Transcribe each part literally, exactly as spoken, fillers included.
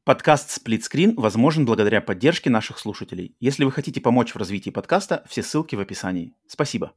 Подкаст «Сплитскрин» возможен благодаря поддержке наших слушателей. Если вы хотите помочь в развитии подкаста, все ссылки в описании. Спасибо.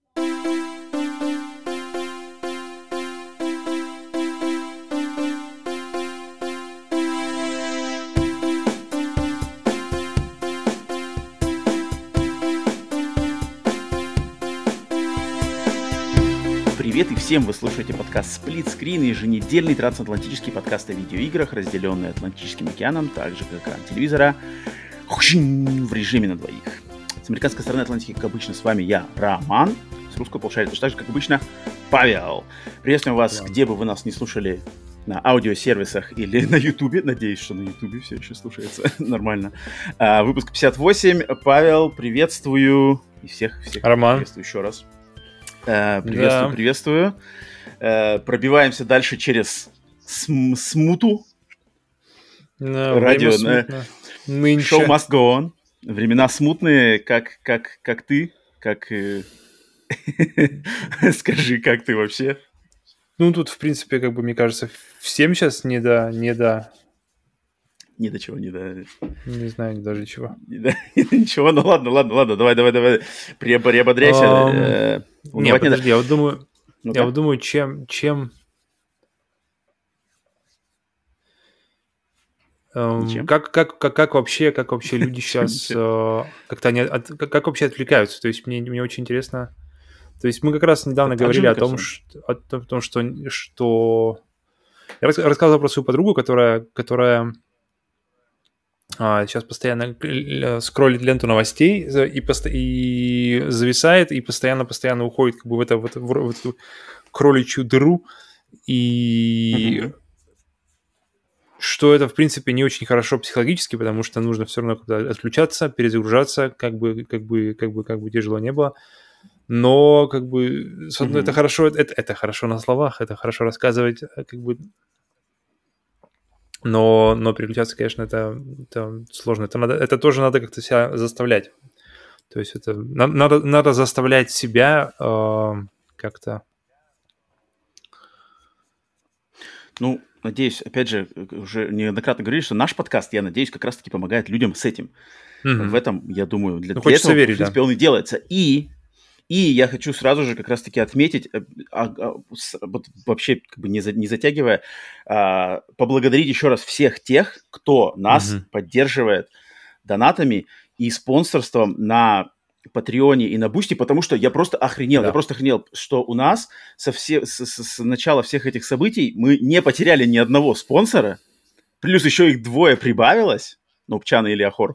Привет и всем! Вы слушаете подкаст «Сплитскрин», еженедельный трансатлантический подкаст о видеоиграх, разделенный Атлантическим океаном, так же, как экран телевизора, в режиме на двоих. С американской стороны Атлантики, как обычно, с вами я, Роман, с русского полушария, точно так же, как обычно, Павел. Приветствуем вас, где бы вы нас не слушали, на аудиосервисах или на Ютубе. Надеюсь, что на Ютубе все еще слушается нормально. А, выпуск пятьдесят восемь. Павел, приветствую. И всех, всех Роман. Приветствую еще раз. Uh, приветствую, да. приветствую. Uh, пробиваемся дальше через см- смуту. No, Радио. Show must go on. Времена смутные, как, как, как ты, как... Скажи, как ты вообще? Ну, тут, в принципе, как бы, мне кажется, всем сейчас не до... Не до... Ни до чего, не до... Не знаю даже чего. Ничего, ну ладно, ладно, ладно, давай, давай, давай. Приободряйся. Um, не, подожди, я вот думаю, ну, я вот думаю, чем... чем... Um, как, как, как, как, вообще, как вообще люди сейчас uh, как-то они от, как, как вообще отвлекаются? То есть мне, мне очень интересно... То есть мы как раз недавно это говорили о том, что, о том, что... что... Я рассказывал про свою подругу, которая... которая... А, сейчас постоянно скроллит ленту новостей и, пост... и зависает, и постоянно-постоянно уходит как бы в, это, в, это, в эту кроличью дыру. И mm-hmm. что это, в принципе, не очень хорошо психологически, потому что нужно все равно как-то отключаться, перезагружаться, как бы, как бы, как бы, как бы тяжело не было. Но, как бы, mm-hmm. это хорошо, это, это хорошо на словах, это хорошо рассказывать, как бы... Но, но переключаться, конечно, это, это сложно. Это, надо, это тоже надо как-то себя заставлять. То есть это надо, надо заставлять себя э, как-то... Ну, надеюсь, опять же, уже неоднократно говорили, что наш подкаст, я надеюсь, как раз-таки помогает людям с этим. Mm-hmm. В этом, я думаю, для, ну, для этого, верить, в принципе, да. он и делается. И... И я хочу сразу же как раз-таки отметить, а, а, с, вот вообще как бы не, за, не затягивая, а, поблагодарить еще раз всех тех, кто нас mm-hmm. поддерживает донатами и спонсорством на Патреоне и на Бусти, потому что я просто охренел, да. я просто охренел, что у нас со все, с, с, с начала всех этих событий мы не потеряли ни одного спонсора, плюс еще их двое прибавилось, ну, Пчана или Ахоров.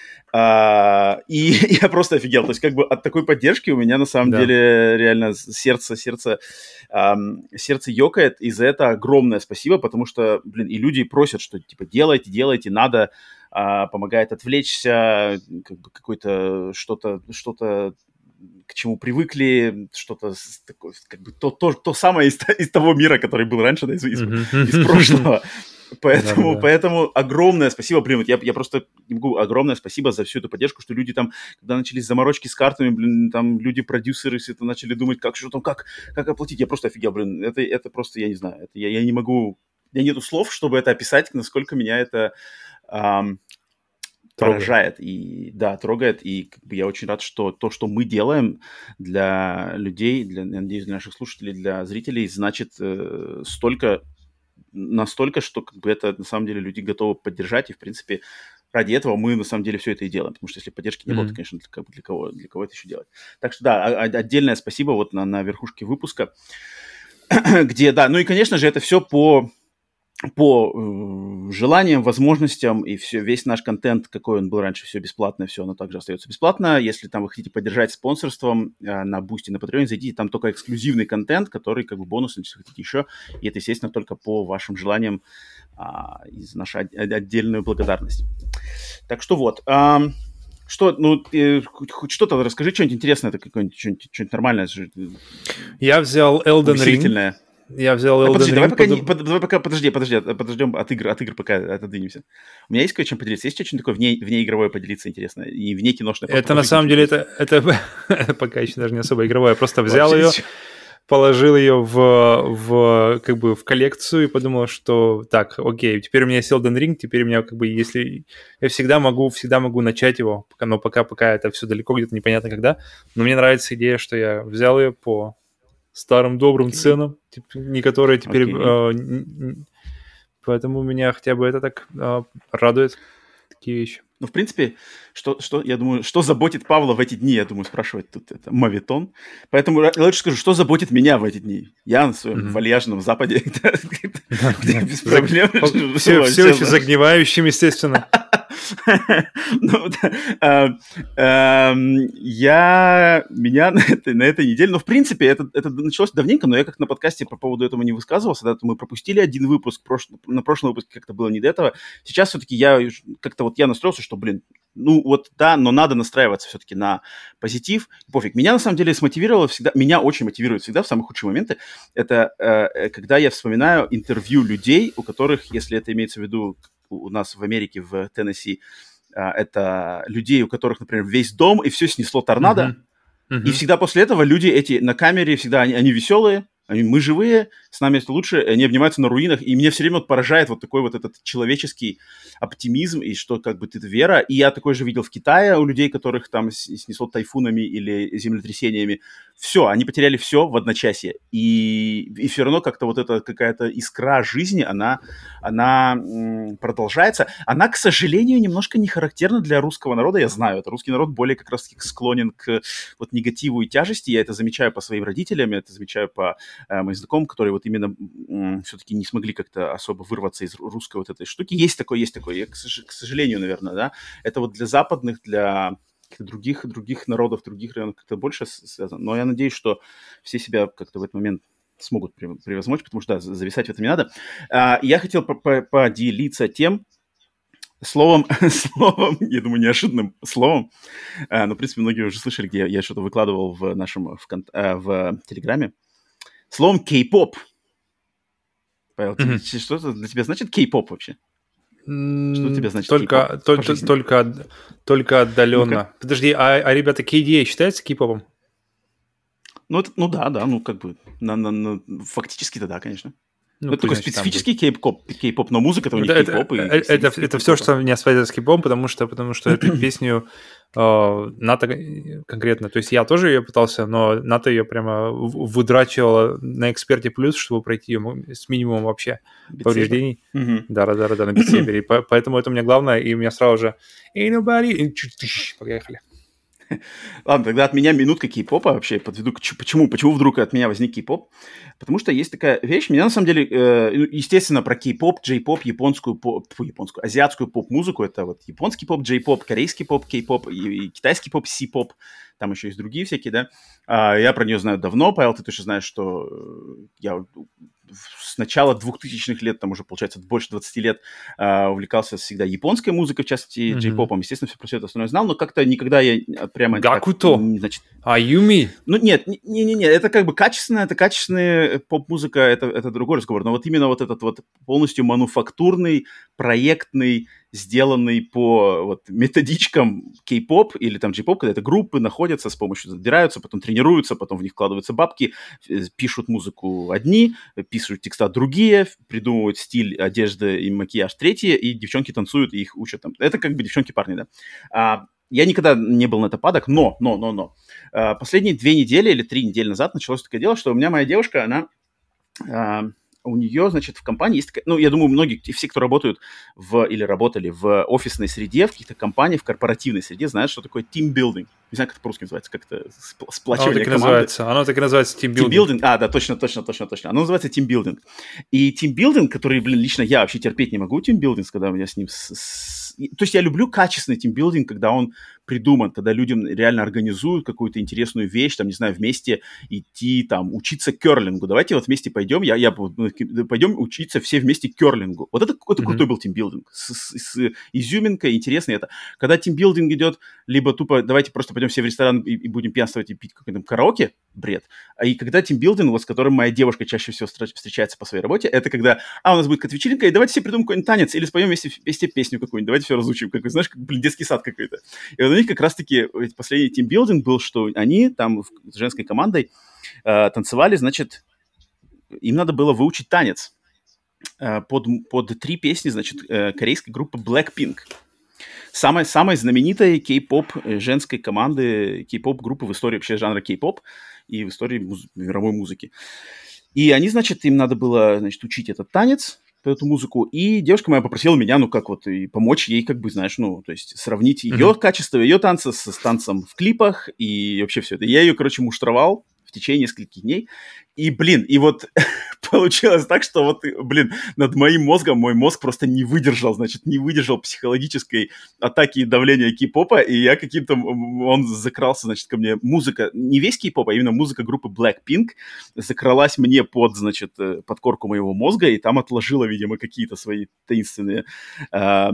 Uh, и я просто офигел. То есть как бы от такой поддержки у меня на самом да. деле реально сердце, сердце, um, сердце ёкает. И за это огромное спасибо, потому что, блин, и люди просят, что типа делайте, делайте, надо, uh, помогает отвлечься, как бы какой-то что-то, что-то к чему привыкли, что-то такое, как бы то, то, то самое из, из того мира, который был раньше, да, из, из, mm-hmm. из прошлого. Поэтому, да, да. поэтому огромное спасибо, блин, я, я просто не могу, огромное спасибо за всю эту поддержку, что люди там, когда начались заморочки с картами, блин, там люди-продюсеры все это начали думать, как, что там, как, как оплатить, я просто офигел, блин, это, это просто, я не знаю, это, я, я не могу, у меня нету слов, чтобы это описать, насколько меня это эм, поражает, и, да, трогает, и как бы я очень рад, что то, что мы делаем для людей, для, надеюсь, для наших слушателей, для зрителей, значит э, столько... настолько, что как бы это на самом деле люди готовы поддержать, и в принципе ради этого мы на самом деле все это и делаем, потому что если поддержки не было, mm-hmm. то, конечно, для, для кого для кого это еще делать. Так что да, отдельное спасибо вот на, на верхушке выпуска, где, да, ну и, конечно же, это все по по э, желаниям, возможностям, и все, весь наш контент, какой он был раньше, все бесплатно, все оно также остается бесплатно. Если там вы хотите поддержать спонсорством э, на Boosty, на Patreon, зайдите, там только эксклюзивный контент, который как бы бонус, если хотите еще, и это, естественно, только по вашим желаниям э, из нашей отдельную благодарность. Так что вот, э, что, ну, э, хоть что-то расскажи, что-нибудь интересное, это какое-нибудь, что-нибудь, что-нибудь нормальное. Я взял Elden Ring. Я взял Elden а, подожди, Ring. Давай пока, не, под, давай пока, подожди, подожди, подождем от игр, от игр пока отодвинемся. У меня есть кое-чем поделиться? Есть что-нибудь такое вне, вне игровое поделиться интересное? И вне киношное? Это на самом деле, это, это, это пока еще даже не особо игровое. Я просто взял ее, положил ее в, в, как бы, в коллекцию и подумал, что так, окей, теперь у меня есть Elden Ring, теперь у меня, как бы, если... Я всегда могу, всегда могу начать его, но пока, пока это все далеко, где-то непонятно когда. Но мне нравится идея, что я взял ее по старым добрым okay. ценам, не которые теперь... Okay. Э, поэтому меня хотя бы это так э, радует, такие вещи. Ну, в принципе, что, что, я думаю, что заботит Павла в эти дни, я думаю, спрашивать тут это мавитон. Поэтому я лучше скажу, что заботит меня в эти дни. Я на своем mm-hmm. вальяжном западе, без проблем. Все еще загнивающим, естественно. Ну, да. а, а, я, меня на этой, на этой неделе, ну, в принципе, это, это началось давненько, но я как на подкасте по поводу этого не высказывался, да, мы пропустили один выпуск, прош... на прошлом выпуске как-то было не до этого. Сейчас все-таки я как-то вот я настроился, что, блин, ну вот да, но надо настраиваться все-таки на позитив. Пофиг. Меня на самом деле смотивировало всегда, меня очень мотивирует всегда в самые худшие моменты, это э, когда я вспоминаю интервью людей, у которых, если это имеется в виду у нас в Америке, в Теннесси, это людей, у которых, например, весь дом, и все снесло торнадо. Uh-huh. Uh-huh. И всегда после этого люди эти на камере, всегда они, они веселые, они, мы живые, с нами это лучше, они обнимаются на руинах, и меня все время вот поражает вот такой вот этот человеческий оптимизм, и что как бы это вера. И я такой же видел в Китае у людей, которых там снесло тайфунами или землетрясениями. Все, они потеряли все в одночасье. И, и все равно как-то вот эта какая-то искра жизни, она, она м, продолжается. Она, к сожалению, немножко не характерна для русского народа, я знаю. Это русский народ более как раз склонен к вот негативу и тяжести. Я это замечаю по своим родителям, я это замечаю по э, моим знакомым, которые вот именно м, все-таки не смогли как-то особо вырваться из русской вот этой штуки. Есть такое, есть такое. Я, к, к сожалению, наверное, да. Это вот для западных, для... других, других народов, других районов как-то больше связано. Но я надеюсь, что все себя как-то в этот момент смогут превозмочь, потому что, да, зависать в этом не надо. А, я хотел поделиться тем словом, словом, я думаю, неожиданным словом, а, но, в принципе, многие уже слышали, где я, я что-то выкладывал в нашем, в, в, в Телеграме, словом кей-поп. Павел, mm-hmm. что это для тебя значит кей-поп вообще? Что у тебя значит только, только, только, только отдаленно. Ну-ка. Подожди, а, а ребята, кей ди эй считается кей-попом? Ну, это, ну да, да, ну как бы, на, на, на, фактически-то да, конечно. Ну, это такой значит, специфический кей-поп, кей-поп, но музыка это у них это, кей-поп. Это, и это, это все, что меня связано с кей-попом, потому что, потому что эту песню э, Ната конкретно, то есть я тоже ее пытался, но Ната ее прямо выдрачивала на Эксперте Плюс, чтобы пройти ее с минимумом вообще повреждений. Да-да-да, на битсейбере. Поэтому это у меня главное, и у меня сразу же «Ain't nobody...» Поехали. Ладно, тогда от меня минутка кей-попа вообще подведу. Почему? Почему вдруг от меня возник кей-поп? Потому что есть такая вещь. Меня на самом деле, э, естественно, про кей-поп, джей-поп, японскую, поп, фу, японскую, азиатскую поп-музыку. Это вот японский поп, джей-поп, корейский поп, кей-поп, и, и китайский поп, си-поп. Там еще есть другие всякие, да. А, я про нее знаю давно. Павел, ты точно знаешь, что я с начала двухтысячных лет, там уже, получается, больше двадцати лет э, увлекался всегда японской музыкой, в частности, mm-hmm. джей-попом. Естественно, все про все это остальное знал, но как-то никогда я прямо... Гакуто! Так, значит... Аюми! Ну, нет, не-не-не, это как бы качественная, это качественная поп-музыка, это, это другой разговор. Но вот именно вот этот вот полностью мануфактурный, проектный, сделанный по вот, методичкам кей-поп или там джей-поп, когда это группы находятся с помощью, забираются, потом тренируются, потом в них вкладываются бабки, пишут музыку одни, пишут текста другие, придумывают стиль одежды и макияж третьи, и девчонки танцуют, и их учат там. Это как бы девчонки-парни, да. А, я никогда не был на это падок, но, но, но, но. А, последние две недели или три недели назад началось такое дело, что у меня моя девушка, она... А, у нее, значит, в компании есть такая... Ну, я думаю, многие, все, кто работают в, или работали в офисной среде, в каких-то компаниях, в корпоративной среде, знают, что такое team-building. Не знаю, как это по-русски называется, как-то сплочение команды. Называется. Оно так и называется team-building. Team-building. А, да, точно, точно, точно, точно. Оно называется team-building. И team-building, который, блин, лично я вообще терпеть не могу, team-building, когда у меня с ним... С, с... То есть я люблю качественный team-building, когда он придуман, когда людям реально организуют какую-то интересную вещь, там, не знаю, вместе идти, там, учиться керлингу. Давайте вот вместе пойдем, я, я, пойдем учиться все вместе керлингу. Вот это какой-то mm-hmm. крутой был тимбилдинг. С, с, с изюминкой, интересно это. Когда тимбилдинг идет, либо тупо давайте просто пойдем пойдем все в ресторан и, и будем пьянствовать и пить какой-то караоке, бред. А и когда тимбилдинг, вот с которым моя девушка чаще всего встречается по своей работе, это когда, а, у нас будет какая-то вечеринка, и давайте все придумаем какой-нибудь танец, или споем вместе, вместе песню какую-нибудь, давайте все разучим, как, знаешь, как, блин, детский сад какой-то. И вот у них как раз-таки последний тимбилдинг был, что они там с женской командой э, танцевали, значит, им надо было выучить танец э, под, под три песни, значит, э, корейской группы Blackpink. Самой, самой знаменитой кей-поп женской команды, кей-поп группы в истории вообще жанра кей-поп и в истории муз- мировой музыки. И они, значит, им надо было, значит, учить этот танец, эту музыку, и девушка моя попросила меня, ну, как вот, и помочь ей, как бы, знаешь, ну, то есть сравнить ее mm-hmm. качество, ее танца с, с танцем в клипах и вообще все это. Я ее, короче, муштровал в течение нескольких дней. И, блин, и вот получилось так, что вот, блин, над моим мозгом, мой мозг просто не выдержал, значит, не выдержал психологической атаки и давления кей-попа, и я каким-то, он закрался, значит, ко мне, музыка, не весь кей-поп, а именно музыка группы Blackpink закралась мне под, значит, под корку моего мозга, и там отложила, видимо, какие-то свои таинственные э,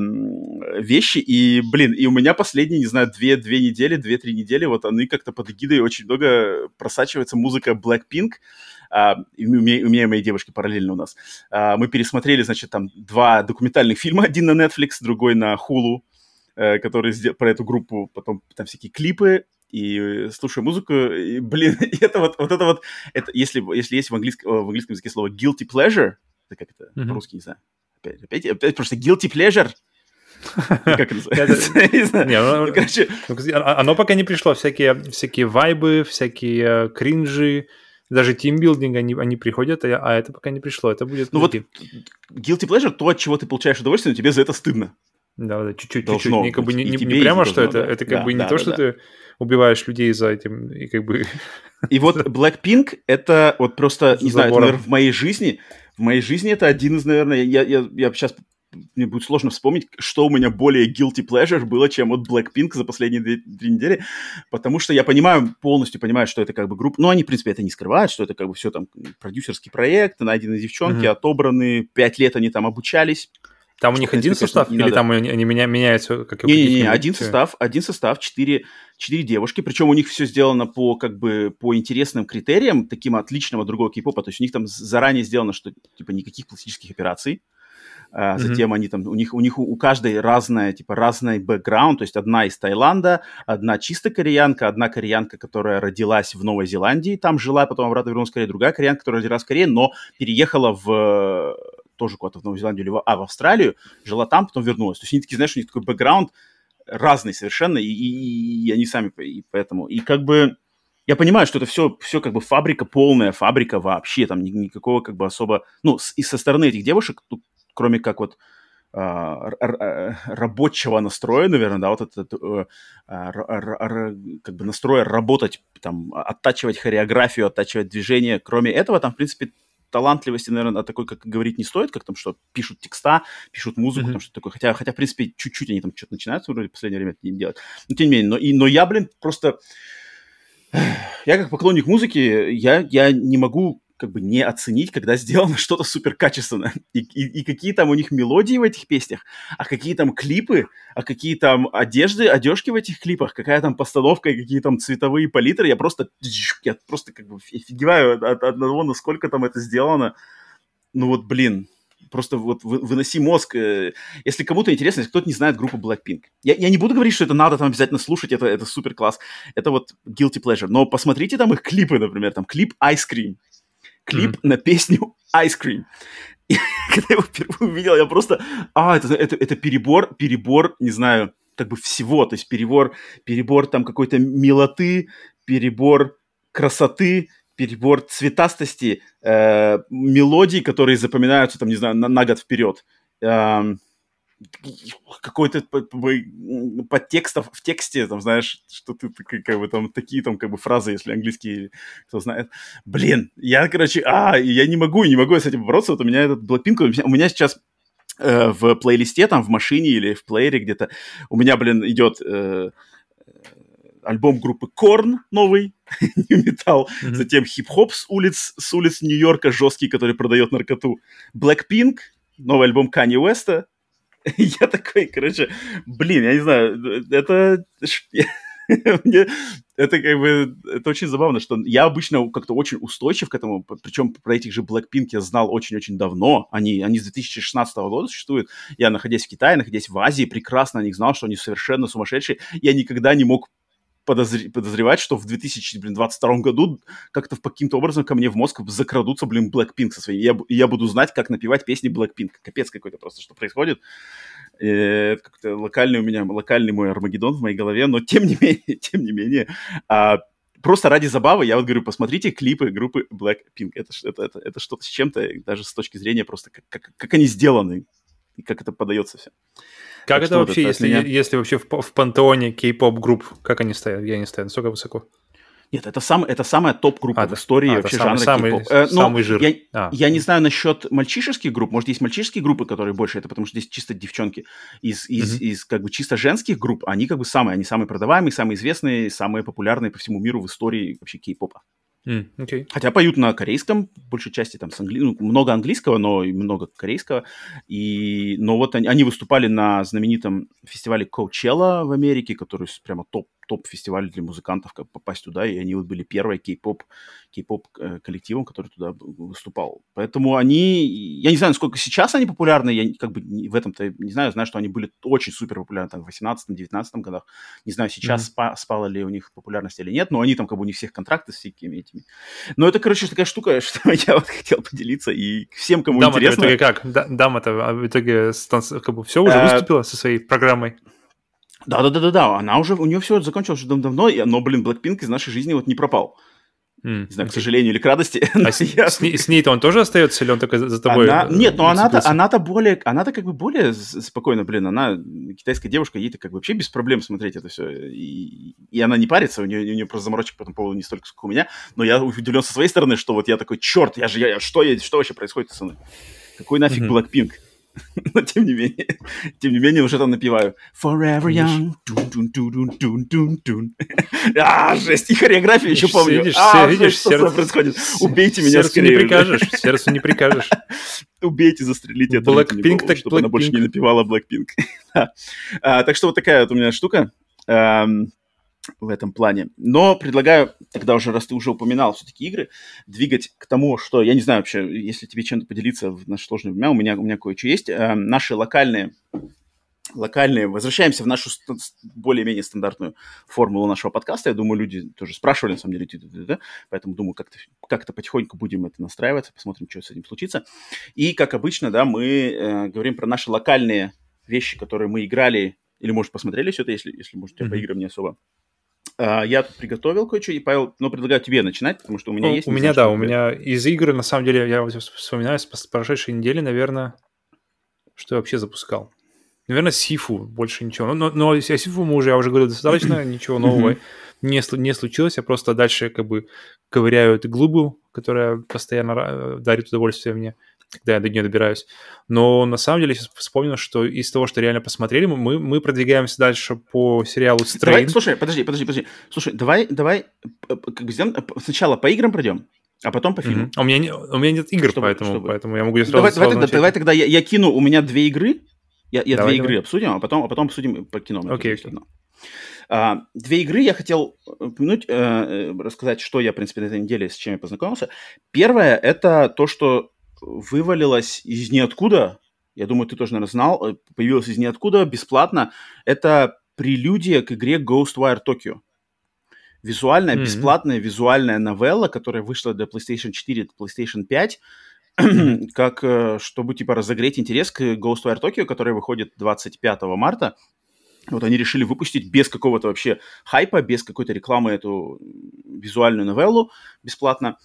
вещи, и, блин, и у меня последние, не знаю, две, две недели, две-три недели, вот они как-то под эгидой очень много просачивается музыка Blackpink. Uh, и у, меня, у меня и моей девушки параллельно у нас. Uh, мы пересмотрели, значит, там два документальных фильма. Один на Netflix, другой на Hulu, uh, который сделал про эту группу. Потом там всякие клипы. И uh, слушаю музыку. И, блин, и это вот, вот это вот... Это, если, если есть в, английск, в английском языке слово guilty pleasure, это как это mm-hmm. по-русски, не знаю. Опять, опять, опять просто guilty pleasure. Как это называется? Короче, оно пока не пришло. Всякие вайбы, всякие кринжи, даже тимбилдинг, они, они приходят, а, а это пока не пришло. Это будет... Ну вот guilty pleasure, то, от чего ты получаешь удовольствие, но тебе за это стыдно. Да, да, чуть-чуть, чуть-чуть. Не, как бы, не, не, не прямо, что должно, это, да. это как да, бы не да, то, да, что да. ты убиваешь людей за этим, и как бы... И вот Blackpink, это вот просто, не знаю, это, наверное, в моей жизни, в моей жизни это один из, наверное, я, я, я сейчас... Мне будет сложно вспомнить, что у меня более guilty pleasure было, чем вот Blackpink за последние две, две недели, потому что я понимаю, полностью понимаю, что это как бы группа, ну, они, в принципе, это не скрывают, что это как бы все там продюсерский проект, найдены девчонки, mm-hmm. отобраны, пять лет они там обучались. Там у них один состав, или надо... там они, они меня, меняются? Как Не-не-не, один состав, один состав, четыре, четыре девушки, причем у них все сделано по, как бы, по интересным критериям, таким отличного другого кей-попа, то есть у них там заранее сделано, что, типа, никаких пластических операций. Uh, затем mm-hmm. они там, у них, у них у, у каждой разная, типа, разный бэкграунд, то есть одна из Таиланда, одна чисто кореянка, одна кореянка, которая родилась в Новой Зеландии, там жила, потом обратно вернулась в Корею, другая кореянка, которая родилась в Корее, но переехала в, тоже куда-то в Новую Зеландию, или в, а, в Австралию, жила там, потом вернулась. То есть они такие, знаешь, у них такой бэкграунд разный совершенно, и, и, и они сами, и поэтому, и как бы... Я понимаю, что это все, все как бы фабрика, полная фабрика вообще, там ни, никакого как бы особо... Ну, с, и со стороны этих девушек, тут, кроме как вот а, р- р- рабочего настроя, наверное, да, вот этот а, р- р- р- как бы настроя работать, там, оттачивать хореографию, оттачивать движение, кроме этого, там, в принципе, талантливости, наверное, такой, как говорить, не стоит, как там, что пишут текста, пишут музыку, mm-hmm. там, что такое, хотя, хотя, в принципе, чуть-чуть они там что-то начинают вроде в последнее время это не делать, но тем не менее, но, и, но я, блин, просто... Я как поклонник музыки, я, я не могу как бы не оценить, когда сделано что-то суперкачественное. И, и, и какие там у них мелодии в этих песнях, а какие там клипы, а какие там одежды, одежки в этих клипах, какая там постановка и какие там цветовые палитры. Я просто, я просто как бы офигеваю от, от одного, насколько там это сделано. Ну вот, блин, просто вот выноси мозг. Если кому-то интересно, если кто-то не знает группу Blackpink. Я, я не буду говорить, что это надо там обязательно слушать, это, это супер класс. Это вот guilty pleasure. Но посмотрите там их клипы, например, там клип Ice Cream. Клип mm-hmm. на песню Ice Cream. И когда я его впервые увидел, я просто... А, это, это, это перебор, перебор, не знаю, как бы всего. То есть перебор, перебор там какой-то милоты, перебор красоты, перебор цветастости, э, мелодий, которые запоминаются, там, не знаю, на, на год вперед. Э, какой-то подтекстов в тексте, там, знаешь, что ты, как бы, там, такие, там, как бы, фразы, если английский, кто знает. Блин, я, короче, а, я не могу, не могу с этим бороться, вот у меня этот Blackpink, у меня, у меня сейчас э, в плейлисте, там, в машине или в плеере где-то, у меня, блин, идет... Э, альбом группы Korn новый, New Metal, mm-hmm. затем хип-хоп с улиц, с улиц Нью-Йорка, жесткий, который продает наркоту, Blackpink, новый альбом Канье Уэста. Я такой, короче, блин, я не знаю, это... Мне это как бы, это очень забавно, что я обычно как-то очень устойчив к этому, причем про этих же Blackpink я знал очень-очень давно, они, они с две тысячи шестнадцатого года существуют, я, находясь в Китае, находясь в Азии, прекрасно о них знал, что они совершенно сумасшедшие, я никогда не мог подозр... подозревать, что в две тысячи двадцать втором году как-то в каким-то образом ко мне в мозг закрадутся, блин, Blackpink со своей, я, я буду знать, как напевать песни Blackpink, капец какой-то просто, что происходит. Это как-то локальный у меня, локальный мой Армагеддон в моей голове, но тем не менее, тем не менее, а, просто ради забавы я вот говорю, посмотрите клипы группы Blackpink, это, это, это, это что-то с чем-то, даже с точки зрения просто, как, как, как они сделаны, и как это подается все. Как так это вообще, это если, меня... если вообще в, в пантеоне кей-поп групп, как они стоят, где они стоят, насколько высоко? Нет, это, сам, это самая топ-группа а, в истории а, вообще самый, жанра самый, кей-поп. Э, ну, самый жир. Я, а. я не знаю насчет мальчишеских групп. Может, есть мальчишеские группы, которые больше это, потому что здесь чисто девчонки. Из, из, mm-hmm. из как бы чисто женских групп они как бы самые, они самые продаваемые, самые известные, самые популярные по всему миру в истории вообще кей-попа. Mm, okay. Хотя поют на корейском, большей части там с англи... ну, много английского, но и много корейского. И... Но вот они, они выступали на знаменитом фестивале Coachella в Америке, который прямо топ, топ-фестиваль для музыкантов, как попасть туда, и они вот были первой кей-поп, кей-поп коллективом, который туда выступал. Поэтому они, я не знаю, насколько сейчас они популярны, я как бы в этом-то не знаю, знаю, что они были очень супер популярны там в восемнадцатом-девятнадцатом годах. Не знаю, сейчас mm-hmm. спа- спала ли у них популярность или нет, но они там как бы у них всех контракты с всякими этими. Но это, короче, такая штука, что я вот хотел поделиться, и всем, кому Дама интересно... Дама-то в итоге как? Дама-то в итоге как бы все уже выступила со своей программой? Да-да-да-да, она уже, у нее все закончилось уже давно, но, блин, Blackpink из нашей жизни вот не пропал. Mm, не знаю, okay. к сожалению или к радости. А с, я... с, с ней-то он тоже остается, или он только за тобой? Она... Нет, но она-то, она-то более, она-то как бы более спокойно, блин, она китайская девушка, ей-то как бы вообще без проблем смотреть это все, и, и она не парится, у нее, у нее просто заморочек по этому поводу не столько, сколько у меня, но я удивлен со своей стороны, что вот я такой, черт, я же, я, что, я, что вообще происходит со мной? Какой нафиг mm-hmm. Blackpink? Но тем не менее, тем не менее, уже там напеваю Forever Young. А, жесть, и хореографию еще помню. Видишь, а, видишь, что сердце, происходит? Убейте меня сердцу скорее. Не прикажешь, сердцу не прикажешь. Убейте, застрелите эту Blackpink, так чтобы Blackpink. Она больше не напевала Blackpink. да. а, так что вот такая вот у меня штука. Эм, в этом плане. Но предлагаю, тогда уже, раз ты уже упоминал все-таки игры, двигать к тому, что, я не знаю вообще, если тебе чем-то поделиться в наше сложное время, у меня, у меня кое-что есть. Э, наши локальные, локальные, возвращаемся в нашу ст- более-менее стандартную формулу нашего подкаста. Я думаю, люди тоже спрашивали, на самом деле, да? Поэтому, думаю, как-то, как-то потихоньку будем это настраиваться, посмотрим, что с этим случится. И, как обычно, да, мы э, говорим про наши локальные вещи, которые мы играли, или, может, посмотрели все это, если, если может, у тебя mm-hmm. по играм не особо. Uh, я тут приготовил кое-что, и, Павел, ну, предлагаю тебе начинать, потому что у меня ну, есть... У меня, знаю, да, у меня из игр, на самом деле, я вспоминаю с прошедшей недели, наверное, что я вообще запускал. Наверное, Сифу, больше ничего. Но, но о Сифу мы уже, я уже говорил, достаточно, ничего нового не, не случилось. Я просто дальше как бы ковыряю эту глыбу, которая постоянно дарит удовольствие мне, когда я до нее добираюсь. Но на самом деле сейчас вспомнил, что из того, что реально посмотрели, мы, мы продвигаемся дальше по сериалу Strain. Давай, слушай, подожди, подожди, подожди. Слушай, давай, давай как бы сделаем, сначала по играм пройдем, а потом по фильму. Mm-hmm. А у, меня не, у меня нет игр, чтобы, поэтому, чтобы... поэтому я могу сразу... Давай, сразу давай, тогда, давай тогда я, я кину, у меня две игры, я, я давай, две давай. игры обсудим, а потом, а потом обсудим по кино. Окей, окей. Okay. Uh, две игры я хотел упомянуть, uh, рассказать, что я, в принципе, на этой неделе, с чем я познакомился. Первое, это то, что вывалилось из ниоткуда, я думаю, ты тоже, наверное, знал, появилось из ниоткуда бесплатно, это прелюдия к игре Ghostwire Tokyo. Визуальная, mm-hmm. бесплатная визуальная новелла, которая вышла для PlayStation четыре, PlayStation пять, как, чтобы, типа, разогреть интерес к Ghostwire Tokyo, которая выходит двадцать пятого марта. Вот они решили выпустить без какого-то вообще хайпа, без какой-то рекламы эту визуальную новеллу бесплатно.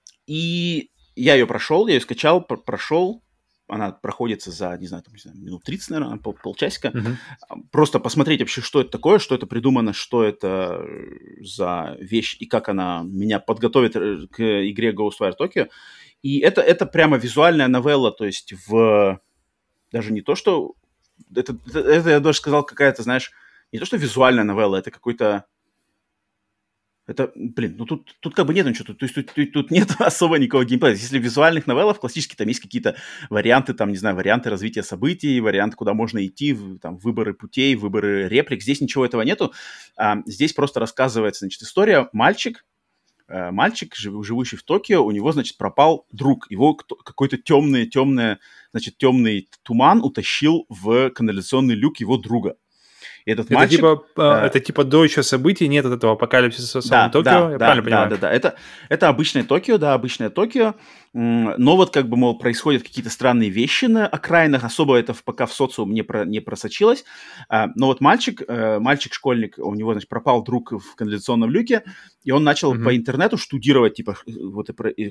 И я ее прошел, я ее скачал, прошел. Она проходится за, не знаю, там, не знаю минут тридцать, наверное, пол, полчасика. Uh-huh. Просто посмотреть вообще, что это такое, что это придумано, что это за вещь и как она меня подготовит к игре Ghostwire Tokyo. И это, это прямо визуальная новелла, то есть в... Даже не то, что... Это, это, это я даже сказал, какая-то, знаешь, не то, что визуальная новелла, это какой-то... Это, блин, ну тут, тут как бы нет ничего, то есть тут, тут, тут нет особо никакого геймплея. Если в визуальных новеллах классически там есть какие-то варианты, там, не знаю, варианты развития событий, варианты, куда можно идти, там, выборы путей, выборы реплик. Здесь ничего этого нету. А, здесь просто рассказывается, значит, история. Мальчик, э, мальчик, жив, живущий в Токио, у него, значит, пропал друг. Его кто, какой-то темный, темный, значит, темный туман утащил в канализационный люк его друга. И этот это, мальчик, типа, э, это типа до еще событий, нет от этого апокалипсиса в самом да, Токио, да, я да, правильно да, понимаю? да, да, это, это обычное Токио, да, обычное Токио, но вот как бы, мол, происходят какие-то странные вещи на окраинах, особо это пока в социум не, про, не просочилось, но вот мальчик, мальчик-школьник, у него, значит, пропал друг в канализационном люке, и он начал mm-hmm. по интернету штудировать, типа, вот,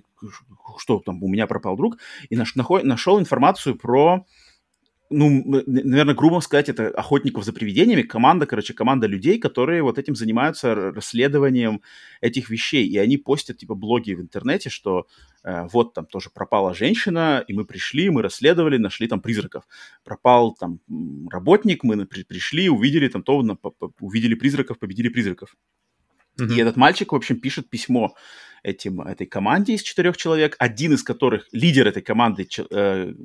что там, у меня пропал друг, и наш, нашел информацию про... Ну, наверное, грубо сказать, это охотников за привидениями. Команда, короче, команда людей, которые вот этим занимаются расследованием этих вещей. И они постят, типа, блоги в интернете, что э, вот там тоже пропала женщина, и мы пришли, мы расследовали, нашли там призраков. Пропал там работник, мы при, пришли, увидели там то, на, по, увидели призраков, победили призраков. Mm-hmm. И этот мальчик, в общем, пишет письмо этим, этой команде из четырех человек, один из которых, лидер этой команды, э,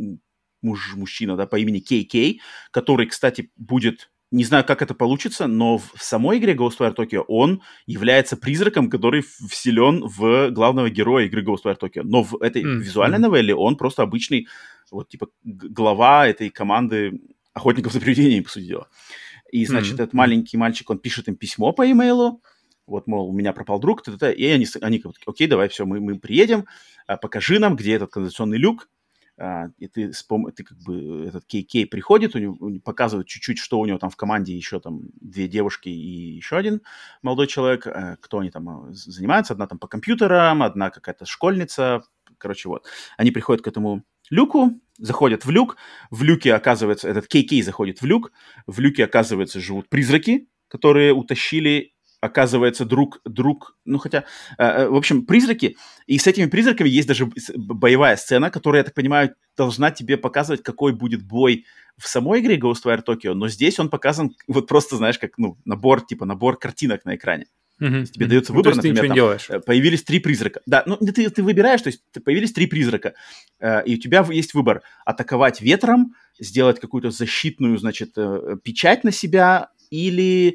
Муж, мужчина, да, по имени Кей Кей, который, кстати, будет, не знаю, как это получится, но в, в самой игре Ghostwire Tokyo он является призраком, который вселен в главного героя игры Ghostwire Tokyo. Но в этой mm-hmm. визуальной новелле он просто обычный, вот, типа, глава этой команды охотников за привидениями, по сути дела. И, значит, mm-hmm. этот маленький мальчик, он пишет им письмо по имейлу, вот, мол, у меня пропал друг, т-т-т, и они, они окей, давай, все, мы, мы приедем, покажи нам, где этот канализационный люк. Uh, и ты, спом... ты как бы, этот Кей Кей приходит, у него, у него показывают чуть-чуть, что у него там в команде, еще там две девушки и еще один молодой человек, uh, кто они там занимаются, одна там по компьютерам, одна какая-то школьница, короче, вот. Они приходят к этому люку, заходят в люк, в люке оказывается, этот Кей Кей заходит в люк, в люке, оказывается, живут призраки, которые утащили, оказывается, друг, друг, ну, хотя, э, в общем, призраки, и с этими призраками есть даже боевая сцена, которая, я так понимаю, должна тебе показывать, какой будет бой в самой игре Ghostwire Tokyo, но здесь он показан вот просто, знаешь, как, ну, набор, типа, набор картинок на экране. Mm-hmm. Тебе mm-hmm. дается выбор, ну, например, там, появились три призрака. Да, ну, ты, ты выбираешь, то есть появились три призрака, э, и у тебя есть выбор атаковать ветром, сделать какую-то защитную, значит, э, печать на себя или...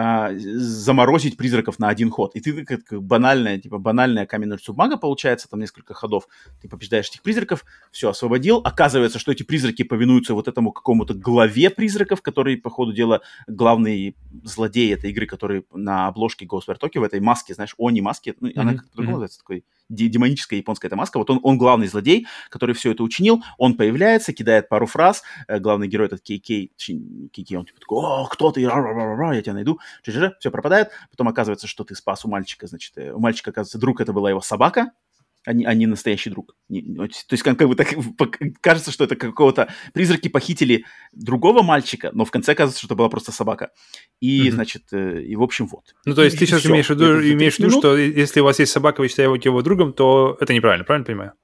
заморозить призраков на один ход. И ты как банальная, типа банальная каменная бумага, получается, там несколько ходов, ты побеждаешь этих призраков, все, освободил. Оказывается, что эти призраки повинуются вот этому какому-то главе призраков, который, по ходу дела, главный злодей этой игры, который на обложке Ghostwire Tokyo в этой маске, знаешь, Они маске, ну, mm-hmm. она как-то mm-hmm. называется, такой демоническая японская эта маска, вот он, он главный злодей, который все это учинил, он появляется, кидает пару фраз, главный герой этот Кей Кей, Кей Кей, он типа такой, о, кто ты, я тебя найду, все пропадает, потом оказывается, что ты спас у мальчика, значит, у мальчика, оказывается, друг, это была его собака, а не, а не настоящий друг. Не, то есть как, как бы так кажется, что это какого-то... Призраки похитили другого мальчика, но в конце оказывается, что это была просто собака. И, mm-hmm. значит, и в общем вот. Ну, то есть и, ты и сейчас все. имеешь в виду, имеешь в виду, что если у вас есть собака, вы считаете его другом, то это неправильно, правильно понимаю?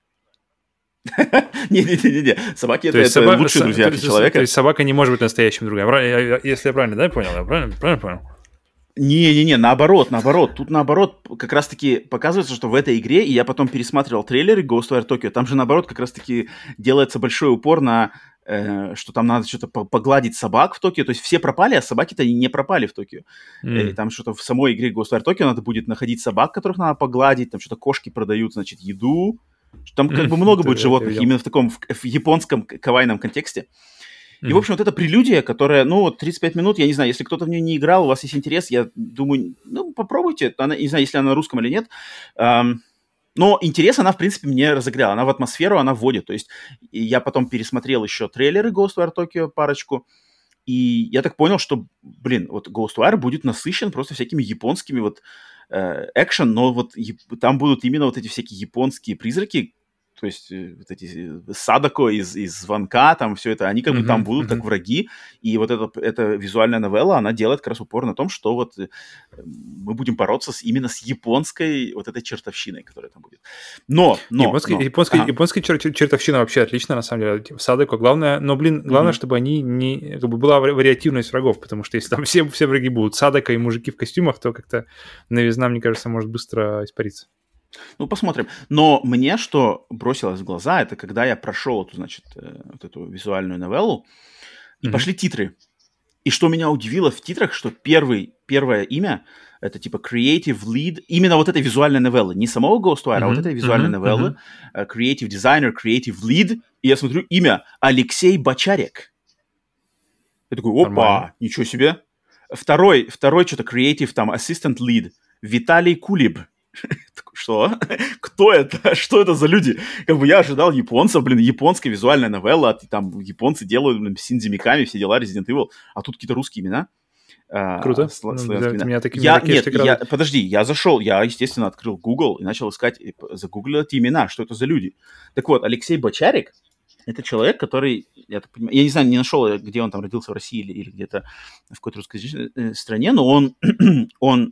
Не-не-не, собаки это лучшие друзья человека. То есть собака не может быть настоящим другом. Если я правильно, да, понял? Я правильно понял? Не-не-не, наоборот, наоборот. Тут наоборот как раз-таки показывается, что в этой игре, и я потом пересматривал трейлеры Ghostwire Tokyo, там же наоборот как раз-таки делается большой упор на, э, что там надо что-то погладить собак в Токио. То есть все пропали, а собаки-то не пропали в Токио. Mm. И там что-то в самой игре Ghostwire Tokyo надо будет находить собак, которых надо погладить, там что-то кошки продают, значит, еду. Там как бы много будет животных именно в таком в, в японском кавайном контексте. И, mm-hmm. в общем, вот эта прелюдия, которая, ну, вот тридцать пять минут, я не знаю, если кто-то в нее не играл, у вас есть интерес, я думаю, ну, попробуйте. Она, не знаю, если она на русском или нет. Um, но интерес она, в принципе, мне разогрела. Она в атмосферу, она вводит. То есть я потом пересмотрел еще трейлеры Ghostwire Tokyo, парочку, и я так понял, что, блин, вот Ghostwire будет насыщен просто всякими японскими вот э, экшен, но вот там будут именно вот эти всякие японские призраки, то есть э, вот эти э, Садако из, из «Звонка», там все это, они как бы Мгм, там будут как мгм. враги, и вот эта, эта визуальная новелла, она делает как раз упор на том, что вот э, мы будем бороться с, именно с японской вот этой чертовщиной, которая там будет. Но, Не, но, японский, но, японский, ага, японский чер- чер- чертовщина вообще отлично, на самом деле. Типа, Садэко, главное, но, блин, главное, мгм. чтобы они не, как бы была вари- вариативность врагов, потому что если там все, все враги будут Садэко и мужики в костюмах, то как-то новизна, мне кажется, может быстро испариться. Ну, посмотрим. Но мне что бросилось в глаза, это когда я прошел эту, значит, э, вот эту визуальную новеллу, и Мгм. пошли титры. И что меня удивило в титрах, что первый, первое имя это типа Creative Lead, именно вот этой визуальной новеллы, не самого Ghostwire, а вот этой Мгм, визуальной мгм, новеллы, мгм. э, Creative Designer, Creative Lead, и я смотрю имя Алексей Бочарик. Я такой, Нормально. опа, ничего себе. Второй, второй что-то Creative там Assistant Lead, Виталий Кулиб. Такой, что? Кто это? Что это за люди? Как бы я ожидал японцев, блин, японская визуальная новелла, а там японцы делают, блин, Синдзи Миками, все дела, Resident Evil, а тут какие-то русские имена, а, Круто. сла- Ну, славянские да, ты имена. меня такими Я, ракешки нет, я, радует. подожди, я зашел, я, естественно, открыл Google и начал искать, и п- загуглил эти имена, что это за люди. Так вот, Алексей Бочарик, это человек, который, я так понимаю, я не знаю, не нашел, где он там родился в России или, или где-то в какой-то русскоязычной э, стране, но он, он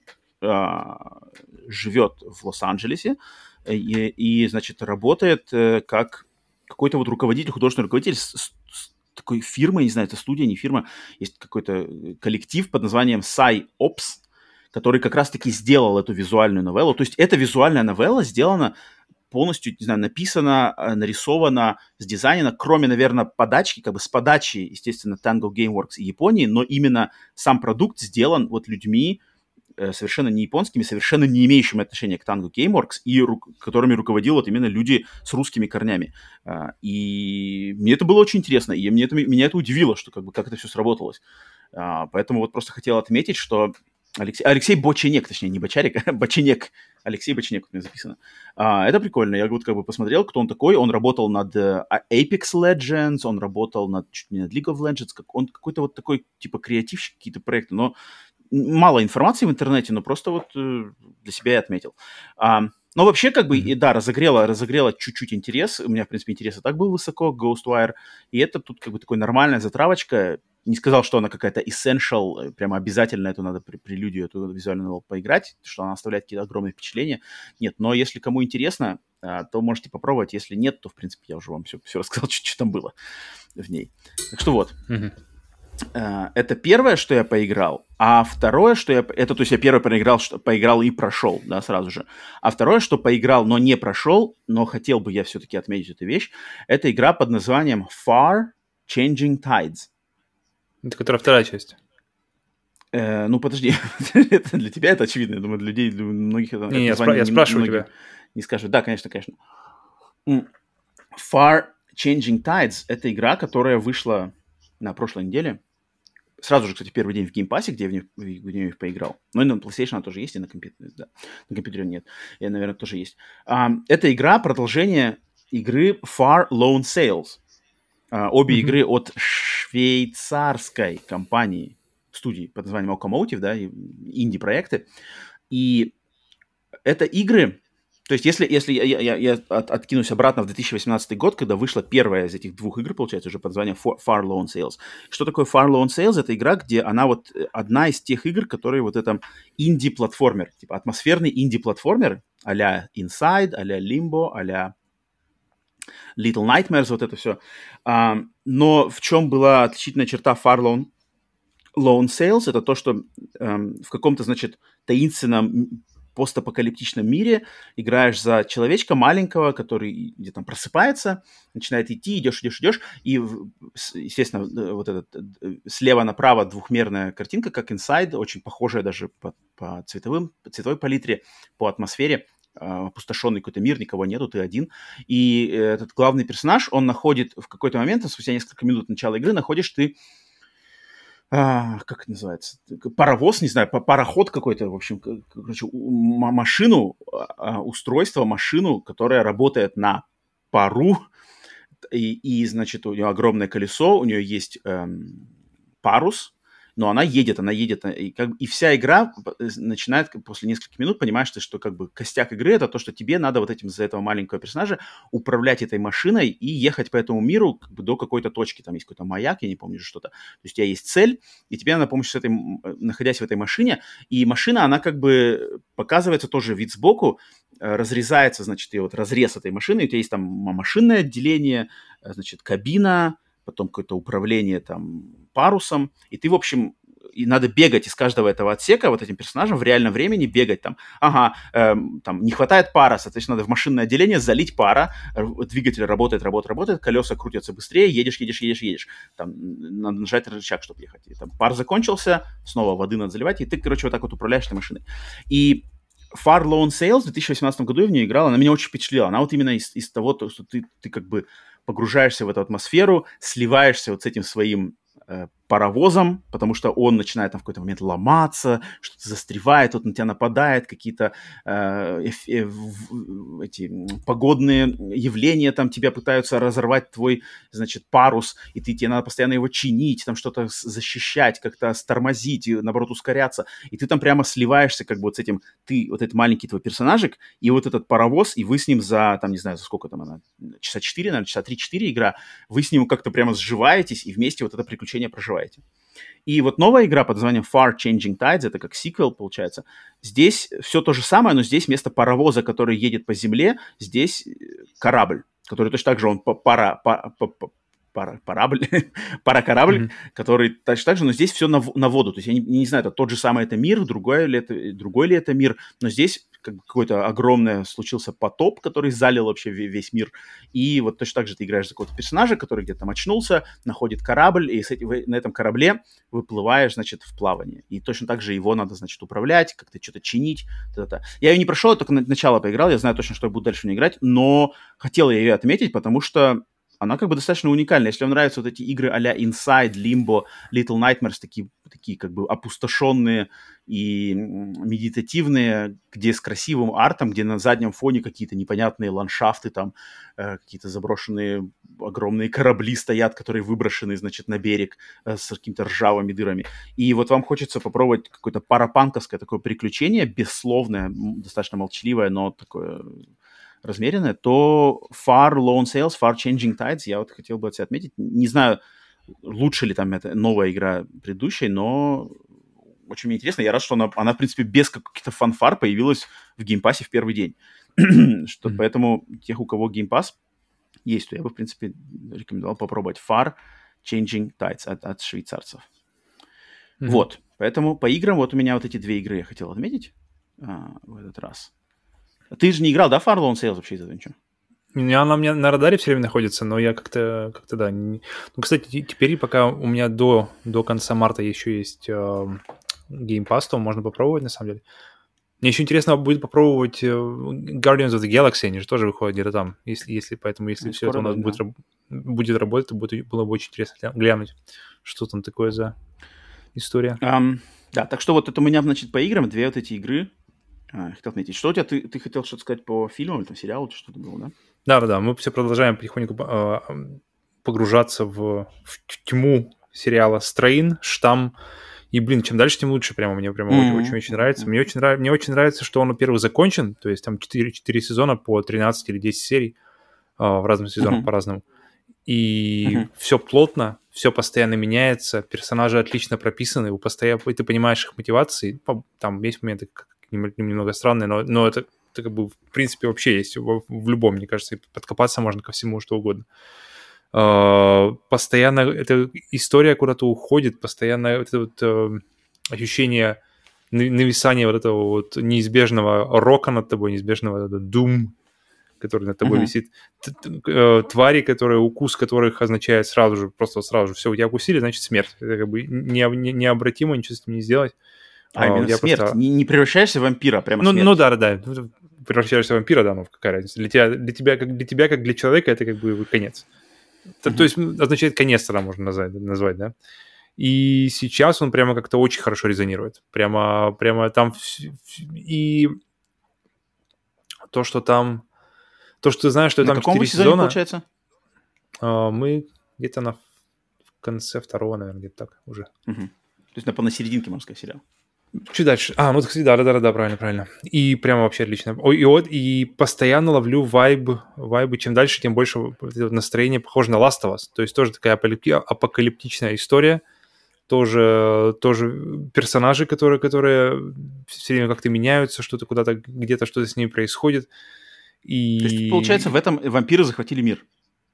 а, живет в Лос-Анджелесе э, и, и, значит, работает э, как какой-то вот руководитель, художественный руководитель с, с- с такой фирмой, не знаю, это студия, не фирма, есть какой-то э, коллектив под названием PsyOps, который как раз-таки сделал эту визуальную новеллу. То есть эта визуальная новелла сделана полностью, не знаю, написано, э, нарисовано, сдизайнено, кроме, наверное, подачки, как бы с подачи, естественно, Tango Gameworks и Японии, но именно сам продукт сделан вот людьми, э, совершенно не японскими, совершенно не имеющими отношения к Tango Gameworks, и ру- которыми руководил вот именно люди с русскими корнями. А, и мне это было очень интересно, и мне это, меня это удивило, что как бы как это все сработалось. А, поэтому вот просто хотел отметить, что Алексей, Алексей Боченек, точнее, не Бочарик, а Боченек. Алексей Боченек у меня записано. А, это прикольно. Я вот как бы посмотрел, кто он такой. Он работал над э, Apex Legends, он работал над, чуть не над League of Legends. Как, он какой-то вот такой, типа, креативщик, какие-то проекты. Но мало информации в интернете, но просто вот э, для себя я отметил. А, но вообще, как бы, и, Мгм. да, разогрело, разогрело чуть-чуть интерес. У меня, в принципе, интерес и так был высоко, Ghostwire. И это тут как бы такой нормальная затравочка. Не сказал, что она какая-то essential, э, прямо обязательно эту надо при прелюдию, эту визуальную новеллу поиграть, что она оставляет какие-то огромные впечатления. Нет, но если кому интересно, а, то можете попробовать. Если нет, то, в принципе, я уже вам все, все рассказал, что, что там было в ней. Так что вот. Мгм. Э, Это первое, что я поиграл. А второе, что я... Это, то есть я первое поиграл, что, поиграл и прошел, да, сразу же. А второе, что поиграл, но не прошел, но хотел бы я все-таки отметить эту вещь, это игра под названием Far Changing Tides. Это которая вторая часть. Э, ну, подожди, это для тебя это очевидно, я думаю, для людей, для многих это, Не, не, это я, спра- название я не- спрашиваю многие тебя. не скажут. Да, конечно, конечно. М, Far Changing Tides — это игра, которая вышла на прошлой неделе. Сразу же, кстати, первый день в геймпассе, где я в нее, в нее тоже. Ну, и на PlayStation она тоже есть, и на компьютере, да. На компьютере нет. И, наверное, тоже есть. А, это игра, продолжение игры Far Lone Sales. А, обе Мгм. игры от швейцарской компании, студии под названием Locomotive, да, и- инди-проекты. И это игры, то есть если, если я, я, я от- откинусь обратно в две тысячи восемнадцатый год, когда вышла первая из этих двух игр, получается, уже под названием For- Far Lone Sales. Что такое Far Lone Sales? Это игра, где она вот э, одна из тех игр, которые вот это инди-платформер, типа атмосферный инди-платформер а-ля Inside, а-ля Limbo, а-ля Little Nightmares, вот это все. А, но в чем была отличительная черта Far Lone, Lone Sales? Это то, что эм, в каком-то, значит, таинственном постапокалиптичном мире играешь за человечка маленького, который где-то там просыпается, начинает идти, идешь, идешь, идешь, и, в- с- естественно, э, вот этот э, слева направо двухмерная картинка, как Inside, очень похожая даже по, по цветовым, по цветовой палитре, по атмосфере, э, опустошенный какой-то мир, никого нету, ты один. И э, этот главный персонаж, он находит в какой-то момент, спустя несколько минут начала игры, находишь ты а, как это называется, паровоз, не знаю, па- пароход какой-то, в общем, к- короче, у- м- машину, а, устройство, машину, которая работает на пару, и, и, значит, у нее огромное колесо, у нее есть эм, парус, но она едет, она едет, и, как, и вся игра начинает после нескольких минут, понимаешь ты, что как бы костяк игры — это то, что тебе надо вот этим за этого маленького персонажа управлять этой машиной и ехать по этому миру как бы до какой-то точки, там есть какой-то маяк, я не помню что-то, то есть у тебя есть цель, и тебе надо помочь с этой, находясь в этой машине, и машина, она как бы показывается тоже вид сбоку, разрезается, значит, и вот разрез этой машины, и у тебя есть там машинное отделение, значит, кабина, потом какое-то управление там парусом, и ты, в общем, и надо бегать из каждого этого отсека вот этим персонажем в реальном времени, бегать там, ага, эм, там не хватает пара, соответственно, надо в машинное отделение залить пара, двигатель работает, работает, работает, колеса крутятся быстрее, едешь, едешь, едешь, едешь, там надо нажать рычаг, чтобы ехать, и там пар закончился, снова воды надо заливать, и ты, короче, вот так вот управляешь этой машиной. И Far Lone Sails в две тысячи восемнадцатом году я в нее играл, она меня очень впечатлила, она вот именно из, из того, что ты, ты как бы погружаешься в эту атмосферу, сливаешься вот с этим своим э, паровозом, потому что он начинает там в какой-то момент ломаться, что-то застревает, вот на тебя нападает, какие-то э, э, э, эти погодные явления там тебя пытаются разорвать твой, значит, парус, и ты, тебе надо постоянно его чинить, там что-то защищать, как-то стормозить, и, наоборот, ускоряться, и ты там прямо сливаешься как бы вот с этим, ты, вот этот маленький твой персонажик, и вот этот паровоз, и вы с ним за, там, не знаю, за сколько там она, часа четыре, наверное, часа три-четыре игра, вы с ним как-то прямо сживаетесь, и вместе вот это приключение проживаете. И вот новая игра под названием Far Changing Tides, это как сиквел, получается. Здесь все то же самое, но здесь вместо паровоза, который едет по земле, здесь корабль, который точно так же, он пара, пара, пара, парабль, пара-корабль, mm-hmm. который точно так же, но здесь все на, на воду. То есть я не, не знаю, это тот же самый это мир, другой ли это, другой ли это мир, но здесь как бы какой-то огромный случился потоп, который залил вообще весь мир. И вот точно так же ты играешь за какого-то персонажа, который где-то там очнулся, находит корабль, и с этим, на этом корабле выплываешь, значит, в плавание. И точно так же его надо, значит, управлять, как-то что-то чинить. Та-та-та. Я ее не прошел, я только на начало поиграл, я знаю точно, что я буду дальше не играть, но хотел я ее отметить, потому что она как бы достаточно уникальна. Если вам нравятся вот эти игры а-ля Inside, Limbo, Little Nightmares, такие, такие как бы опустошенные и медитативные, где с красивым артом, где на заднем фоне какие-то непонятные ландшафты, там э, какие-то заброшенные огромные корабли стоят, которые выброшены, значит, на берег э, с какими-то ржавыми дырами. И вот вам хочется попробовать какое-то парапанковское такое приключение, бессловное, достаточно молчаливое, но такое размеренное, то Far Lone Sails, Far Changing Tides, я вот хотел бы от себя отметить. Не знаю, лучше ли там эта новая игра предыдущей, но очень мне интересно. Я рад, что она, она в принципе, без каких-то фанфар появилась в геймпассе в первый день. что, mm-hmm. Поэтому тех, у кого геймпасс есть, то я бы, в принципе, рекомендовал попробовать Far Changing Tides от, от швейцарцев. Mm-hmm. Вот. Поэтому по играм вот у меня вот эти две игры я хотел отметить а, в этот раз. Ты же не играл, да, Far Lone Sails вообще из этого ничего? Она у меня на радаре все время находится, но я как-то, как-то да. Не... Ну, кстати, теперь пока у меня до, до конца марта еще есть э, Game Pass, то можно попробовать, на самом деле. Мне еще интересно будет попробовать э, Guardians of the Galaxy, они же тоже выходят где-то там. Если, если, поэтому если ну, все это у нас да, будет, да. будет работать, то будет, было бы очень интересно глянуть, что там такое за история. Um, да, так что вот это у меня, значит, по играм две вот эти игры. А, хотел отметить. Что у тебя, ты, ты хотел что-то сказать по фильмам или там сериалу, что-то было, да? Да-да-да, мы все продолжаем потихоньку э, погружаться в, в тьму сериала «Стрейн», «Штамм». И, блин, чем дальше, тем лучше. Прямо мне прямо mm-hmm. очень-очень нравится. Mm-hmm. Мне, очень нрав... мне очень нравится, что он, во-первых, закончен. То есть там четыре, четыре сезона по тринадцать или десять серий э, в разных сезонах mm-hmm. по-разному. И mm-hmm. все плотно, все постоянно меняется. Персонажи отлично прописаны. Вы постоянно... И ты понимаешь их мотивации. Там есть моменты немного странные, но, но это, это как бы в принципе вообще есть в, в любом, мне кажется, и подкопаться можно ко всему, что угодно. Uh, постоянно эта история куда-то уходит, постоянно это вот, uh, ощущение нависания вот этого вот неизбежного рока над тобой, неизбежного doom, который над тобой uh-huh. висит. Твари, которые, укус которых означает сразу же, просто сразу же, все, у тебя укусили, значит смерть. Это как бы не, не, необратимо, ничего с этим не сделать. А, именно я смерть. Просто... Не, не превращаешься в вампира, прямо ну, смерть. Ну, да-да-да. Превращаешься в вампира, да, ну, какая разница. Для тебя, для тебя, как, для тебя, как для человека, это как бы конец. Mm-hmm. То, то есть означает конец, тогда можно назвать, назвать, да. И сейчас он прямо как-то очень хорошо резонирует. Прямо, прямо там... И то, что там... То, что ты знаешь, что на там четыре сезона... получается? Мы где-то на... в конце второго, наверное, где-то так уже. Mm-hmm. есть на, на серединке, можно сказать, сериал. Чуть дальше. А, ну, кстати, да, да, да, да, правильно, правильно. И прямо вообще отлично. Ой, и вот, и постоянно ловлю вайб, вайбы. Чем дальше, тем больше настроение похоже на Last of Us. То есть тоже такая апокалиптичная история. Тоже, тоже персонажи, которые, которые все время как-то меняются, что-то куда-то, где-то что-то с ними происходит. И... То есть, получается, в этом вампиры захватили мир.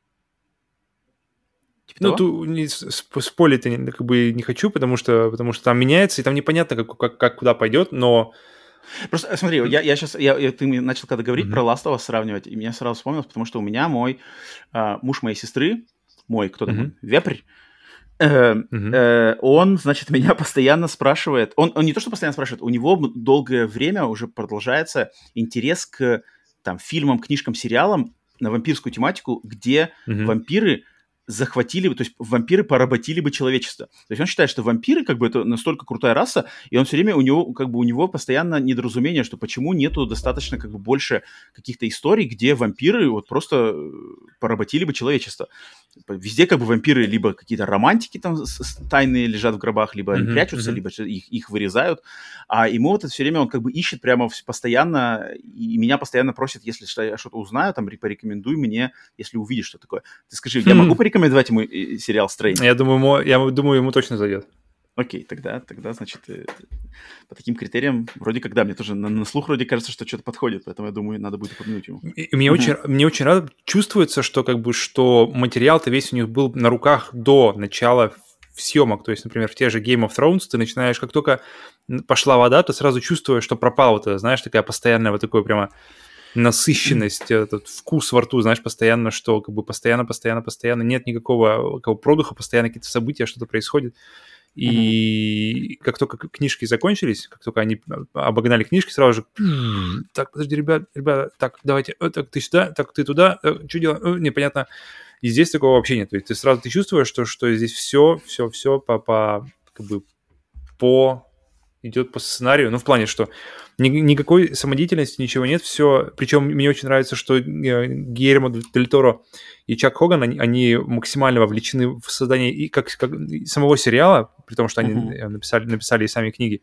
Типа ну, тут не, спойлерить я как бы не хочу, потому что, потому что там меняется, и там непонятно, как, как, как куда пойдет, но... Просто смотри, я, я сейчас, я, я, ты начал когда говорить mm-hmm. про Last of Us сравнивать, и меня сразу вспомнилось, потому что у меня мой, а, муж моей сестры, мой, кто там, mm-hmm. вепрь, э, mm-hmm. э, он, значит, меня постоянно спрашивает, он, он не то, что постоянно спрашивает, у него долгое время уже продолжается интерес к там, фильмам, книжкам, сериалам на вампирскую тематику, где mm-hmm. вампиры захватили бы, то есть вампиры поработили бы человечество. То есть он считает, что вампиры как бы это настолько крутая раса, и он все время, у него как бы у него постоянно недоразумение, что почему нету достаточно как бы больше каких-то историй, где вампиры вот просто поработили бы человечество. Везде как бы вампиры либо какие-то романтики там тайные лежат в гробах, либо они mm-hmm, прячутся, mm-hmm. либо их, их вырезают. А ему вот это все время он как бы ищет прямо постоянно, и меня постоянно просит, если я что-то узнаю, там порекомендуй мне, если увидишь что такое. Ты скажи, mm-hmm. я могу порекомендовать ему сериал «Стрейндж»? Я думаю, ему, я думаю, ему точно зайдет. Окей, тогда, тогда, значит, по таким критериям, вроде как, да, мне тоже на, на слух вроде кажется, что что-то подходит, поэтому я думаю, надо будет упомянуть ему. И мне, mm-hmm. очень, мне очень рад, чувствуется, что как бы, что материал-то весь у них был на руках до начала съемок, то есть, например, в те же Game of Thrones ты начинаешь, как только пошла вода, ты сразу чувствуешь, что пропало вот это, знаешь, такая постоянная вот такое прямо насыщенность, этот вкус во рту, знаешь, постоянно, что как бы постоянно, постоянно, постоянно нет никакого, никакого продуха, постоянно какие-то события, что-то происходит. И mm-hmm. как только книжки закончились, как только они обогнали книжки, сразу же так, подожди, ребят, ребята, так, давайте, так, ты сюда, так, ты туда, что делать, непонятно. И здесь такого вообще нет. То есть ты сразу ты чувствуешь, что, что здесь все, все, все по, по, как бы по идет по сценарию, ну, в плане, что ни, никакой самодеятельности, ничего нет, все, причем мне очень нравится, что Гильермо Дель Торо и Чак Хоган, они, они максимально вовлечены в создание и как, как самого сериала, при том, что они uh-huh. написали, написали и сами книги,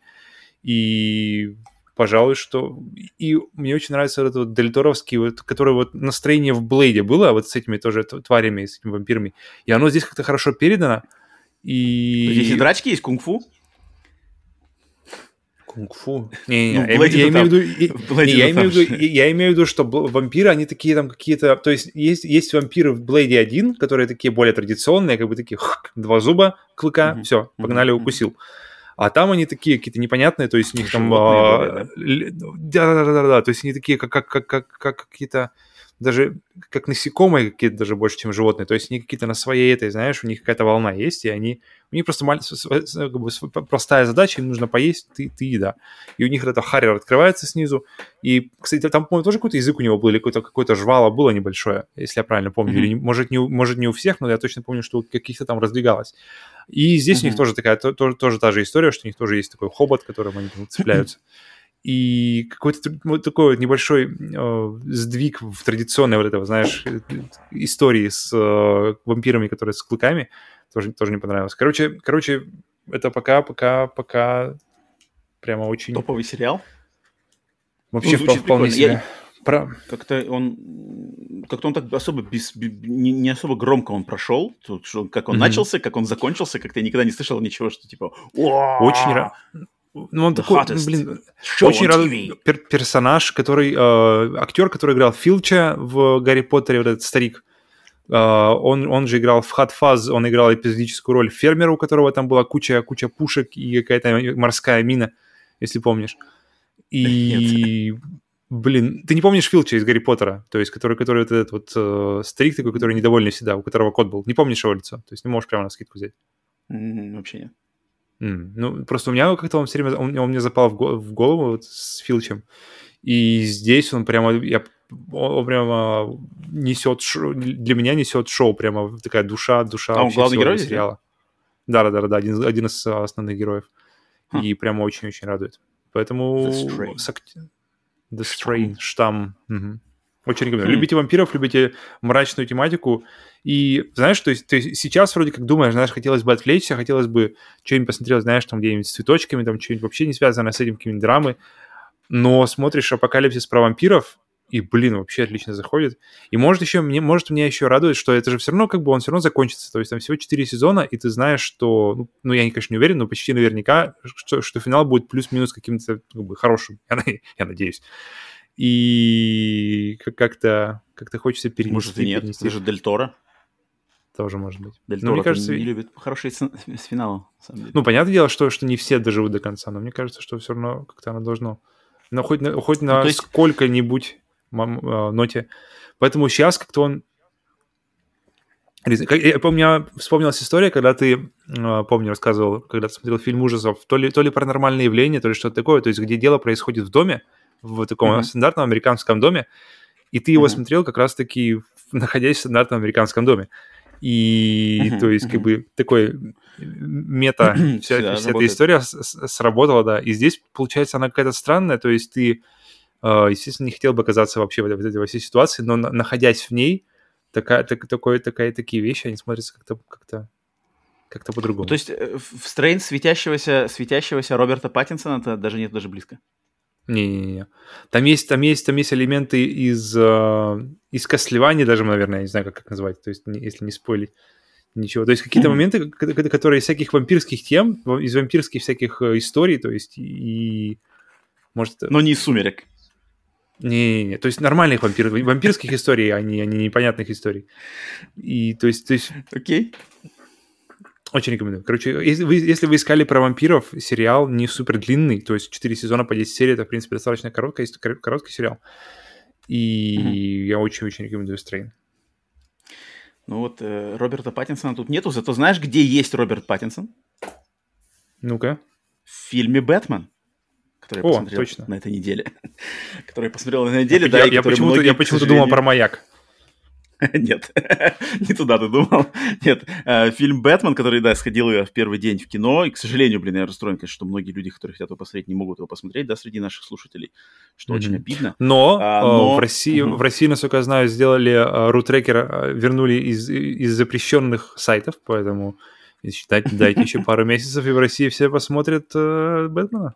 и, пожалуй, что... И мне очень нравится этот вот Дель Торовский, вот, который вот настроение в Блейде было, вот с этими тоже тварями, с этими вампирами, и оно здесь как-то хорошо передано, и... Здесь и драчки есть, кунг-фу? Кунг-фу. Не-не-не, ну, я, я, имею в виду, не, я, имею в виду, я имею в виду, что вампиры, они такие там какие-то... То есть есть, есть вампиры в Блейде один, которые такие более традиционные, как бы такие хк, два зуба, клыка, mm-hmm. все, погнали, mm-hmm. укусил. А там они такие какие-то непонятные, то есть у них там... Да-да-да, то есть они такие как, как, как, как, как какие-то... Даже как насекомые какие-то даже больше, чем животные. То есть они какие-то на своей этой, знаешь, у них какая-то волна есть, и они... У них просто маль... как бы простая задача, им нужно поесть, ты, ты еда. И у них это харрер открывается снизу. И, кстати, там, по-моему, тоже какой-то язык у него был, или какое-то, какое-то жвало было небольшое, если я правильно помню. Mm-hmm. Или, может, не, может, не у всех, но я точно помню, что у каких-то там раздвигалось. И здесь mm-hmm. у них тоже такая, то, тоже, тоже та же история, что у них тоже есть такой хобот, которым они там цепляются. И какой-то вот такой вот небольшой э, сдвиг в традиционной вот этого, знаешь, истории с э, вампирами, которые с клыками, тоже, тоже не понравилось. Короче, короче, это пока, пока, пока прямо очень... Топовый сериал? Вообще ну, вполне себе. Я... Про... Как-то он, как-то он так особо без, не, не особо громко он прошел, что, как он mm-hmm. начался, как он закончился, как-то я никогда не слышал ничего, что типа... Очень рад. Ну, он The такой, блин, очень радостный пер- персонаж, который, э, актер, который играл Филча в Гарри Поттере, вот этот старик, э, он, он же играл в Hot Fuzz, он играл эпизодическую роль фермера, у которого там была куча, куча пушек и какая-то морская мина, если помнишь. И, Нет. блин, ты не помнишь Филча из Гарри Поттера, то есть, который, который вот этот вот э, старик такой, который недовольный всегда, у которого кот был, не помнишь его лицо, то есть не можешь прямо на скидку взять? Mm, вообще нет. Mm. Ну, просто у меня как-то он все время, он, он мне запал в, го- в голову вот с Филчем, и здесь он прямо, я, он прямо несет, шоу, для меня несет шоу, прямо такая душа, душа а вообще он главный герой сериала. Да-да-да, один, один из основных героев, huh. и прямо очень-очень радует. Поэтому... The Strain. The Strain, штамм. Угу. Очень рекомендую. Хм. Любите вампиров, любите мрачную тематику. И знаешь, то есть, то есть сейчас вроде как думаешь, знаешь, хотелось бы отвлечься, хотелось бы что-нибудь посмотреть, знаешь, там где-нибудь с цветочками, там что-нибудь вообще не связанное с этим, какими-нибудь драмы. Но смотришь «Апокалипсис» про вампиров, и, блин, вообще отлично заходит. И может еще, мне, может, меня еще радует, что это же все равно, как бы, он все равно закончится. То есть там всего четыре сезона, и ты знаешь, что, ну, ну я, конечно, не уверен, но почти наверняка, что, что финал будет плюс-минус каким-то, как бы, хорошим, я, я надеюсь. И как-то, как-то хочется перенести. Может, и нет, перенести. это же Дель Торо. Тоже может быть. Дель Торо, мне кажется, не любит хорошие с, с финалом, на самом деле. Ну, понятное дело, что, что не все доживут до конца, но мне кажется, что все равно как-то оно должно... Но хоть на, хоть на ну, есть... сколько-нибудь ноте. Поэтому сейчас как-то он... Я помню, у меня вспомнилась история, когда ты, помню, рассказывал, когда ты смотрел фильм ужасов, то ли, то ли «Паранормальное явление», то ли что-то такое, то есть где дело происходит в доме, в таком uh-huh. стандартном американском доме, и ты его uh-huh. смотрел как раз-таки, находясь в стандартном американском доме. И, uh-huh. то есть, как uh-huh. бы, такой мета, вся, вся эта история сработала, да. И здесь, получается, она какая-то странная, то есть ты, естественно, не хотел бы оказаться вообще в этой, во всей ситуации, но, находясь в ней, такая, так, такое, такая, такие вещи, они смотрятся как-то, как-то, как-то по-другому. Ну, то есть в Стрейн светящегося, светящегося Роберта Паттинсона-то даже нет даже близко? Не-не-не. Там есть, там есть, там есть элементы из, э, из Castlevania даже, наверное, я не знаю, как, как назвать, то есть, не, если не спойлить ничего. То есть какие-то mm-hmm. моменты, которые из всяких вампирских тем, из вампирских всяких историй, то есть и... Может, но не из «Сумерек». Не-не-не, то есть нормальных вампир, вампирских историй, а не, а не непонятных историй. И то есть... То есть... Окей. Okay. Очень рекомендую. Короче, если вы, если вы искали про вампиров, сериал не супер длинный, то есть четыре сезона по десять серий, это, в принципе, достаточно короткий, короткий сериал. И mm-hmm. я очень-очень рекомендую «Стрейн». Ну вот э, Роберта Паттинсона тут нету, зато знаешь, где есть Роберт Паттинсон? Ну-ка. В фильме «Бэтмен», который я О, посмотрел точно. на этой неделе. который я посмотрел на этой неделе, я, да, я, и я почему-то, многие, я почему-то думал про «Маяк». Нет, не туда ты думал. Нет, фильм «Бэтмен», который, да, сходил я в первый день в кино, и, к сожалению, блин, я расстроен, конечно, что многие люди, которые хотят его посмотреть, не могут его посмотреть, да, среди наших слушателей, что mm-hmm. очень обидно. Но, а, но... В, России, uh-huh. в России, насколько я знаю, сделали рутрекер, вернули из, из запрещенных сайтов, поэтому считайте, дайте еще пару месяцев, и в России все посмотрят э, «Бэтмена».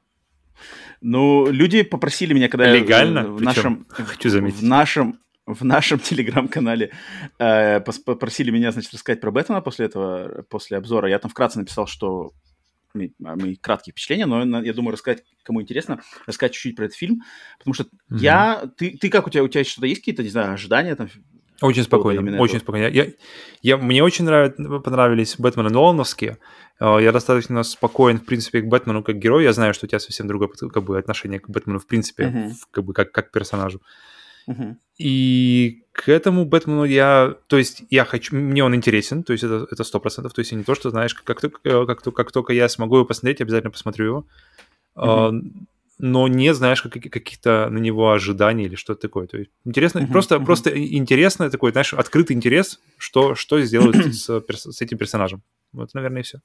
Ну, люди попросили меня, когда легально, я в нашем, хочу заметить. в нашем В нашем телеграм-канале э, попросили меня, значит, рассказать про Бэтмена после этого, после обзора. Я там вкратце написал, что мои, мои краткие впечатления, но я думаю, рассказать, кому интересно, рассказать чуть-чуть про этот фильм, потому что mm-hmm. я... Ты, ты как, у тебя, у тебя что-то есть какие-то, не знаю, ожидания там? Очень спокойно, очень спокойно. Я, я, мне очень нрав, понравились Бэтмены Нолановские. Я достаточно спокоен, в принципе, к Бэтмену как герою. Я знаю, что у тебя совсем другое как бы, отношение к Бэтмену, в принципе, mm-hmm. в, как бы как, как персонажу. Uh-huh. И к этому Бэтмену я, то есть я хочу, мне он интересен, то есть это это сто процентов, то есть не то, что знаешь, как как только как, как только я смогу его посмотреть, обязательно посмотрю его, uh-huh. uh, но не знаешь как, каких-то на него ожиданий или что-то такое, то есть интересно, uh-huh. просто uh-huh. просто интересно такой, знаешь, открытый интерес, что что сделают с, с этим персонажем, вот, наверное, и все.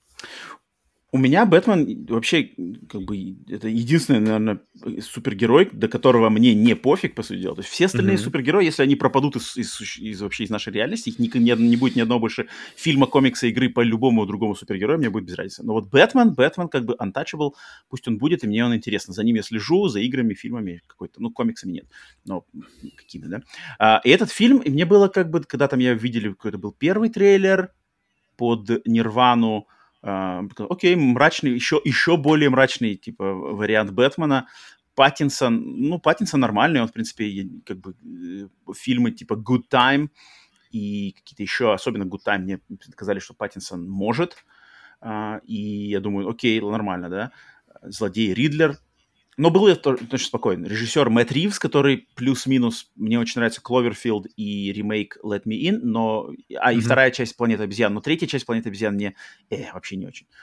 У меня Бэтмен вообще, как бы, это единственный, наверное, супергерой, до которого мне не пофиг, по сути дела. То есть все остальные mm-hmm. супергерои, если они пропадут из, из, из, вообще из нашей реальности, их ни, ни, не будет ни одного больше фильма, комикса, игры по любому другому супергерою, мне будет без разницы. Но вот Бэтмен, Бэтмен как бы untouchable, пусть он будет, и мне он интересен. За ним я слежу, за играми, фильмами какой-то, ну, комиксами нет, но какими, да. А, и этот фильм, и мне было как бы, когда там я видели, какой-то был первый трейлер под Нирвану, Uh, окей, okay, мрачный, еще, еще более мрачный, типа, вариант Бэтмена. Паттинсон, ну, Паттинсон нормальный, он, в принципе, как бы, фильмы типа Good Time и какие-то еще, особенно Good Time, мне сказали, что Паттинсон может, uh, и я думаю, окей, нормально, да. Злодей Ридлер. Но был я точно спокоен. Режиссер Мэтт Ривз, который плюс-минус, мне очень нравится Кловерфилд и ремейк Let Me In, но... А, и mm-hmm. вторая часть «Планеты обезьян», но третья часть «Планеты обезьян» мне э, вообще не очень.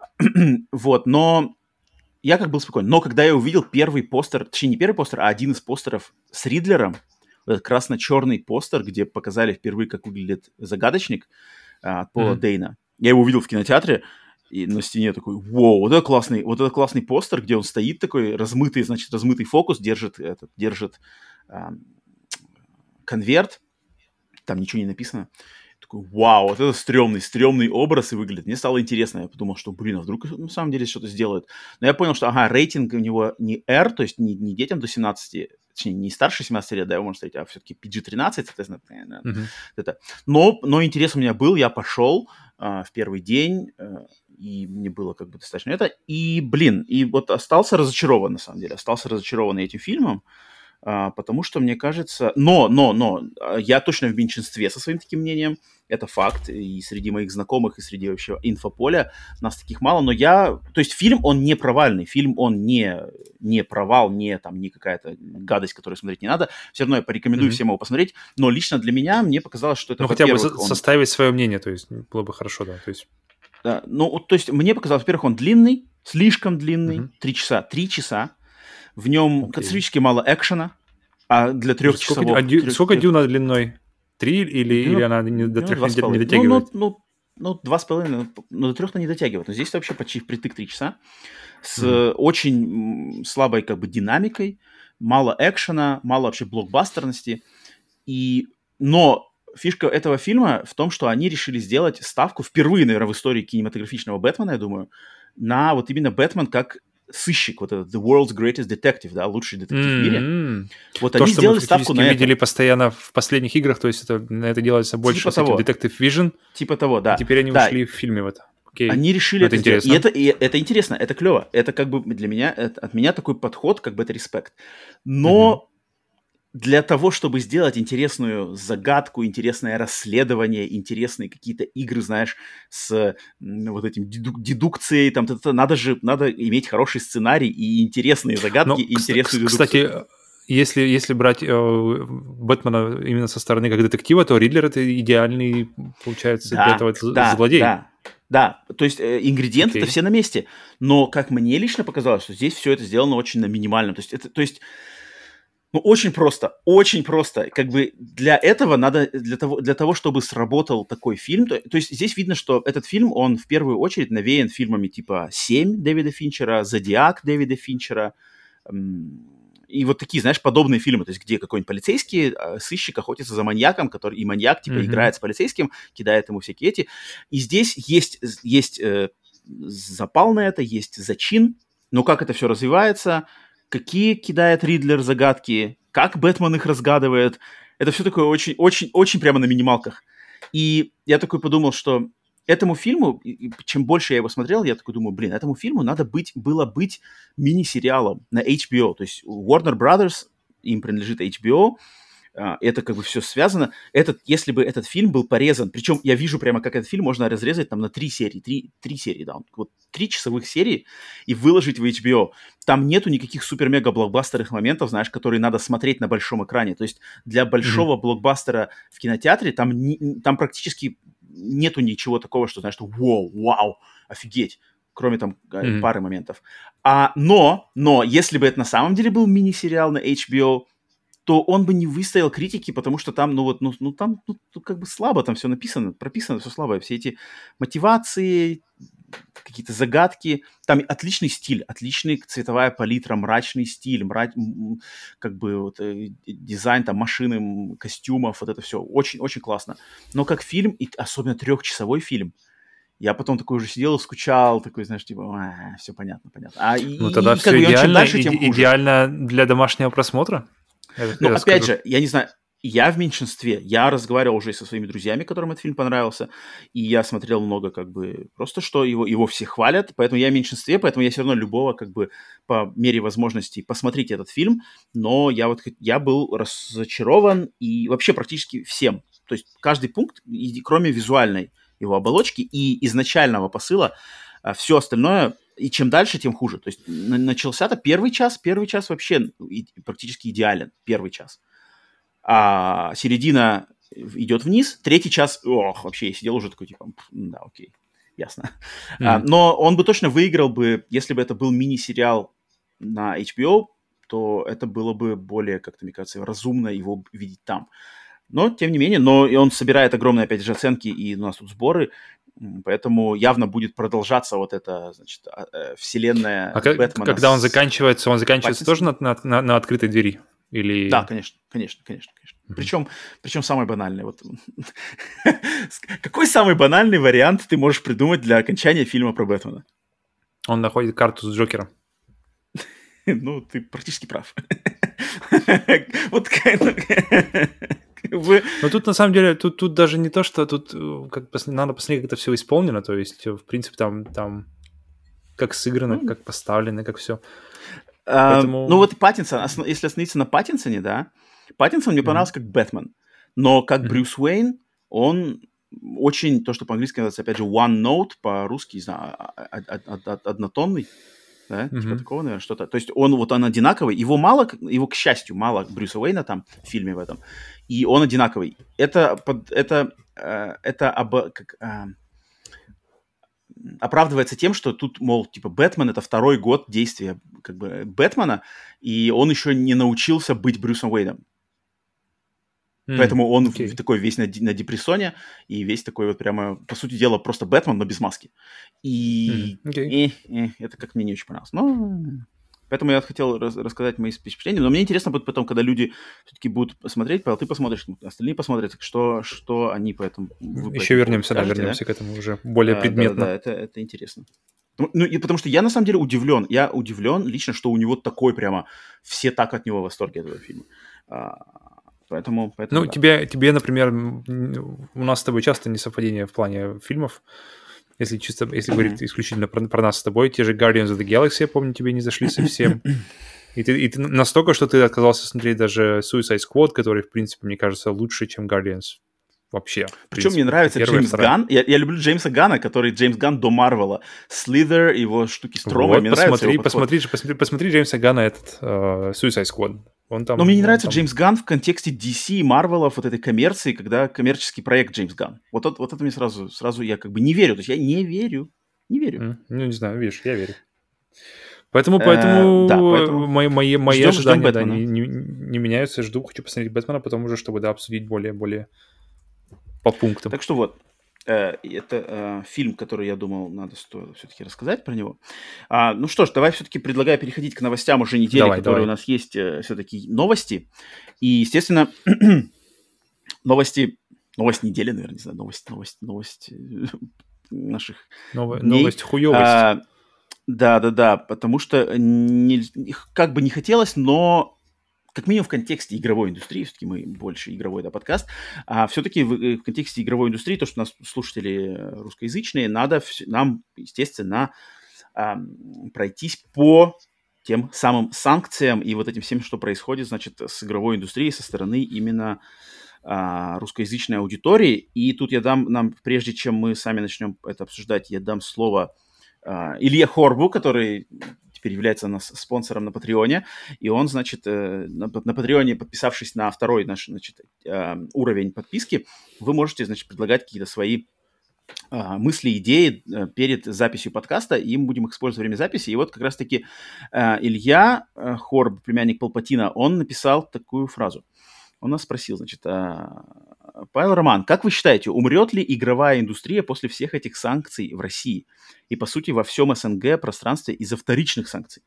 Вот, но я как был спокоен. Но когда я увидел первый постер, точнее, не первый постер, а один из постеров с Ридлером, этот красно-черный постер, где показали впервые, как выглядит загадочник а, от Пола mm-hmm. Дейна, я его увидел в кинотеатре, и на стене такой, вау, вот это классный, вот это классный постер, где он стоит такой, размытый, значит, размытый фокус, держит, этот, держит, а, конверт, там ничего не написано. Такой, вау, вот это стрёмный, стрёмный образ и выглядит. Мне стало интересно. Я подумал, что, блин, а вдруг на самом деле что-то сделают. Но я понял, что, ага, рейтинг у него не R, то есть не, не детям до семнадцати, точнее, не старше семнадцати лет, да, его можно смотреть, а все-таки пи джи тринадцать, соответственно. Mm-hmm. Это. Но, но интерес у меня был, я пошел а, в первый день, а, и мне было как бы достаточно это. И, блин, и вот остался разочарован, на самом деле, остался разочарован этим фильмом. Uh, потому что, мне кажется... Но, но, но, я точно в меньшинстве со своим таким мнением. Это факт. И среди моих знакомых, и среди вообще инфополя нас таких мало. Но я... То есть фильм, он не провальный. Фильм, он не, не провал, не, там, не какая-то гадость, которую смотреть не надо. Все равно я порекомендую mm-hmm. всем его посмотреть. Но лично для меня, мне показалось, что это... Ну, хотя бы он... составить свое мнение, то есть было бы хорошо, да. То есть... Да, ну, то есть мне показалось, во-первых, он длинный, слишком длинный. Три mm-hmm. часа. Три часа. В нем okay. катастрофически мало экшена, а для трехчасового... Сколько, а, трех... сколько дюна длиной? Три или, дюна, или она не, до трех не, не дотягивает? Ну, ну, ну, два с половиной, но до трех она не дотягивает. Но здесь вообще почти впритык три часа. С mm. очень слабой как бы динамикой, мало экшена, мало вообще блокбастерности. И... Но фишка этого фильма в том, что они решили сделать ставку впервые, наверное, в истории кинематографичного Бэтмена, я думаю, на вот именно Бэтмен как... сыщик, вот этот The World's Greatest Detective, да, лучший детектив mm-hmm. в мире. Вот то, они что сделали мы ставку на видели это. постоянно в последних играх, то есть это, на это делается больше типа с этим того. Detective Vision. Типа того, да. И теперь они да. ушли в фильме в это. Окей. Они решили это, это интересно. И это, и это интересно, это клево. Это как бы для меня, это, от меня такой подход, как бы это респект. Но mm-hmm. для того, чтобы сделать интересную загадку, интересное расследование, интересные какие-то игры, знаешь, с вот этим дедук- дедукцией, там, надо же, надо иметь хороший сценарий и интересные загадки, Но, и интересную кстати, дедукцию. Кстати, если, если брать э, Бэтмена именно со стороны как детектива, то Ридлер — это идеальный, получается, да, для этого да, злодей. Да, да, то есть э, ингредиенты-то okay. все на месте, но, как мне лично показалось, что здесь все это сделано очень на минимальном, то есть это, то есть Ну, очень просто, очень просто. Как бы для этого надо, для того, для того чтобы сработал такой фильм, то, то есть здесь видно, что этот фильм, он в первую очередь навеян фильмами типа «Семь» Дэвида Финчера, «Зодиак» Дэвида Финчера, эм, и вот такие, знаешь, подобные фильмы, то есть где какой-нибудь полицейский э, сыщик охотится за маньяком, который, и маньяк типа mm-hmm. играет с полицейским, кидает ему всякие эти. И здесь есть, есть э, запал на это, есть зачин, но как это все развивается, какие кидает Ридлер загадки, как Бэтмен их разгадывает. Это все такое очень-очень-очень прямо на минималках. И я такой подумал, что этому фильму, чем больше я его смотрел, я такой думаю, блин, этому фильму надо быть, было быть мини-сериалом на эйч би о. То есть Warner Brothers, им принадлежит эйч би о, это как бы все связано. Этот, если бы этот фильм был порезан, причем я вижу прямо, как этот фильм можно разрезать там на три серии, три, три серии, да, вот три часовых серии и выложить в эйч би о. Там нету никаких супер-мега-блокбастерных моментов, знаешь, которые надо смотреть на большом экране. То есть для большого mm-hmm. блокбастера в кинотеатре там, не, там практически нету ничего такого, что, знаешь, что вау, вау, офигеть, кроме там mm-hmm. пары моментов. А, но, но, если бы это на самом деле был мини-сериал на эйч би о, то он бы не выстоял критики, потому что там, ну вот, ну, ну там, ну, как бы слабо там все написано, прописано все слабо, все эти мотивации, какие-то загадки, там отличный стиль, отличный цветовая палитра, мрачный стиль, мрач... как бы вот, э, дизайн там машины, костюмов, вот это все очень-очень классно. Но как фильм, и особенно трехчасовой фильм, я потом такой уже сидел и скучал, такой, знаешь, типа, все понятно, понятно. А, ну и, тогда и, все как бы, идеально, дальше, иде- идеально для домашнего просмотра. Это, ну, опять скажу. же, я не знаю, я в меньшинстве, я разговаривал уже со своими друзьями, которым этот фильм понравился, и я смотрел много, как бы, просто что его, его все хвалят, поэтому я в меньшинстве, поэтому я все равно любого, как бы, по мере возможностей посмотрите этот фильм, но я вот, я был разочарован и вообще практически всем, то есть каждый пункт, кроме визуальной его оболочки и изначального посыла, все остальное... И чем дальше, тем хуже. То есть начался-то первый час, первый час вообще практически идеален, первый час. А середина идет вниз, третий час, ох, вообще я сидел уже такой, типа, да, окей, ясно. Mm. А, но он бы точно выиграл бы, если бы это был мини-сериал на эйч би о, то это было бы более, как-то, мне кажется, разумно его видеть там. Но, тем не менее, но и он собирает огромные, опять же, оценки, и у нас тут сборы, поэтому явно будет продолжаться вот эта, значит, вселенная а Бэтмена. Когда он заканчивается, он заканчивается тоже на, на, на открытой двери? Или... Да, конечно, конечно, конечно, конечно. Причем, причем самый банальный. Вот. Какой самый банальный вариант ты можешь придумать для окончания фильма про Бэтмена? Он находит карту с Джокером. Ну, ты практически прав. Вот Но тут, на самом деле, тут, тут даже не то, что тут как, надо посмотреть, как это все исполнено. То есть, в принципе, там, там как сыграно, ну, как поставлено, как все. А, Поэтому... Ну, вот Паттинсон, если остановиться на Паттинсоне, да, Паттинсон мне mm-hmm. понравился как Бэтмен. Но как mm-hmm. Брюс Уэйн, он очень, то, что по-английски называется, опять же, one note, по-русски, не знаю, однотонный. Да, mm-hmm. типа такого, наверное, что-то. То есть он вот он одинаковый. Его мало, его, к счастью, мало Брюса Уэйна там в фильме в этом. И он одинаковый. Это, это, это об, как, оправдывается тем, что тут, мол, типа, Бэтмен — это второй год действия как бы Бэтмена, и он еще не научился быть Брюсом Уэйном. Mm, Поэтому он okay. такой весь на, на депрессоне, и весь такой вот прямо, по сути дела, просто Бэтмен, но без маски. И mm, okay. э, э, это как мне не очень понравилось. Но... Поэтому я хотел раз, рассказать мои впечатления. Но мне интересно будет потом, когда люди все-таки будут смотреть, Павел, ты посмотришь, остальные посмотрят, что, что они по этому... Еще вернемся, да, вернемся да? к этому уже более а, предметно. Да, да, это, это интересно. Ну, и потому что я, на самом деле, удивлен. Я удивлен лично, что у него такой прямо... Все так от него в восторге этого фильма. Поэтому, поэтому ну, да. тебе, тебе, например, у нас с тобой часто несовпадение в плане фильмов, если чисто, если mm-hmm. говорить исключительно про, про нас с тобой. Те же Guardians of the Galaxy, я помню, тебе не зашли совсем. И ты, и ты настолько, что ты отказался смотреть даже Suicide Squad, который, в принципе, мне кажется, лучше, чем Guardians вообще. Причем мне нравится Джеймс Ганн. Я, я люблю Джеймса Ганна, который Джеймс Ганн до Марвела. Слитher, его штуки с Тромой. Вот, мне посмотри, нравится посмотри, посмотри, посмотри Джеймса Ганна, этот uh, Suicide Squad. Он там, Но мне не нравится там... Джеймс Ганн в контексте ди си, Марвелов, вот этой коммерции, когда коммерческий проект Джеймс Ганн. Вот, вот, вот это мне сразу, сразу я как бы не верю. То есть я не верю. Не верю. Mm, ну, не знаю, видишь, я верю. Поэтому, поэтому, э, да, поэтому мои, мои, мои ждем, ожидания ждем да, не, не, не меняются. Жду, хочу посмотреть Бэтмена, потом уже, чтобы да, обсудить более-более по пунктам. Так что вот, э, это э, фильм, который, я думал, надо стоило все-таки рассказать про него. А, ну что ж, давай все-таки предлагаю переходить к новостям уже недели, давай, которые давай. у нас есть э, все-таки новости. И, естественно, новости, новость недели, наверное, не знаю, новость, новость, новость наших Ново- Новость хуёвость. А, да-да-да, потому что не, как бы не хотелось, но как минимум в контексте игровой индустрии, все-таки мы больше игровой да, подкаст, а все-таки в, в контексте игровой индустрии, то, что у нас слушатели русскоязычные, надо нам, естественно, а, пройтись по тем самым санкциям и вот этим всем, что происходит, значит, с игровой индустрией со стороны именно а, русскоязычной аудитории. И тут я дам нам, прежде чем мы сами начнем это обсуждать, я дам слово Uh, Илье Хорбу, который теперь является у нас спонсором на Патреоне, и он, значит, uh, на, на Патреоне, подписавшись на второй наш, значит, uh, уровень подписки, вы можете, значит, предлагать какие-то свои uh, мысли, идеи uh, перед записью подкаста, и мы будем их использовать во время записи. И вот как раз-таки uh, Илья uh, Хорб, племянник Палпатина, он написал такую фразу. Он нас спросил, значит, а, Павел Роман, как вы считаете, умрет ли игровая индустрия после всех этих санкций в России и, по сути, во всем СНГ пространстве из-за вторичных санкций?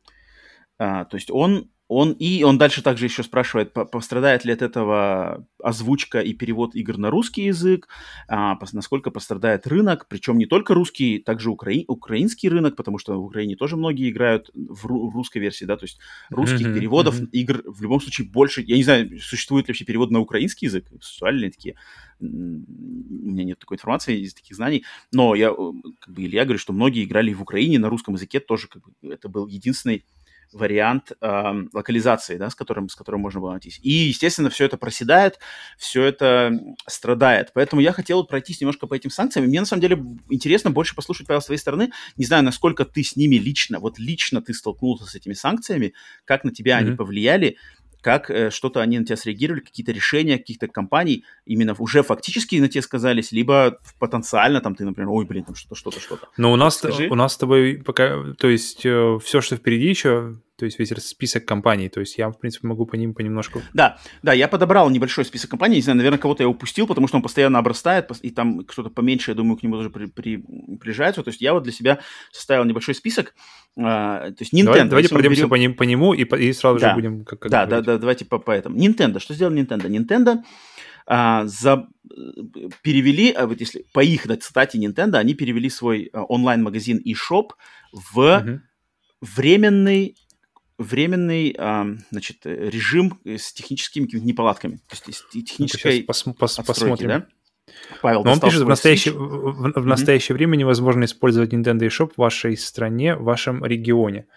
А, то есть он, он, и он дальше также еще спрашивает, пострадает ли от этого озвучка и перевод игр на русский язык, а, насколько пострадает рынок, причем не только русский, также укра... украинский рынок, потому что в Украине тоже многие играют в, ру... в русской версии, да, то есть русских mm-hmm, переводов mm-hmm. игр в любом случае больше. Я не знаю, существует ли вообще перевод на украинский язык, существовали ли такие, у меня нет такой информации, из таких знаний, но я, как бы, Илья говорит, что многие играли в Украине на русском языке, тоже как бы, это был единственный вариант э, локализации, да, с которым, с которым можно было найтись. И, естественно, все это проседает, все это страдает. Поэтому я хотел пройтись немножко по этим санкциям. И мне, на самом деле, интересно больше послушать, Павел, с твоей стороны. Не знаю, насколько ты с ними лично, вот лично ты столкнулся с этими санкциями, как на тебя mm-hmm. они повлияли, как э, что-то они на тебя среагировали, какие-то решения каких-то компаний именно уже фактически на тебя сказались, либо потенциально там ты, например, ой, блин, там что-то, что-то, что-то. Но у нас, у нас с тобой пока, то есть э, все, что впереди еще, То есть весь этот список компаний. То есть я, в принципе, могу по ним понемножку... Да, да, я подобрал небольшой список компаний. Не знаю, наверное, кого-то я упустил, потому что он постоянно обрастает, и там что-то поменьше, я думаю, к нему тоже при, при, приезжается. То есть я вот для себя составил небольшой список. А, то есть Nintendo... Давай, давайте пройдемся берем... по, ним, по нему и, и сразу да. же будем... Как, как да, да, да, давайте по, по этому. Nintendo. Что сделал Nintendo? Nintendo а, за... перевели, а вот если по их, да, цитате Nintendo, они перевели свой а, онлайн-магазин eShop в угу. временный... временный, а, значит, режим с техническими какими-то неполадками. То есть технической пос, пос, отстройки, посмотрим. да? Павел Но он пишет, в настоящее, в, в, в настоящее mm-hmm. время невозможно использовать Nintendo eShop в вашей стране, в вашем регионе.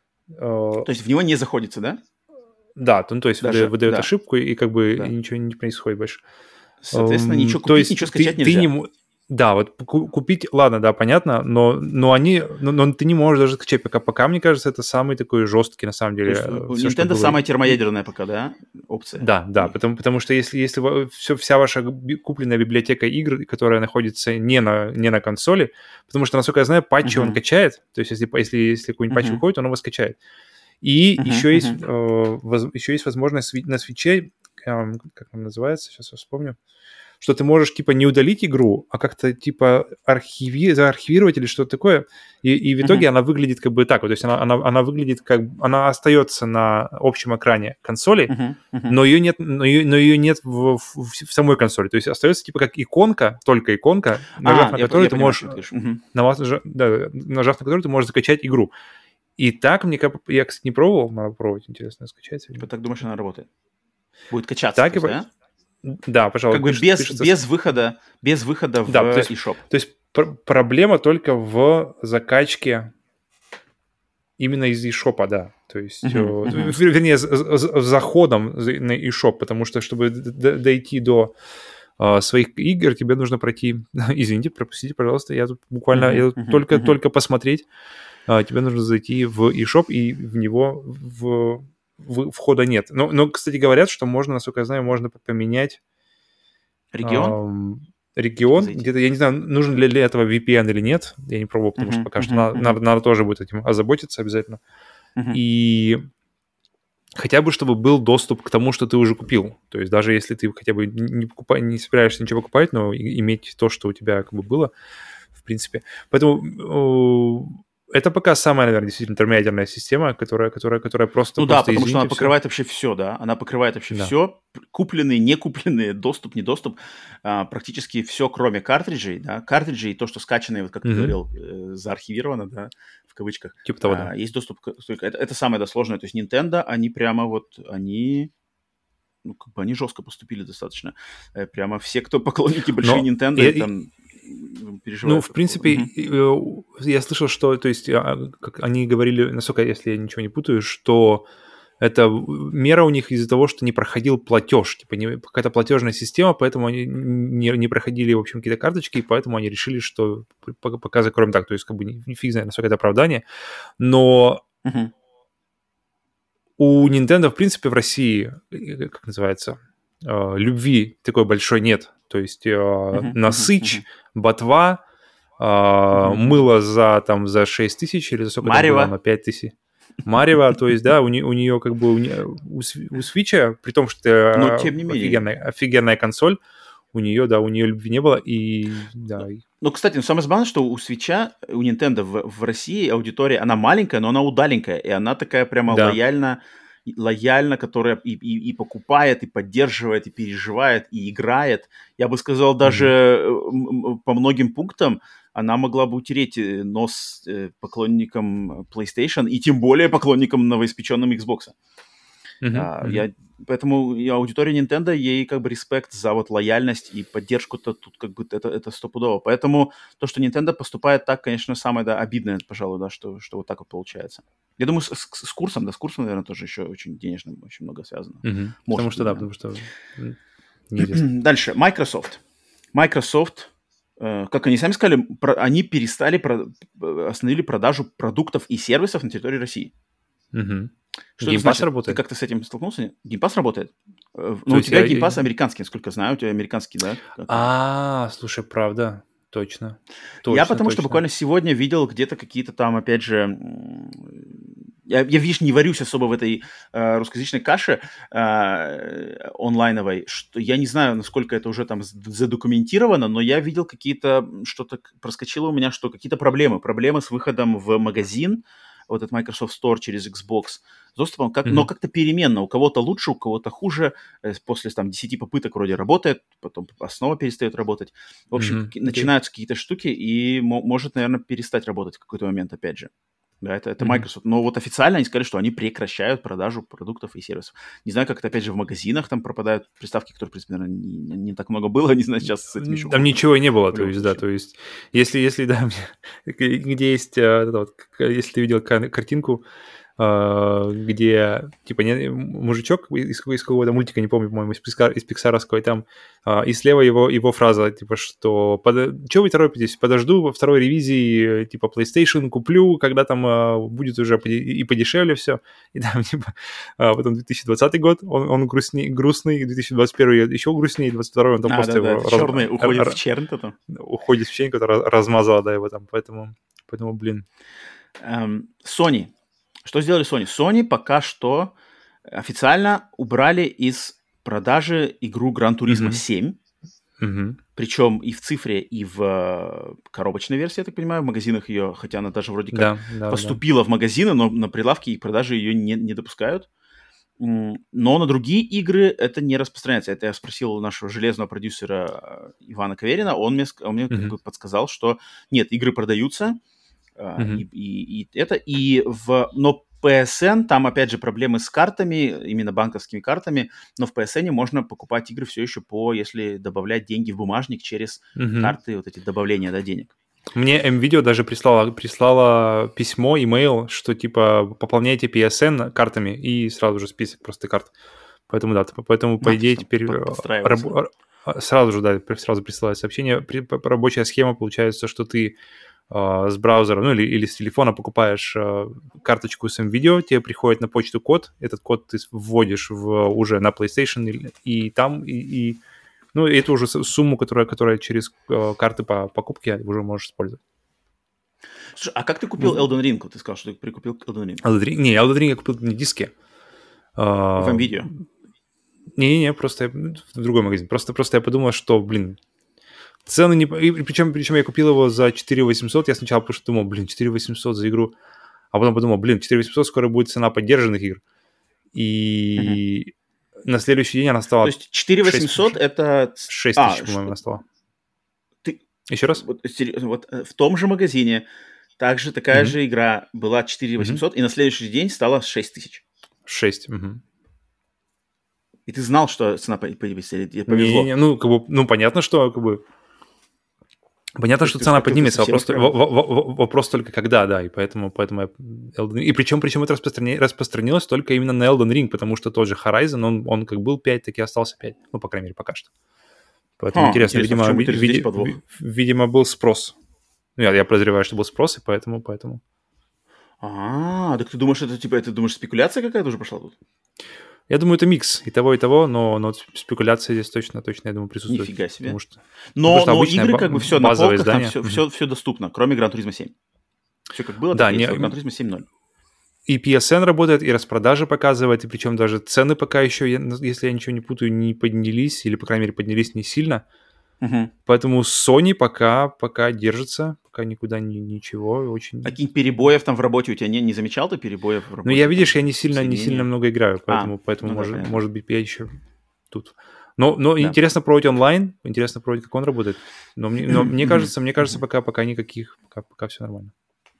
То есть в него не заходится, да? Да, ну, то есть Даже, выдает, выдает да. ошибку, и как бы да. ничего не происходит больше. Соответственно, um, ничего купить, то есть ничего скачать ты, нельзя. Ты не... Да, вот купить, ладно, да, понятно, но, но они, но, но ты не можешь даже скачать пока. Пока, мне кажется, это самый такой жесткий, на самом деле. То есть Nintendo самая термоядерная пока, да, опция? Да, да, потому, потому что если, если все, вся ваша купленная библиотека игр, которая находится не на, не на консоли, потому что, насколько я знаю, патчи uh-huh. он качает, то есть если, если, если какой-нибудь uh-huh. патч выходит, он его скачает. И uh-huh. еще, uh-huh. Есть, э, воз, еще есть возможность на свитче, э, как он называется, сейчас я вспомню, что ты можешь, типа, не удалить игру, а как-то, типа, архиви... заархивировать или что-то такое, и, и в итоге uh-huh. она выглядит как бы так вот, то есть она, она, она выглядит как... Она остается на общем экране консоли, uh-huh. Uh-huh. но ее нет, но ее, но ее нет в, в, в самой консоли, то есть остается, типа, как иконка, только иконка, нажав а, на я, которую я ты понимаю, можешь... Uh-huh. Нажав, да, нажав на которую ты можешь закачать игру. И так, мне как... Я, кстати, не пробовал, надо пробовать, интересно, скачать. Типа так думаешь, она работает? Будет качаться, так, есть, да? Да, пожалуйста. Как бы без, пишется... без выхода, без выхода в да, то есть, eShop. То есть пр- проблема только в закачке именно из eShop, да. То есть, uh-huh, uh, uh-huh. вернее, с, с, с заходом на eShop, потому что, чтобы д- дойти до uh, своих игр, тебе нужно пройти... Извините, пропустите, пожалуйста, я тут буквально uh-huh, я тут uh-huh, только, uh-huh. только посмотреть. Uh, тебе нужно зайти в eShop, и в него... в входа нет. Но, но, кстати, говорят, что можно, насколько я знаю, можно поменять регион. Э, регион. Зайти. Где-то, я не знаю, нужен ли для этого ви пи эн или нет. Я не пробовал, потому uh-huh, что пока uh-huh, что uh-huh. надо, надо, надо тоже будет этим озаботиться обязательно. Uh-huh. И хотя бы, чтобы был доступ к тому, что ты уже купил. То есть даже если ты хотя бы не, покупай, не собираешься ничего покупать, но иметь то, что у тебя как бы было, в принципе. Поэтому... Это пока самая, наверное, действительно интермедиарная система, которая, которая, которая просто... Ну просто, да, потому извините, что она все. покрывает вообще все, да. Она покрывает вообще да. все. Купленные, не купленные, доступ, не доступ. А, практически все, кроме картриджей, да. Картриджи и то, что скачанное, вот как mm-hmm. ты говорил, э, заархивировано, да, в кавычках. Типа того, а, да. Есть доступ к... Это, это самое, да, сложное. То есть Nintendo, они прямо вот, они... Ну, как бы они жестко поступили достаточно. Прямо все, кто поклонники большие Но... Nintendo, и, там... Ну, в принципе, mm-hmm. я слышал, что, то есть, как они говорили, насколько, если я ничего не путаю, что это мера у них из-за того, что не проходил платеж, типа не, какая-то платежная система, поэтому они не, не проходили, в общем, какие-то карточки, и поэтому они решили, что пока закроем так, то есть, как бы, не фиг знает, насколько это оправдание, но mm-hmm. у Nintendo, в принципе, в России, как называется, любви такой большой нет. То есть э, uh-huh, насыч, uh-huh, ботва, э, uh-huh. мыло за, там, за шесть тысяч или за сколько там было, на пять тысяч. Марева, то есть, да, у, не, у нее как бы, у, не, у, у Switch'а, при том, что это Но, тем не менее. Офигенная, офигенная консоль, у нее, да, у нее любви не было, и, да. Ну, кстати, ну, самое забавное, что у Switch'а, у Nintendo в, в России аудитория, она маленькая, но она удаленькая, и она такая прямо да. лояльна, лояльно, которая и, и, и покупает, и поддерживает, и переживает, и играет. Я бы сказал, даже mm-hmm. по многим пунктам она могла бы утереть нос поклонникам PlayStation и тем более поклонникам новоиспеченным Xbox. Mm-hmm. А, mm-hmm. Я, поэтому и аудитория Nintendo, ей как бы респект за вот лояльность и поддержку-то тут как бы это, это стопудово. Поэтому то, что Nintendo поступает так, конечно, самое да, обидное, пожалуй, да, что, что вот так вот получается. Я думаю, с, с, с курсом, да, с курсом, наверное, тоже еще очень денежным, очень много связано. Mm-hmm. Потому что, да, потому что неизвестно. Дальше, Microsoft. Microsoft, э, как они сами сказали, про, они перестали, про, остановили продажу продуктов и сервисов на территории России. Mm-hmm. Что Game Pass работает? Ты как-то с этим столкнулся? Game Pass работает? Ну, у тебя Game Pass американский, насколько знаю, у тебя американский, да? А, слушай, правда, точно. Я потому что буквально сегодня видел где-то какие-то там, опять же, Я, я, видишь, не варюсь особо в этой э, русскоязычной каше э, онлайновой, что я не знаю, насколько это уже там задокументировано, но я видел какие-то, что-то проскочило у меня, что какие-то проблемы, проблемы с выходом в магазин, вот этот Microsoft Store через Xbox, с доступом, как, mm-hmm. но как-то переменно, у кого-то лучше, у кого-то хуже, э, после там десяти попыток вроде работает, потом снова перестает работать. В общем, mm-hmm. okay. начинаются какие-то штуки и мо- может, наверное, перестать работать в какой-то момент, опять же. Да, это, это mm-hmm. Microsoft. Но вот официально они сказали, что они прекращают продажу продуктов и сервисов. Не знаю, как это, опять же, в магазинах там пропадают приставки, которых, в принципе, наверное, не, не так много было. Не знаю, сейчас с этим еще... Там ничего и не было, то есть, да, то есть, если, если, да, где есть, если ты видел картинку, где, типа, не, мужичок из, из какого-то мультика, не помню, по-моему, из, Пиксар, из пиксаровского, и там, и слева его, его фраза, типа, что «Чего вы торопитесь? Подожду во второй ревизии, типа, PlayStation куплю, когда там будет уже и подешевле все». И там, типа, потом две тысячи двадцатый год, он, он грустный, грустный, две тысячи двадцать первый еще грустнее, двадцать второй он там а, просто да, его... Да. Раз... Черный уходит р... в чернь-то там. Уходит в чернь, которая размазала, да, его там, поэтому, поэтому блин. Um, Sony. Что сделали Sony? Sony пока что официально убрали из продажи игру Gran Turismo mm-hmm. семь. Mm-hmm. Причем и в цифре, и в коробочной версии, я так понимаю, в магазинах ее, хотя она даже вроде как да, да, поступила да. в магазины, но на прилавке и продажи ее не, не допускают. Но на другие игры это не распространяется. Это я спросил у нашего железного продюсера Ивана Каверина, он мне, он мне mm-hmm. как бы подсказал, что нет, игры продаются, Uh-huh. И, и, и это, и в, но пи эс эн, там опять же проблемы с картами, именно банковскими картами, но в пи эс эн можно покупать игры все еще по, если добавлять деньги в бумажник через uh-huh. карты, вот эти добавления, да, денег. Мне МВидео даже прислала, прислала письмо, имейл, что типа пополняйте пи эс эн картами и сразу же список просто карт. Поэтому да, поэтому по а, идее теперь раб, сразу же, да, сразу присылает сообщение. Рабочая схема получается, что ты с браузера, ну или, или с телефона покупаешь uh, карточку с МВидео, тебе приходит на почту код, этот код ты вводишь в, уже на PlayStation, и, и там, и, и ну, это уже сумму, которая, которая через uh, карты по покупке уже можешь использовать. Слушай, а как ты купил mm-hmm. Elden Ring? Ты сказал, что ты прикупил Elden Ring. Elden Ring? Не, Elden Ring я купил на диске. Uh, в МВидео? Не-не-не, просто я, в другой магазин. Просто, просто я подумал, что, блин, цены не... И причем, причем я купил его за четыре тысячи восемьсот. Я сначала просто думал, блин, четыре тысячи восемьсот за игру. А потом подумал, блин, четыре тысячи восемьсот скоро будет цена поддержанных игр. И угу. на следующий день она стала... То есть четыре тысячи восемьсот это... шесть тысяч, а, по-моему, она стала. Ты... Еще раз? Вот, вот в том же магазине также такая угу. же игра была четыре тысячи восемьсот, угу. и на следующий день стала шесть тысяч. шесть, угу. И ты знал, что цена поднимется? Или повезло? Не-не-не, ну, как бы, ну, понятно, что как бы... Понятно, что цена поднимется, вопрос, вопрос только когда, да, и поэтому, поэтому я Elden... И причем, причем это распространи... распространилось только именно на Elden Ring, потому что тот же Horizon, он, он как был пять, так и остался пять, ну, по крайней мере, пока что. Поэтому а, интересно, интересно, видимо, ви... ви... видимо, был спрос. Ну, я, я подозреваю, что был спрос, и поэтому, поэтому... А, так ты думаешь, это типа, ты думаешь, спекуляция какая-то уже пошла тут? Я думаю, это микс и того, и того, но, но спекуляция здесь точно, точно, я думаю, присутствует. Нифига себе. Потому что, но потому что но игры как бы все на полках, там все, mm-hmm. все, все доступно, кроме Gran Turismo семь. Все как было, да, так не... есть, Gran Turismo семь ноль. И пи эс эн работает, и распродажи показывает, и причем даже цены пока еще, если я ничего не путаю, не поднялись, или, по крайней мере, поднялись не сильно. Uh-huh. Поэтому Sony пока, пока держится, пока никуда ни, ничего. Очень... А каких перебоев там в работе у тебя не, не замечал ты перебоев в работе? Ну, я, видишь, я не сильно, не сильно много играю, поэтому, а, поэтому ну, может, да, может быть, я еще тут. Но, но да. интересно пробовать онлайн, интересно пробовать, как он работает. Но мне, но мне кажется, мне кажется, пока, пока никаких, пока, пока все нормально.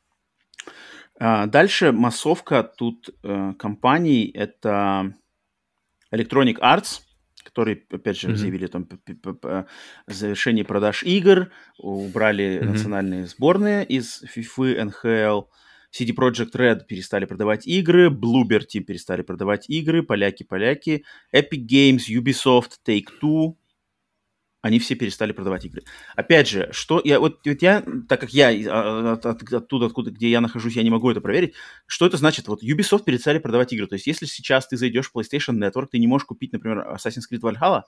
А, дальше массовка тут э, компаний, это Electronic Arts, которые, опять же, mm-hmm. заявили там завершение продаж игр, убрали mm-hmm. национальные сборные из FIFA, эн эйч эл, си ди Projekt Red перестали продавать игры, Bloober Team перестали продавать игры, поляки-поляки, Epic Games, Ubisoft, Take-Two, они все перестали продавать игры. Опять же, что я вот, вот я, так как я от, от, оттуда, откуда, где я нахожусь, я не могу это проверить, что это значит? Вот Ubisoft перестали продавать игры. То есть, если сейчас ты зайдешь в PlayStation Network, ты не можешь купить, например, Assassin's Creed Valhalla?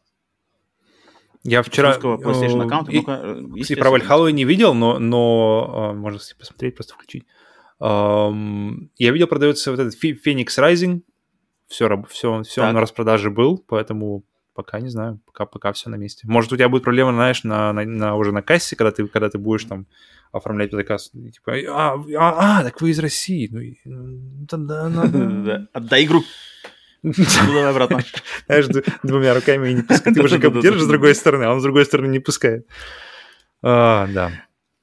Я вчера... PlayStation аккаунта, и, ну-ка, и про Valhalla не видел, но, но можно посмотреть, просто включить. Um, я видел, продается вот этот Phoenix Rising. Все, все, все он на распродаже был, поэтому пока не знаю, пока, пока все на месте. Может, у тебя будет проблема, знаешь, на, на, на, уже на кассе, когда ты, когда ты будешь там оформлять заказ. Типа, а, а, а, так вы из России. Ну, тогда надо... Отдай игру. Ну, давай обратно. Знаешь, двумя руками и не пускай. Ты уже как держишь с другой стороны, а он с другой стороны не пускает. Да.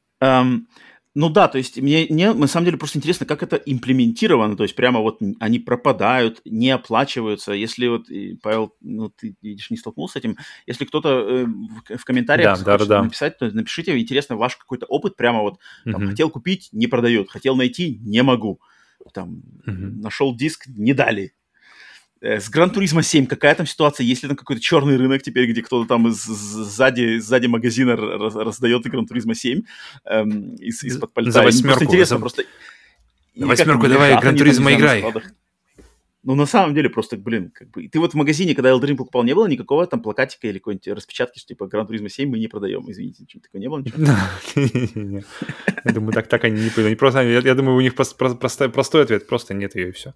Ну да, то есть мне, мне на самом деле просто интересно, как это имплементировано, то есть прямо вот они пропадают, не оплачиваются. Если вот, Павел, ну ты, видишь, не столкнулся с этим, если кто-то э, в, в комментариях да, хочет да, да. написать, то напишите, интересно, ваш какой-то опыт, прямо вот там, mm-hmm. хотел купить, не продает, хотел найти, не могу, там, mm-hmm. нашел диск, не дали. С Gran Turismo семь какая там ситуация? Есть ли там какой-то черный рынок теперь, где кто-то там из, сзади, сзади магазина раз, раздает Gran Turismo семь эм, из, из-под пальца? За восьмерку. Просто интересно, за... просто... За восьмерку давай Gran Turismo играй. Ну, на самом деле, просто, блин, как бы... Ты вот в магазине, когда Elden Ring покупал, не было никакого там плакатика или какой-нибудь распечатки, что типа Gran Turismo семь мы не продаем, извините, ничего такого не было? Ничего? Я думаю, так они не пойдут. Я думаю, у них простой ответ, просто нет ее и все.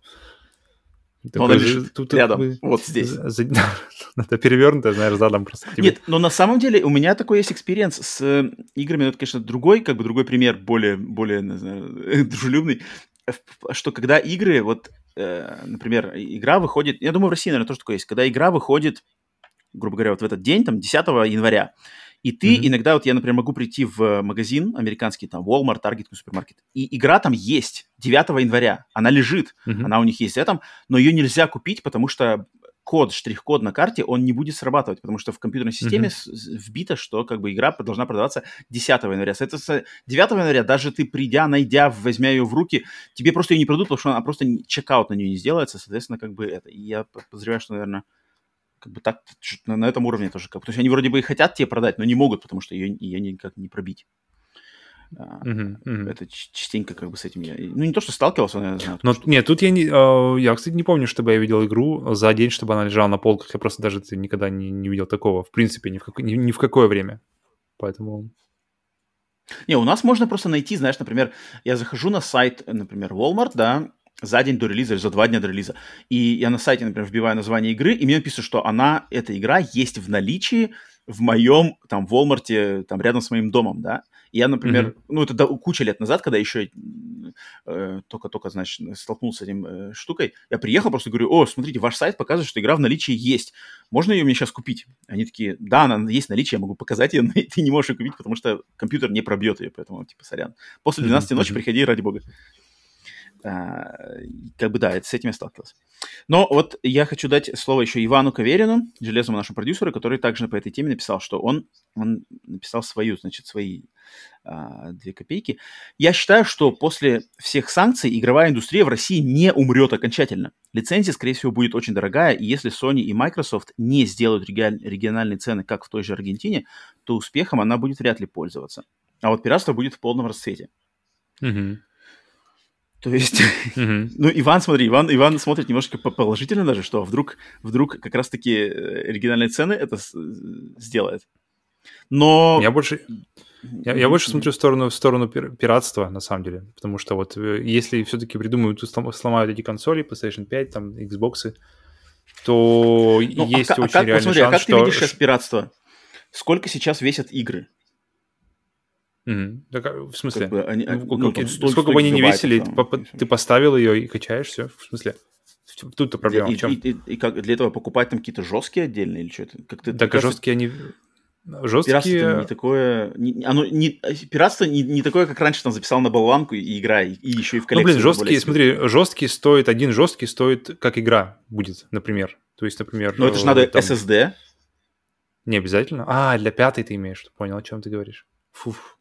Но она лежит тут, рядом, вы... вот здесь. За... Это перевернутое, знаешь, задом просто. Тебе. Нет, но на самом деле у меня такой есть экспириенс с играми, это, конечно, другой, как бы другой пример, более, более, не знаю, дружелюбный, что когда игры, вот, э, например, игра выходит, я думаю, в России, наверное, тоже такое есть, когда игра выходит, грубо говоря, вот в этот день, там, десятого января, и ты mm-hmm. иногда, вот я, например, могу прийти в магазин американский, там, Walmart, Target, супермаркет, и игра там есть девятого января, она лежит, mm-hmm. она у них есть в этом, но ее нельзя купить, потому что код, штрих-код на карте, он не будет срабатывать, потому что в компьютерной системе mm-hmm. вбито, что как бы игра должна продаваться десятого января. Соответственно, девятого января даже ты, придя, найдя, возьмя ее в руки, тебе просто ее не продадут, потому что она просто чекаут на нее не сделается, соответственно, как бы это. И я подозреваю, что, наверное, как бы так, на, на этом уровне тоже. Как, то есть они вроде бы и хотят тебе продать, но не могут, потому что ее, ее никак не пробить. Uh-huh, uh-huh. Это частенько как бы с этим я... Ну, не то, что сталкивался, но я знаю. Но, что... Нет, тут я не... Uh, я, кстати, не помню, чтобы я видел игру за день, чтобы она лежала на полках. Я просто даже никогда не, не видел такого. В принципе, ни в, как... ни, ни в какое время. Поэтому... Не, у нас можно просто найти, знаешь, например, я захожу на сайт, например, Walmart, да, за день до релиза или за два дня до релиза. И я на сайте, например, вбиваю название игры, и мне написано, что она, эта игра есть в наличии в моем, там, в Walmart, там, рядом с моим домом, да. И я, например, mm-hmm. ну, это куча лет назад, когда еще э, только-только, значит, столкнулся с этим э, штукой, я приехал, просто говорю, о, смотрите, ваш сайт показывает, что игра в наличии есть. Можно ее мне сейчас купить? Они такие, да, она есть в наличии, я могу показать ее, но ты не можешь ее купить, потому что компьютер не пробьет ее, поэтому, типа, сорян. После двенадцати mm-hmm. ночи приходи, ради бога. А, как бы, да, это, с этим я сталкивался. Но вот я хочу дать слово еще Ивану Каверину, железному нашему продюсеру, который также по этой теме написал, что он, он написал свою, значит, свои а, две копейки. Я считаю, что после всех санкций игровая индустрия в России не умрет окончательно. Лицензия, скорее всего, будет очень дорогая, и если Sony и Microsoft не сделают региональные цены, как в той же Аргентине, то успехом она будет вряд ли пользоваться. А вот пиратство будет в полном расцвете. Mm-hmm. То есть, mm-hmm. ну, Иван, смотри, Иван, Иван смотрит немножко положительно даже, что вдруг, вдруг как раз-таки оригинальные цены это сделает. Но... Я больше, я, я больше смотрю в сторону, в сторону пиратства, на самом деле, потому что вот если все-таки придумают, сломают эти консоли, PlayStation пять, там, Xbox, то ну, есть а, очень а как, реальный посмотри, шанс, а как что... ты видишь сейчас пиратство? Сколько сейчас весят игры? Mm-hmm. Так, в смысле? Как бы они, ну, ну, как, сто, сколько сто бы они ни весили, там, по, ты поставил ее и качаешь, все. В смысле? Тут-то проблема и, в чем? И, и, и как для этого покупать там какие-то жесткие отдельные или что-то? Как ты, так, а кажется, жесткие они... Жесткие... Пиратство не такое... Не, оно не, пиратство не, не такое, как раньше там записал на болванку и играй, и еще и в коллекцию. Ну, блин, жесткие, смотри, жесткий стоит, один жесткий стоит, как игра будет, например. То есть, например... Ну, это же надо там... эс эс ди. Не обязательно. А, для пятой ты имеешь, понял, о чем ты говоришь. Фуф.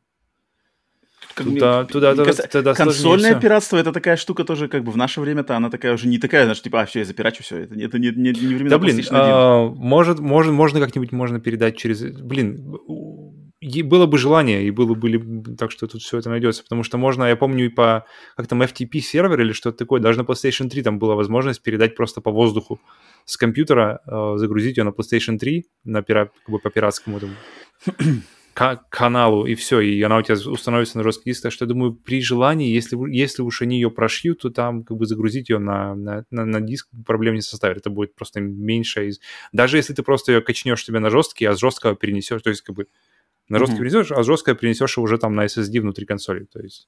Туда, туда, туда, туда консольное пиратство это такая штука тоже, как бы в наше время-то она такая уже не такая, знаешь, типа, а все, я запирачу все. Это, это не, не, не времена да, блин, а, может, может, можно как-нибудь можно передать через... Блин, было бы желание, и было бы... Так что тут все это найдется. Потому что можно, я помню, и по... Как там эф ти пи сервер или что-то такое, даже на PlayStation три там была возможность передать просто по воздуху с компьютера, загрузить ее на PlayStation три, на пира... как бы по пиратскому там... к каналу, и все, и она у тебя установится на жесткий диск. Так что я думаю, при желании, если, если уж они ее прошьют, то там как бы загрузить ее на, на, на, на диск проблем не составит. Это будет просто меньше из... Даже если ты просто ее качнешь себе на жесткий, а с жесткого перенесешь, то есть как бы на жесткий mm-hmm. перенесешь, а с жесткого перенесешь уже там на эс эс ди внутри консоли, то есть...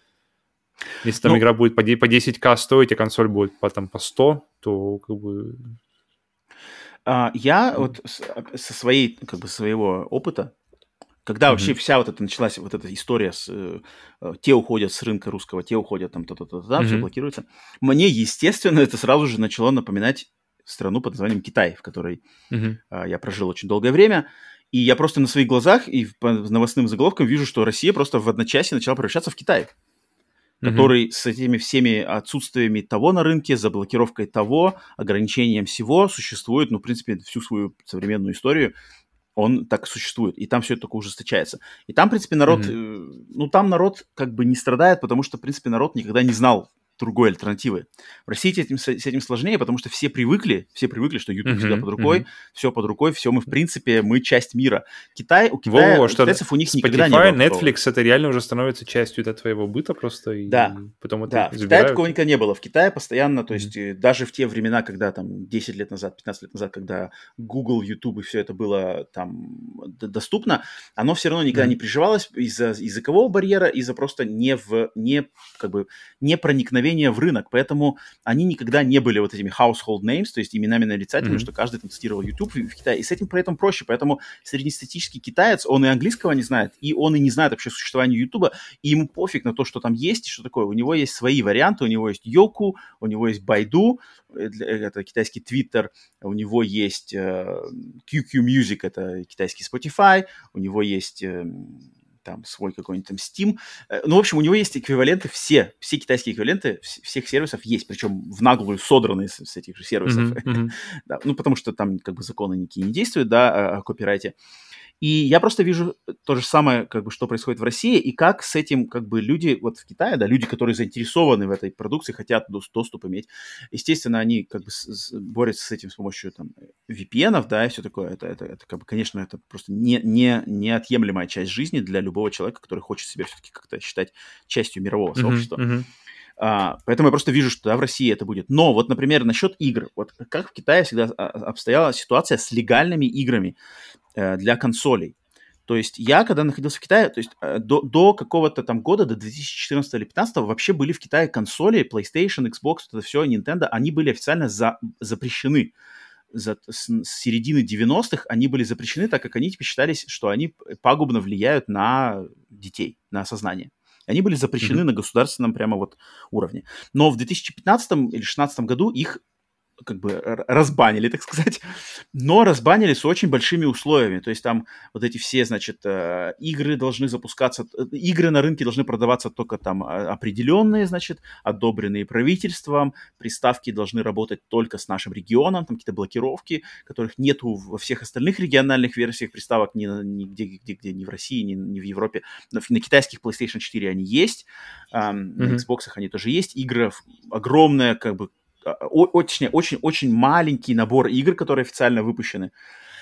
Если там ну, игра будет по десять тысяч стоить, а консоль будет по, там, по сто, то как бы... Uh, я вот со своей, как бы, своего опыта, когда mm-hmm. вообще вся вот эта началась вот эта история с э, те уходят с рынка русского, те уходят там, то-то, то-то, mm-hmm. все блокируется, мне, естественно, это сразу же начало напоминать страну под названием Китай, в которой mm-hmm. э, я прожил очень долгое время, и я просто на своих глазах и по новостным заголовкам вижу, что Россия просто в одночасье начала превращаться в Китай, который mm-hmm. с этими всеми отсутствиями того на рынке, заблокировкой того, ограничением всего существует, ну, в принципе, всю свою современную историю он так и существует, и там все это только ужесточается. И там, в принципе, народ, mm-hmm. э, ну, там народ как бы не страдает, потому что, в принципе, народ никогда не знал другой альтернативы. В России с этим, с этим сложнее, потому что все привыкли, все привыкли, что YouTube mm-hmm, всегда под рукой, mm-hmm. все под рукой, все мы, в принципе, мы часть мира. Китай, у Китая, Во-во, у китайцев у них Spotify, никогда не было Netflix, такого. Это реально уже становится частью да, твоего быта просто, и да, потом это да. забирают. В Китае такого никогда не было. В Китае постоянно, то есть mm-hmm. даже в те времена, когда там десять лет назад, пятнадцать лет назад, когда Google, YouTube и все это было там доступно, оно все равно никогда mm-hmm. не приживалось из-за языкового барьера, из-за просто не, в, не, как бы, не проникновения в рынок. Поэтому Поэтому они никогда не были вот этими household names, то есть именами нарицательными, mm-hmm. что каждый там цитировал YouTube в Китае. И с этим поэтому проще. Поэтому среднестатистический китаец, он и английского не знает, и он и не знает вообще существования YouTube, и ему пофиг на то, что там есть, и что такое. У него есть свои варианты, у него есть Youku, у него есть Baidu, это китайский Twitter, у него есть э, кью кью Music, это китайский Spotify, у него есть... Э, там свой какой-нибудь там Steam. Ну, в общем, у него есть эквиваленты все, все китайские эквиваленты всех сервисов есть, причем в наглую содранные с, с этих же сервисов. Mm-hmm, mm-hmm. да, ну, потому что там как бы законы никакие не действуют, да, о копирайте. И я просто вижу то же самое, как бы, что происходит в России, и как с этим, как бы, люди, вот в Китае, да, люди, которые заинтересованы в этой продукции, хотят доступ иметь, естественно, они, как бы, с, с, борются с этим с помощью, там, ви пи эн-ов, да, и все такое, это, это, это, как бы, конечно, это просто не, не, неотъемлемая часть жизни для любого человека, который хочет себя все-таки как-то считать частью мирового сообщества. Mm-hmm, mm-hmm. Uh, поэтому я просто вижу, что да, в России это будет. Но вот, например, насчет игр. Вот как в Китае всегда обстояла ситуация с легальными играми uh, для консолей. То есть я, когда находился в Китае, то есть uh, до, до какого-то там года, до две тысячи четырнадцатого или две тысячи пятнадцатого, вообще были в Китае консоли, PlayStation, Xbox, это все, Nintendo, они были официально за, запрещены. За, с, с середины девяностых они были запрещены, так как они считались, что они пагубно влияют на детей, на сознание. Они были запрещены mm-hmm. на государственном прямо вот уровне. Но в две тысячи пятнадцатом или две тысячи шестнадцатом году их как бы разбанили, так сказать, но разбанили с очень большими условиями. То есть там вот эти все, значит, игры должны запускаться, игры на рынке должны продаваться только там определенные, значит, одобренные правительством, приставки должны работать только с нашим регионом, там какие-то блокировки, которых нету во всех остальных региональных версиях приставок, ни, ни где, где, где, ни в России, ни, ни в Европе. На, на китайских PlayStation четыре они есть, эм, mm-hmm. на Xbox они тоже есть. Игры огромная, как бы, Очень, очень, очень маленький набор игр, которые официально выпущены.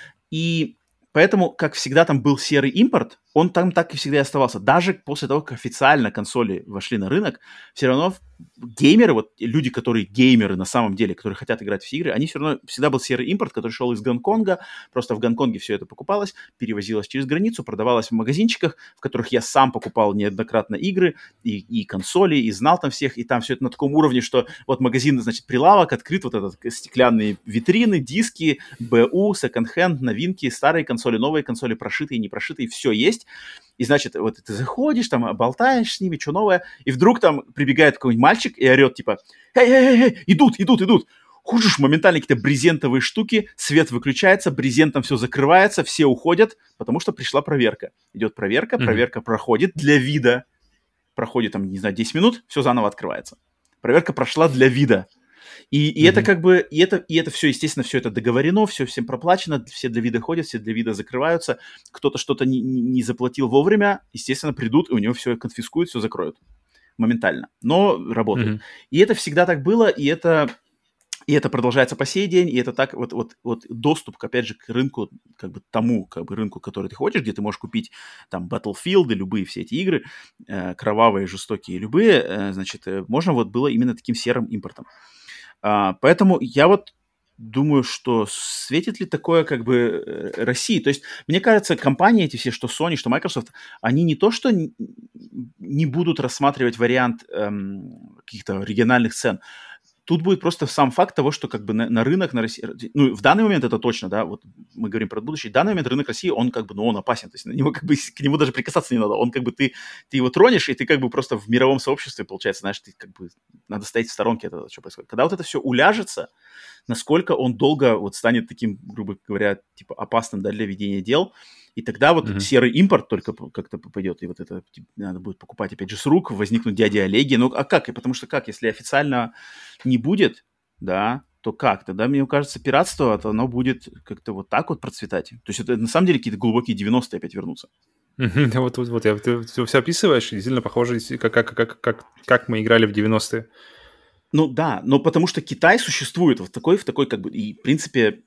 И поэтому, как всегда, там был серый импорт, он там так и всегда и оставался. Даже после того, как официально консоли вошли на рынок, все равно геймеры, вот люди, которые геймеры на самом деле, которые хотят играть в все игры, они все равно, всегда был серый импорт, который шел из Гонконга, просто в Гонконге все это покупалось, перевозилось через границу, продавалось в магазинчиках, в которых я сам покупал неоднократно игры и, и консоли, и знал там всех, и там все это на таком уровне, что вот магазин, значит, прилавок открыт, вот этот стеклянные витрины, диски, БУ, секонд-хенд, новинки, старые консоли, новые консоли, прошитые, не прошитые, все есть. И, значит, вот ты заходишь, там, болтаешь с ними, что новое, и вдруг там прибегает какой-нибудь мальчик и орет, типа, «Эй-эй-эй, идут, идут, идут!» Хужишь, моментально какие-то брезентовые штуки, свет выключается, брезентом все закрывается, все уходят, потому что пришла проверка. Идет проверка, mm-hmm. проверка проходит для вида. Проходит, там, не знаю, десять минут, все заново открывается. Проверка прошла для вида. И, и mm-hmm. это как бы, и это, и это все, естественно, все это договорено, все всем проплачено, все для вида ходят, все для вида закрываются, кто-то что-то не, не заплатил вовремя, естественно, придут, и у него все конфискуют, все закроют моментально, но работают. Mm-hmm. И это всегда так было, и это, И это продолжается по сей день, и это так вот, вот, вот доступ, опять же, к рынку, как бы тому, как бы рынку, который ты хочешь, где ты можешь купить там Battlefield, любые все эти игры, э, кровавые, жестокие, любые, э, значит, э, можно вот было именно таким серым импортом. А, поэтому я вот думаю, что светит ли такое как бы э, России. То есть, мне кажется, компании эти все, что Sony, что Microsoft, они не то, что не, не будут рассматривать вариант эм, каких-то региональных цен. Тут будет просто сам факт того, что как бы на, на рынок, на России, ну, в данный момент это точно, да, вот мы говорим про будущее, в данный момент рынок России, он как бы, ну, он опасен, то есть на него как бы, к нему даже прикасаться не надо, он как бы, ты, ты его тронешь, и ты как бы просто в мировом сообществе, получается, знаешь, ты как бы, надо стоять в сторонке от этого, что происходит. Когда вот это все уляжется, насколько он долго вот станет таким, грубо говоря, типа опасным, да, для ведения дел, и тогда вот mm-hmm. серый импорт только как-то пойдет, и вот это типа, надо будет покупать опять же с рук, возникнут дяди Олеги. Ну, а как? И потому что как? Если официально не будет, да, то как? Тогда, мне кажется, пиратство, то оно будет как-то вот так вот процветать. То есть это на самом деле какие-то глубокие девяностые опять вернутся. Mm-hmm. Вот, вот, вот, я, ты, ты все описываешь, и сильно похоже, как, как, как, как, как мы играли в девяностые. Ну да, но потому что Китай существует в такой, в такой как бы, и в принципе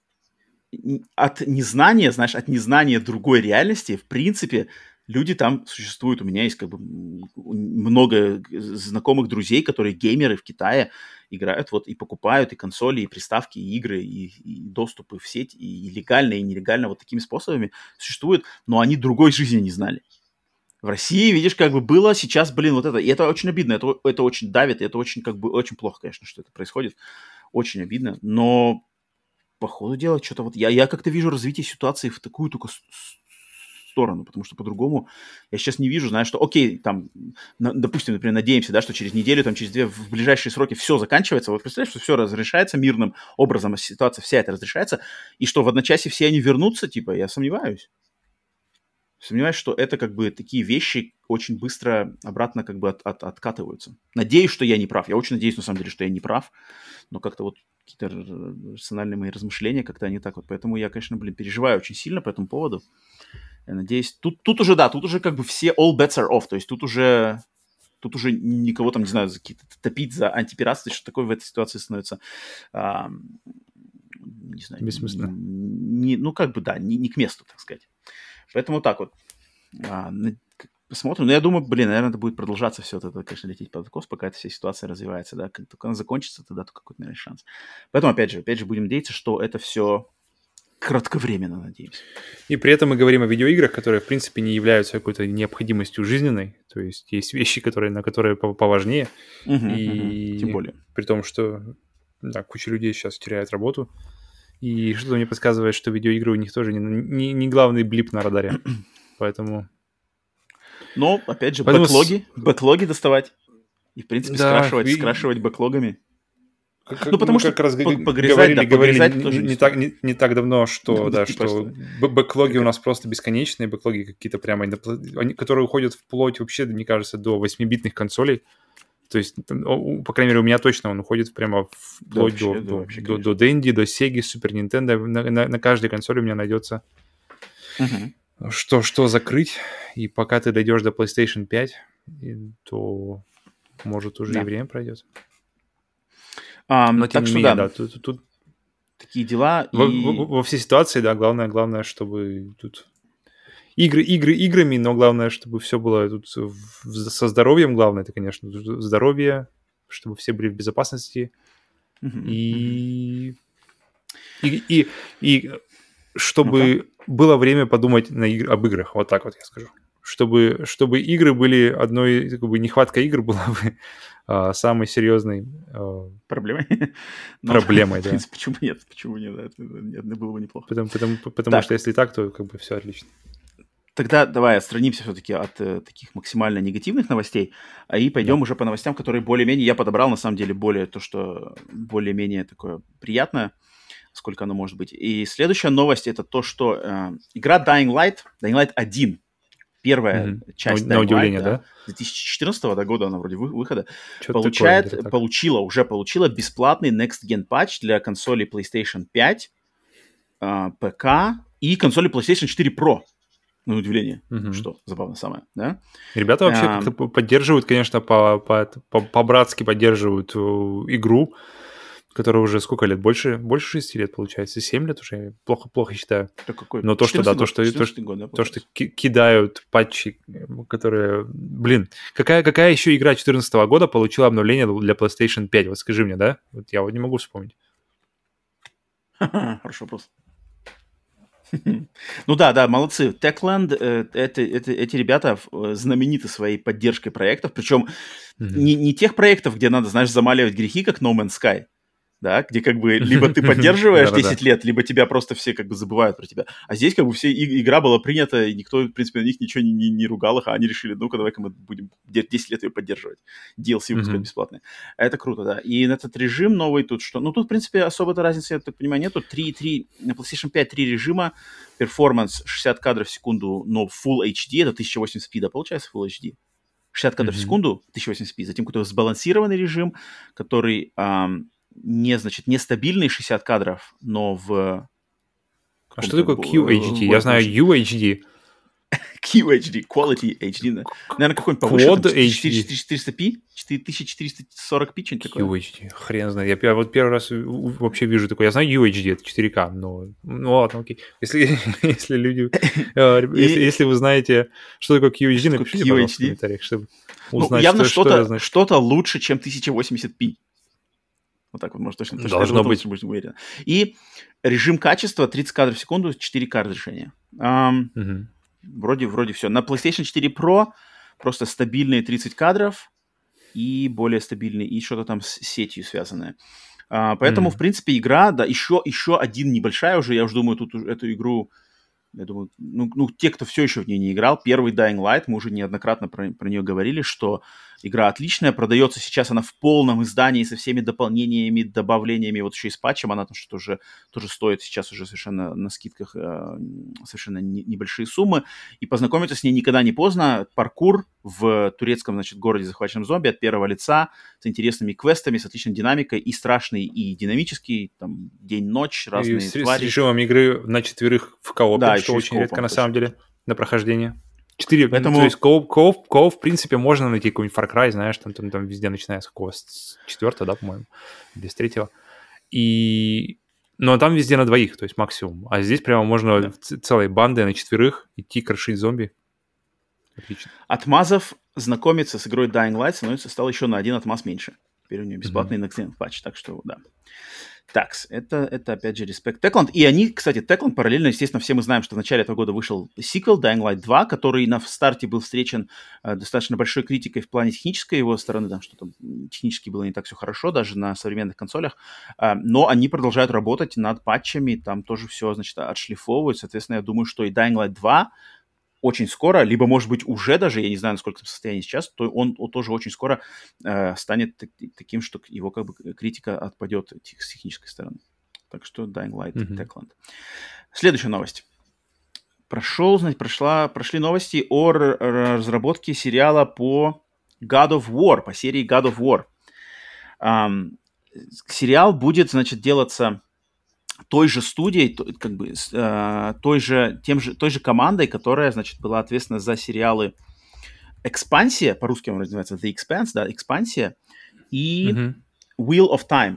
от незнания, знаешь, от незнания другой реальности, в принципе, люди там существуют. У меня есть как бы много знакомых друзей, которые геймеры в Китае играют вот и покупают и консоли, и приставки, и игры, и, и доступы в сеть, и легально, и нелегально вот такими способами существуют, но они другой жизни не знали. В России, видишь, как бы было, сейчас, блин, вот это, и это очень обидно, это, это очень давит, и это очень, как бы, очень плохо, конечно, что это происходит, очень обидно, но по ходу дела что-то вот, я, я как-то вижу развитие ситуации в такую только сторону, потому что по-другому я сейчас не вижу, знаешь, что, окей, там, на, допустим, например, надеемся, да, что через неделю, там, через две, в ближайшие сроки все заканчивается, вот представляешь, что все разрешается мирным образом, ситуация вся эта разрешается, и что в одночасье все они вернутся, типа, я сомневаюсь. Сомневаюсь, что это как бы такие вещи очень быстро обратно как бы от, от, откатываются. Надеюсь, что я не прав. Я очень надеюсь, на самом деле, что я не прав. Но как-то вот какие-то рациональные мои размышления как-то они так вот. Поэтому я, конечно, блин, переживаю очень сильно по этому поводу. Я надеюсь... Тут, тут уже, да, тут уже как бы все all bets are off. То есть тут уже... Тут уже никого там, не знаю, за какие-то, топить за антипиратство, что такое в этой ситуации становится... А, не знаю... Бессмысленно. Не, ну, как бы, да, не, не к месту, так сказать. Поэтому так вот. А, посмотрим. Но я думаю, блин, наверное, это будет продолжаться все это, конечно, лететь под откос, пока эта вся ситуация развивается, да. Как только она закончится, тогда только какой-то, наверное, шанс. Поэтому, опять же, опять же, будем надеяться, что это все кратковременно, надеемся. И при этом мы говорим о видеоиграх, которые, в принципе, не являются какой-то необходимостью жизненной. То есть есть вещи, которые, на которые поважнее. Угу, и угу. Тем более. При том, что да, куча людей сейчас теряет работу. И что-то мне подсказывает, что видеоигры у них тоже не, не, не главный блип на радаре. Поэтому... Но, опять же, Поэтому бэклоги, с... бэклоги доставать. И, в принципе, да, скрашивать, и... скрашивать бэклогами. Как, ну, потому мы что как раз погрязать, говорили, да, говорили не, не, так, не, не так давно, что, да, да, что бэклоги у нас просто бесконечные, бэклоги какие-то прямо, они, которые уходят вплоть вообще, мне кажется, до восьмибитных консолей. То есть, по крайней мере, у меня точно он уходит прямо вплоть да, вообще, до, да, до, вообще, до, до Денди, до Сеги, Супер Нинтендо. На, на, на каждой консоли у меня найдется угу. что, что закрыть. И пока ты дойдешь до PlayStation пять, то, может, уже да. и время пройдет. А, Но, тем так не что менее, да, да тут, тут... такие дела. Во, и... во, во всей ситуации, да, главное, главное, чтобы тут... Игры, игры играми, но главное, чтобы все было тут в, со здоровьем. Главное, это, конечно, здоровье, чтобы все были в безопасности. Uh-huh, и, uh-huh. и, и, и чтобы ну-ка. было время подумать на иг- об играх. Вот так вот я скажу. Чтобы, чтобы игры были одной... Как бы нехватка игр была бы а, самой серьезной... А, проблемой. Проблемой, да. Почему нет? Почему нет? Это было бы неплохо. Потому, потому, потому что если так, то как бы все отлично. Тогда давай отстранимся все-таки от э, таких максимально негативных новостей, а и пойдем да. уже по новостям, которые более-менее... Я подобрал, на самом деле, более то, что более-менее такое приятное, сколько оно может быть. И следующая новость — это то, что э, игра Dying Light, Dying Light один, первая mm-hmm. часть на, Dying на удивление, Light, да? две тысячи четырнадцатого да, года она вроде вы, выхода, Что получает, такое, получила, уже получила бесплатный Next Gen патч для консолей PlayStation пять, э, ПК и консоли PlayStation четыре Pro. На удивление, uh-huh. что забавно самое, да? Ребята вообще а, как-то поддерживают, конечно, по, по, по, по-братски поддерживают игру. который уже сколько лет? Больше, больше шести лет, получается. семь лет уже, я плохо, плохо считаю. Это какой? Но то, что, да, то, что, то, что, год, да, то, что ки- кидают патчи, которые... Блин, какая, какая еще игра две тысячи четырнадцатого года получила обновление для PlayStation пять? Вот скажи мне, да? Вот я вот не могу вспомнить. Хороший вопрос. Ну да, да, молодцы. Techland, э, это, это, эти ребята знамениты своей поддержкой проектов, причем mm-hmm. не, не тех проектов, где надо, знаешь, замаливать грехи, как No Man's Sky, да, где как бы либо ты поддерживаешь десять лет, либо тебя просто все как бы забывают про тебя. А здесь как бы все игра была принята, и никто, в принципе, на них ничего не, не, не ругал их, а они решили, ну-ка, давай-ка мы будем десять лет ее поддерживать. ди эл си выпускать mm-hmm. бесплатно. Это круто, да. И этот режим новый тут что? Ну, тут, в принципе, особо-то разницы, я так понимаю, нету. три, три, на PlayStation пять три режима, перформанс шестьдесят кадров в секунду, но Full эйч ди, это тысяча восемьдесят пи, да, получается Full эйч ди? шестьдесят кадров mm-hmm. в секунду, тысяча восемьдесят пи, затем какой-то сбалансированный режим, который... Ам, не, значит, нестабильный шестьдесят кадров, но в... А что такое кью эйч ди? Я знаю ю эйч ди. кью эйч ди, Quality эйч ди, да. Наверное, какой-нибудь повыше, четыреста пи, четыре четыреста сорок пи, что-нибудь такое. кью эйч ди, хрен знает. Я вот первый раз вообще вижу такое. Я знаю ю эйч ди, это четыре ка, но... Ну ладно, окей. Если, если люди... если, если вы знаете, что такое кью эйч ди, напишите, пожалуйста, в комментариях, чтобы узнать, ну, явно что, что-то, что что-то лучше, чем тысяча восемьдесят пи. Вот так вот, может, точно. точно должно быть. Точно уверен. И режим качества тридцать кадров в секунду, четыре ка разрешения. Um, угу. Вроде, вроде все. На PlayStation четыре Pro просто стабильные тридцать кадров и более стабильные, и что-то там с сетью связанное. Uh, поэтому, mm. в принципе, игра, да, еще, еще один небольшая уже, я уже думаю, тут эту игру, я думаю, ну, ну, те, кто все еще в нее не играл, первый Dying Light, мы уже неоднократно про, про нее говорили, что игра отличная, продается сейчас она в полном издании со всеми дополнениями, добавлениями, вот еще и с патчем, она там что-то уже тоже стоит сейчас уже совершенно на скидках э, совершенно не, небольшие суммы, и познакомиться с ней никогда не поздно. Паркур в турецком, значит, городе, захваченном зомби, от первого лица, с интересными квестами, с отличной динамикой, и страшный, и динамический, там, день-ночь, разные и с, твари. с режимом игры на четверых в коопе, да, что очень редко, на самом деле, на прохождение. Четыре, Поэтому... то есть кооп, кооп, кооп, в принципе, можно найти какой-нибудь Far Cry, знаешь, там, там, там везде начиная с какого, с четвертого, да, по-моему, или с третьего. И... Но там везде на двоих, то есть максимум. А здесь прямо можно да. целой бандой на четверых идти крошить зомби. Отлично. Отмазов знакомиться с игрой Dying Light становится, стал еще на один отмаз меньше. Теперь у нее бесплатный mm-hmm. Next Gen патч, так что, да. Так, это, это опять же респект Techland. И они, кстати, Techland параллельно, естественно, все мы знаем, что в начале этого года вышел сиквел Dying Light два, который на старте был встречен э, достаточно большой критикой в плане технической его стороны, там что-то технически было не так все хорошо, даже на современных консолях, э, но они продолжают работать над патчами, там тоже все, значит, отшлифовывают. Соответственно, я думаю, что и Dying Light два очень скоро, либо, может быть, уже даже, я не знаю, насколько в состоянии сейчас, то он, он тоже очень скоро э, станет так, таким, что его как бы критика отпадет с технической стороны. Так что Dying Light mm-hmm. Techland. Следующая новость. Прошел, значит, прошла, прошли новости о р- разработке сериала по God of War, по серии God of War. Um, сериал будет, значит, делаться... той же студией, как бы, э, той, же, тем же, той же командой, которая, значит, была ответственна за сериалы «Экспансия», по-русски он называется «The Expanse», да, «Экспансия», и mm-hmm. «Wheel of Time»,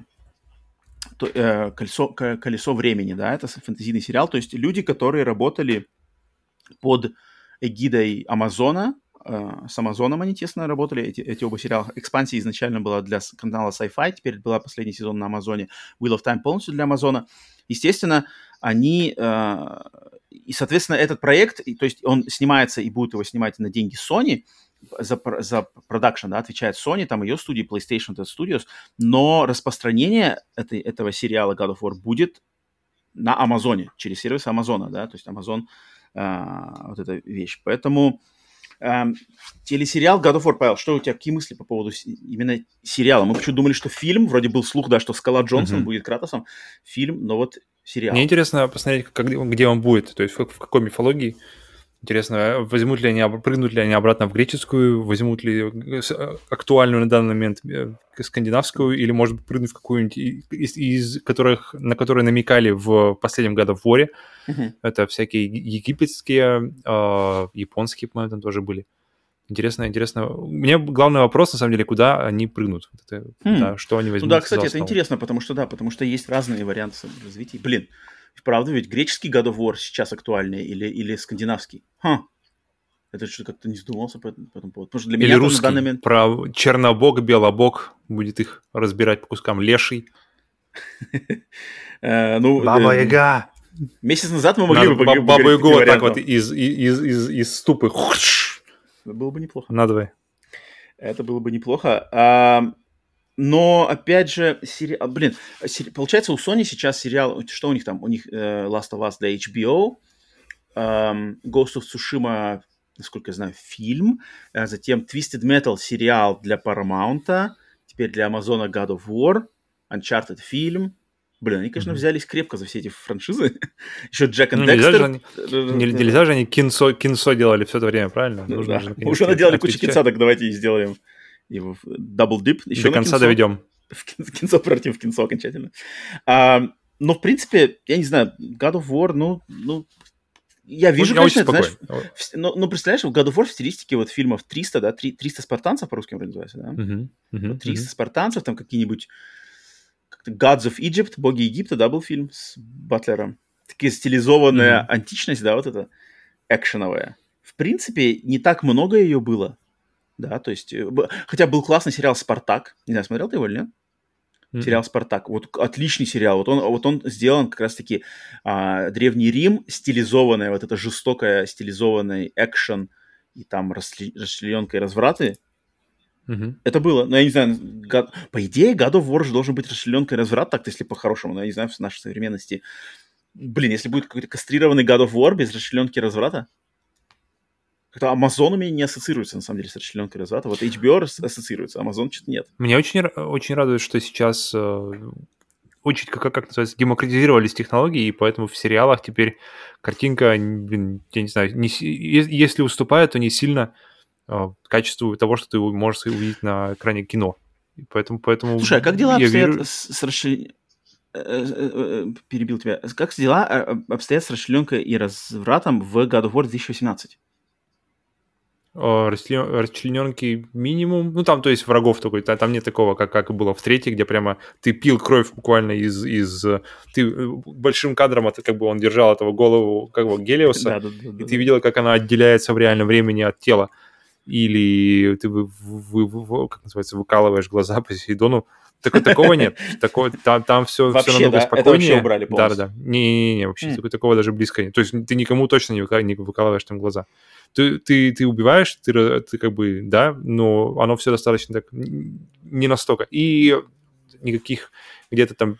то, э, колесо, «Колесо времени», да, это фэнтезийный сериал, то есть люди, которые работали под эгидой Амазона, э, с Амазоном они тесно работали, эти, эти оба сериала. «Экспансия» изначально была для канала Sci-Fi, теперь была последний сезон на Амазоне, «Wheel of Time» полностью для Амазона. Естественно, они... Э, и, соответственно, этот проект, и, то есть он снимается и будут его снимать на деньги Sony, за, за продакшн, да, отвечает Sony, там ее студии, PlayStation Studios, но распространение этой, этого сериала God of War будет на Амазоне, через сервис Амазона, да, то есть Amazon э, вот эта вещь. Поэтому э, телесериал God of War, Павел, что у тебя, какие мысли по поводу именно сериала? Мы почему-то думали, что фильм, вроде был слух, да, что Скала Джонсон mm-hmm. будет Кратосом, фильм, но вот сериал. Мне интересно посмотреть, как, где он будет, то есть в, в какой мифологии. Интересно, возьмут ли они, прыгнут ли они обратно в греческую, возьмут ли актуальную на данный момент скандинавскую, или, может быть, прыгнут в какую-нибудь из, из которых, на которые намекали в последнем God of War. Uh-huh. Это всякие египетские, э, японские, по-моему, там тоже были. Интересно, интересно. У меня главный вопрос, на самом деле, куда они прыгнут? Это, хм. Да, что они возьмут? Ну да, кстати, это интересно, потому что, да, потому что есть разные варианты развития. Блин, правда ведь греческий God of War сейчас актуальный или, или скандинавский? Ха. Это что, как-то не задумался по, по этому поводу. Потому что для или меня русский, на данный момент... про чернобог, белобог, будет их разбирать по кускам. Леший. Баба-яга. Месяц назад мы могли бы поговорить. Бабу-ягу вот так вот из ступы. Было бы неплохо. Надо. Это было бы неплохо. Но, опять же, сериал... Блин, получается, у Sony сейчас сериал... Что у них там? У них Last of Us для эйч би о, Ghost of Tsushima, насколько я знаю, фильм, затем Twisted Metal сериал для Paramount, теперь для Amazon God of War, Uncharted фильм. Блин, они, конечно, mm-hmm. взялись крепко за все эти франшизы. Еще Джек и Декстер. Нельзя же они кинцо, кинцо делали все это время, правильно? Ну, Нужно да. же, конечно, уже наделали кучу кинца, так давайте и сделаем его Double Dip. Еще до конца кинцо. Доведем. В кинцо превратим в кинцо окончательно. А, но, в принципе, я не знаю, God of War, ну... ну я вижу, я конечно, знаешь, в, ну, ну, представляешь, в God of War в стилистике вот фильмов триста, да, триста спартанцев по-русски называется, да? Uh-huh, uh-huh, вот триста uh-huh. спартанцев, там какие-нибудь Gods of Egypt, боги Египта, да, был фильм с Батлером. Такая стилизованная mm-hmm. античность, да, вот эта экшеновая. В принципе, не так много ее было, да, то есть... Хотя был классный сериал «Спартак». Не знаю, смотрел ты его или нет? Mm-hmm. Сериал «Спартак». Вот отличный сериал. Вот он, вот он сделан как раз-таки а, Древний Рим, стилизованная, вот эта жестокая стилизованный экшен и там расчлененка и развраты. Uh-huh. Это было, но я не знаю, God... по идее, God of War же должен быть расчлененка и разврат, так-то, если по-хорошему, но я не знаю, в нашей современности. Блин, если будет какой-то кастрированный God of War без расчлененки и разврата, как-то Amazon у меня не ассоциируется, на самом деле, с расчлененкой и разврата. Вот эйч би о ассоциируется, Amazon что-то нет. Меня очень, очень радует, что сейчас э, очень, как, как называется, демократизировались технологии, и поэтому в сериалах теперь картинка, блин, я не знаю, не, если уступает, то не сильно... качеству того, что ты можешь увидеть на экране кино. И поэтому, поэтому Слушай, а как дела обстоят вижу... с, с расчлененкой... Перебил тебя. Как дела обстоят с расчлененкой и развратом в God of War две тысячи восемнадцать? Расчлененки минимум. Ну, там, то есть, врагов такой. Там нет такого, как, как было в третьей, где прямо ты пил кровь буквально из... из ты большим кадром, это как бы он держал этого голову, как бы, Гелиоса, да, да, да, и да, ты да. видел, как она отделяется в реальном времени от тела. Или ты, вы, вы, вы, как называется, выкалываешь глаза Посейдону. Так, такого нет. Такого, там, там все, вообще, все намного да? спокойнее. Это вообще убрали полностью? Да, да, да. Не-не-не, вообще mm. такого даже близко нет. То есть ты никому точно не, выка- не выкалываешь там глаза. Ты, ты, ты убиваешь, ты, ты как бы, да, но оно все достаточно так, не настолько. И никаких где-то там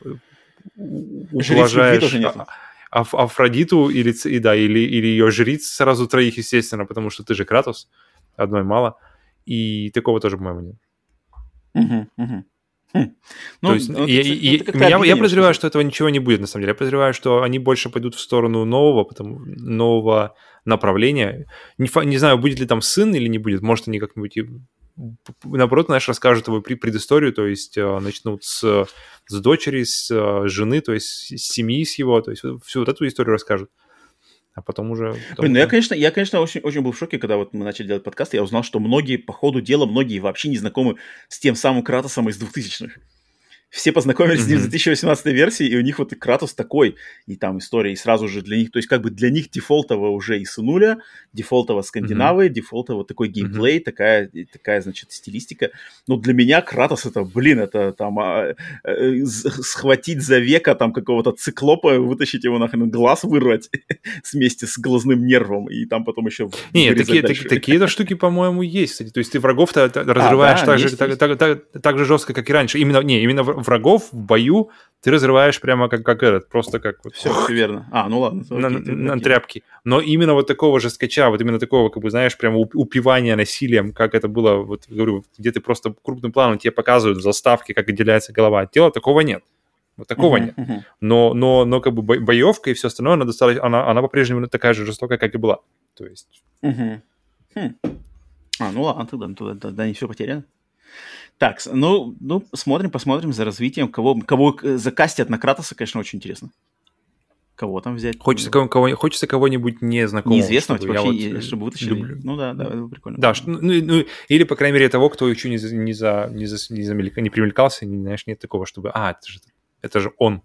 ублажаешь а, Аф, Афродиту или, и, да, или, или ее жриц, сразу троих, естественно, потому что ты же Кратос. Одной мало. И такого тоже, по-моему, нет. Uh-huh, uh-huh. Хм. Ну, То есть ну, я, это, я, это я, я подозреваю, что этого ничего не будет, на самом деле. Я подозреваю, что они больше пойдут в сторону нового, потому, нового направления. Не, не знаю, будет ли там сын или не будет. Может, они как-нибудь, наоборот, знаешь, расскажут его предысторию, то есть начнут с, с дочери, с жены, то есть с семьи с его, то есть всю вот эту историю расскажут. А потом уже... Потом Блин, ну уже... я, конечно, я, конечно, очень, очень был в шоке, когда вот мы начали делать подкаст, я узнал, что многие, по ходу дела, многие вообще не знакомы с тем самым Кратосом из двухтысячных. Все познакомились mm-hmm. с ним в две тысячи восемнадцатой версии, и у них вот и Кратос такой, и там история, и сразу же для них, то есть как бы для них дефолтово уже и сынуля, дефолтово скандинавы, mm-hmm. дефолтово такой геймплей, mm-hmm. такая, такая, значит, стилистика. Но для меня Кратос это, блин, это там а, а, схватить за века там какого-то циклопа, вытащить его нахрен, глаз вырвать вместе с глазным нервом, и там потом еще Нет, такие, такие, такие штуки, по-моему, есть, кстати. То есть ты врагов-то разрываешь а, да, так, есть, же, есть. Так, так, так, так же жестко, как и раньше. Именно, не, именно врагов в бою ты разрываешь прямо как, как этот, просто как... Вот, все, все верно. А, ну ладно. На, окей, на, на тряпки. Но именно вот такого же скача, вот именно такого, как бы, знаешь, прямо упивания насилием, как это было, вот, говорю, где ты просто крупным планом тебе показывают в заставке, как отделяется голова от тела, такого нет. Вот такого uh-huh, нет. Uh-huh. Но, но, но как бы боевка и все остальное, она, достаточно, она, она по-прежнему такая же жестокая, как и была. То есть... Uh-huh. Хм. А, ну ладно, тогда, тогда, тогда не все потеряно. Так, ну, ну, смотрим, посмотрим за развитием. Кого, кого закастят на Кратоса, конечно, очень интересно. Кого там взять? Хочется, кого, кого, хочется кого-нибудь незнакомого. Неизвестного, чтобы, типа, вообще, вот чтобы вытащили. Люблю. Ну да, да, это прикольно. Да, что, ну, ну, или, по крайней мере, того, кто еще не, за, не, за, не, за, не, замелькался, не примелькался, не, знаешь, нет такого, чтобы... А, это же, это же он.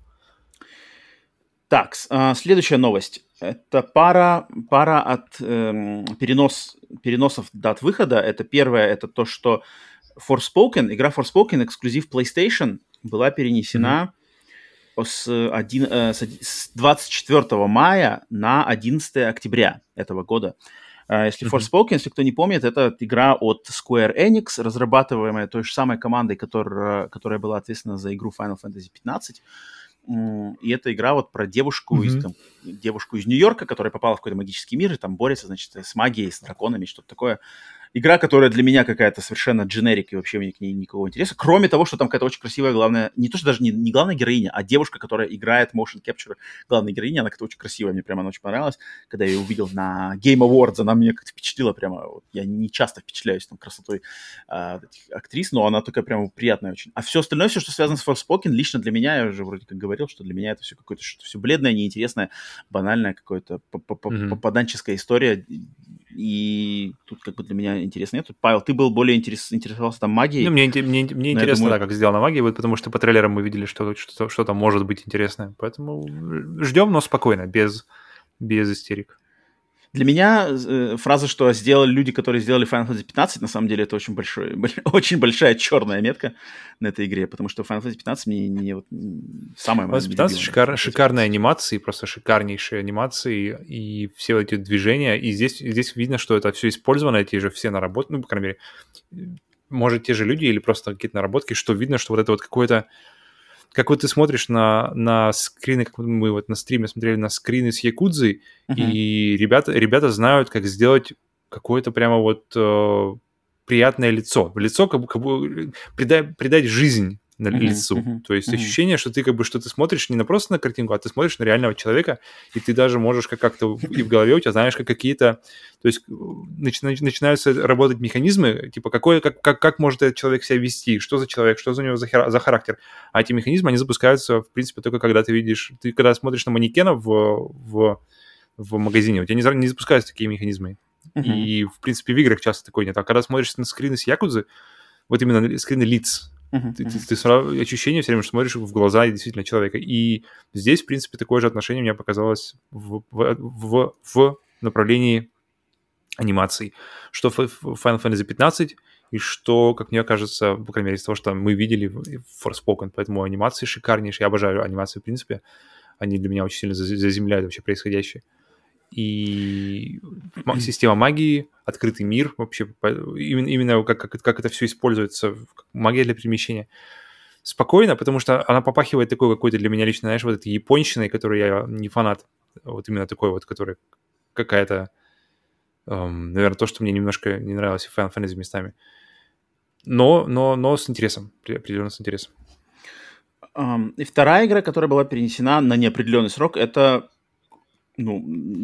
Так, следующая новость. Это пара, пара от эм, перенос, переносов дат выхода. Это первое, это то, что Forspoken, игра Forspoken, эксклюзив PlayStation, была перенесена mm-hmm. с, один, э, с двадцать четвёртого мая на одиннадцатого октября этого года. Uh, если mm-hmm. Forspoken, если кто не помнит, это игра от Square Enix, разрабатываемая той же самой командой, которая, которая была ответственна за игру Final Fantasy пятнадцать. И эта игра вот про девушку, mm-hmm. из, там, девушку из Нью-Йорка, которая попала в какой-то магический мир и там борется, значит, с магией, с драконами, что-то такое. Игра, которая для меня какая-то совершенно дженерик, и вообще мне к ней никакого интереса. Кроме того, что там какая-то очень красивая главная... Не то, что даже не, не главная героиня, а девушка, которая играет motion capture главной героини. Она как-то очень красивая, мне прямо она очень понравилась. Когда я ее увидел на Game Awards, она меня как-то впечатлила прямо. Вот, я не часто впечатляюсь там красотой э, этих актрис, но она такая прямо приятная очень. А все остальное, все, что связано с Forspoken, лично для меня, я уже вроде как говорил, что для меня это все какое-то что-то все бледное, неинтересное, банальное, какое-то попаданческая история. И тут как бы для меня интересно нет. Павел, ты был более интерес, интересовался там магией. Ну, мне, мне, мне интересно, думаю... да, как сделана магия, потому что по трейлерам мы видели, что что-то, что-то может быть интересное. Поэтому ждем, но спокойно, без, без истерик. Для меня э, фраза, что сделали люди, которые сделали Final Fantasy пятнадцать, на самом деле это очень, большой, очень большая черная метка на этой игре, потому что Final Fantasy пятнадцать мне не вот, самая моя любимая. пятнадцать шикар, шикарные анимации, просто шикарнейшие анимации и все эти движения. И здесь, здесь видно, что это все использовано, эти же все наработки, ну, по крайней мере, может, те же люди или просто какие-то наработки, что видно, что вот это вот какое-то... Как вот ты смотришь на, на скрины, как мы вот на стриме смотрели на скрины с Якудзой, uh-huh. и ребята, ребята знают, как сделать какое-то прямо вот э, приятное лицо. Лицо как бы, как бы придать, придать жизнь на uh-huh. лицу. Uh-huh. То есть uh-huh. ощущение, что ты как бы что ты смотришь не на просто на картинку, а ты смотришь на реального человека, и ты даже можешь как- как-то и в голове у тебя знаешь, как какие-то... То есть начи- начинаются работать механизмы, типа какой, как, как, как может этот человек себя вести, что за человек, что за него за, хер- за характер. А эти механизмы, они запускаются, в принципе, только когда ты видишь... Ты когда смотришь на манекена в, в, в магазине, у тебя не, не запускаются такие механизмы. Uh-huh. И, в принципе, в играх часто такое нет. А когда смотришь на скрины с Якудзы, вот именно скрины лиц, Uh-huh, ты, uh-huh. ты, ты сразу ощущение все время, что смотришь в глаза действительно человека. И здесь, в принципе, такое же отношение мне показалось в, в, в, в направлении анимации. Что в Final Fantasy пятнадцать, и что, как мне кажется, по крайней мере, из того, что мы видели в Forspoken. Поэтому анимации шикарнейшие. Я обожаю анимации, в принципе. Они для меня очень сильно заземляют вообще происходящее. И система магии, открытый мир вообще, именно, именно как, как, как это все используется, магия для перемещения. Спокойно, потому что она попахивает такой какой-то для меня лично, знаешь, вот этой японщиной, которой я не фанат. Вот именно такой вот, которая какая-то, эм, наверное, то, что мне немножко не нравилось в Final Fantasy местами. Но, но, но с интересом, определенно с интересом. Um, и вторая игра, которая была перенесена на неопределенный срок, это ну,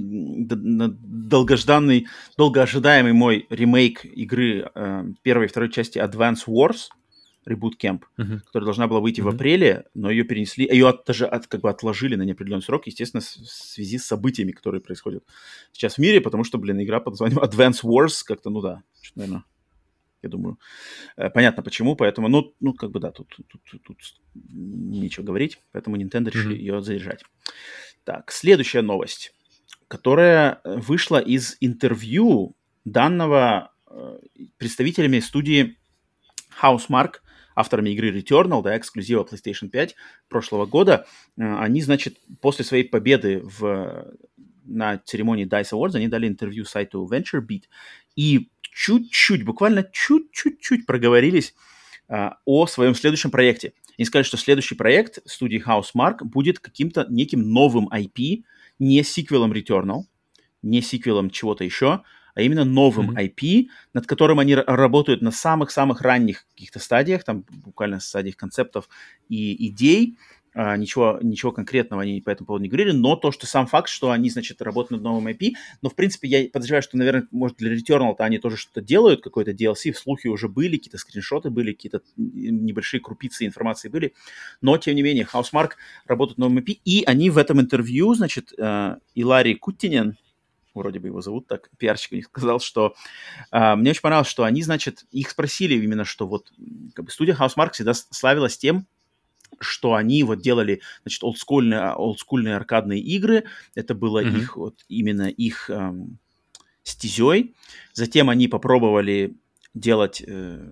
долгожданный, долгоожидаемый мой ремейк игры э, первой и второй части Advance Wars, Reboot Camp, uh-huh. которая должна была выйти uh-huh. в апреле, но ее перенесли, ее от, даже от, как бы отложили на неопределенный срок, естественно, в связи с событиями, которые происходят сейчас в мире, потому что, блин, игра под названием Advance Wars как-то, ну да, что-то, наверное, я думаю, э, понятно почему, поэтому, ну, ну как бы да, тут, тут, тут, тут нечего говорить, поэтому Nintendo решили uh-huh. ее задержать. Так, следующая новость, которая вышла из интервью данного э, представителями студии Housemarque, авторами игры Returnal, да, эксклюзива PlayStation пять прошлого года. Э, они, значит, после своей победы в, на церемонии DICE Awards, они дали интервью сайту VentureBeat и чуть-чуть, буквально чуть-чуть проговорились э, о своем следующем проекте. Они сказали, что следующий проект студии Housemarque будет каким-то неким новым ай пи, не сиквелом Returnal, не сиквелом чего-то еще, а именно новым mm-hmm. ай пи, над которым они работают на самых-самых ранних каких-то стадиях, там буквально стадиях концептов и идей. а, ничего, ничего конкретного они по этому поводу не говорили, но то, что сам факт, что они, значит, работают над новым ай пи, но, в принципе, я подозреваю, что, наверное, может, для Returnal-то они тоже что-то делают, какой-то ди эл си, слухи уже были, какие-то скриншоты были, какие-то небольшие крупицы информации были, но, тем не менее, Housemarque работают над новым ай пи, и они в этом интервью, значит, э, Илари Куттинен, вроде бы его зовут так, пиарщик у них сказал, что а, мне очень понравилось, что они, значит, их спросили именно, что вот как бы студия Housemarque всегда славилась тем, что они вот делали, значит, олдскульные, олдскульные аркадные игры, это было mm-hmm. их, вот именно их эм, стезей. Затем они попробовали делать... Э,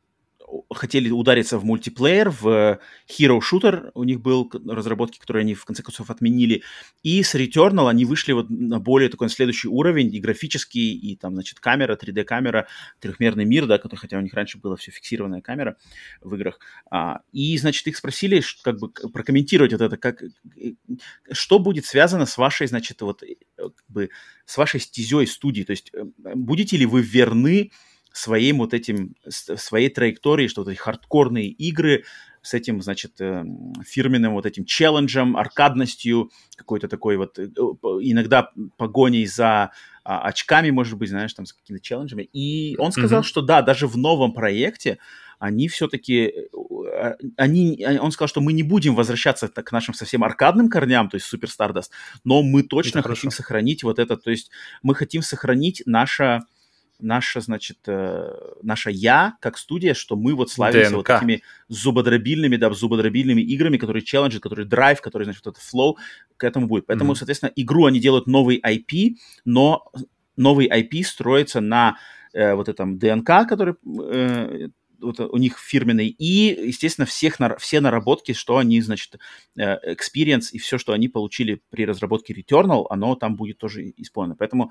хотели удариться в мультиплеер, в Hero Shooter у них был разработки, которые они в конце концов отменили, и с Returnal они вышли вот на более такой следующий уровень, и графический, и там, значит, камера, три дэ-камера, трехмерный мир, да, который, хотя у них раньше была все фиксированная камера в играх, а, и, значит, их спросили, как бы, прокомментировать вот это, как, что будет связано с вашей, значит, вот, как бы, с вашей стезей студии, то есть будете ли вы верны своим вот этим, своей траектории, что вот эти хардкорные игры с этим, значит, фирменным вот этим челленджем, аркадностью, какой-то такой вот, иногда погоней за очками, может быть, знаешь, там, с какими-то челленджами. И он сказал, mm-hmm. что да, даже в новом проекте они все-таки, они, он сказал, что мы не будем возвращаться к нашим совсем аркадным корням, то есть Super Stardust, но мы точно это хотим хорошо. Сохранить вот это, то есть мы хотим сохранить наше... наша, значит, э, наша я, как студия, что мы вот славимся ДНК. Вот такими зубодробильными, да, зубодробильными играми, которые челленджи, которые драйв, которые, значит, вот этот флоу к этому будет. Поэтому, mm-hmm. соответственно, игру они делают новый ай пи, но новый ай пи строится на э, вот этом ДНК, который э, вот у них фирменный, и, естественно, всех, все наработки, что они, значит, experience и все, что они получили при разработке Returnal, оно там будет тоже исполнено. Поэтому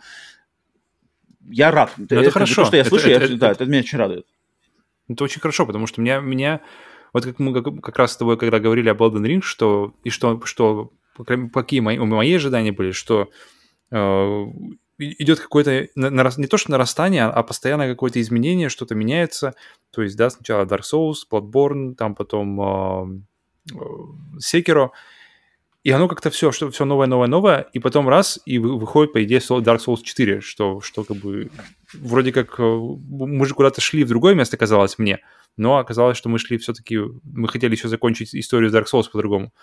я рад. Это, это хорошо. То, что я слышу, это, я, это, да, это, это меня очень радует. Это очень хорошо, потому что меня, меня вот как мы как, как раз с тобой, когда говорили об Elden Ring, что, и что, что какие мои, мои ожидания были, что э, идет какое-то, не то что нарастание, а постоянно какое-то изменение, что-то меняется. То есть, да, сначала Dark Souls, Bloodborne, там потом э, Sekiro, и оно как-то все, что все новое, новое, новое, и потом раз, и выходит, по идее, Dark Souls четыре, что, что как бы вроде как мы же куда-то шли в другое место, казалось мне, но оказалось, что мы шли все-таки, мы хотели еще закончить историю Dark Souls по-другому.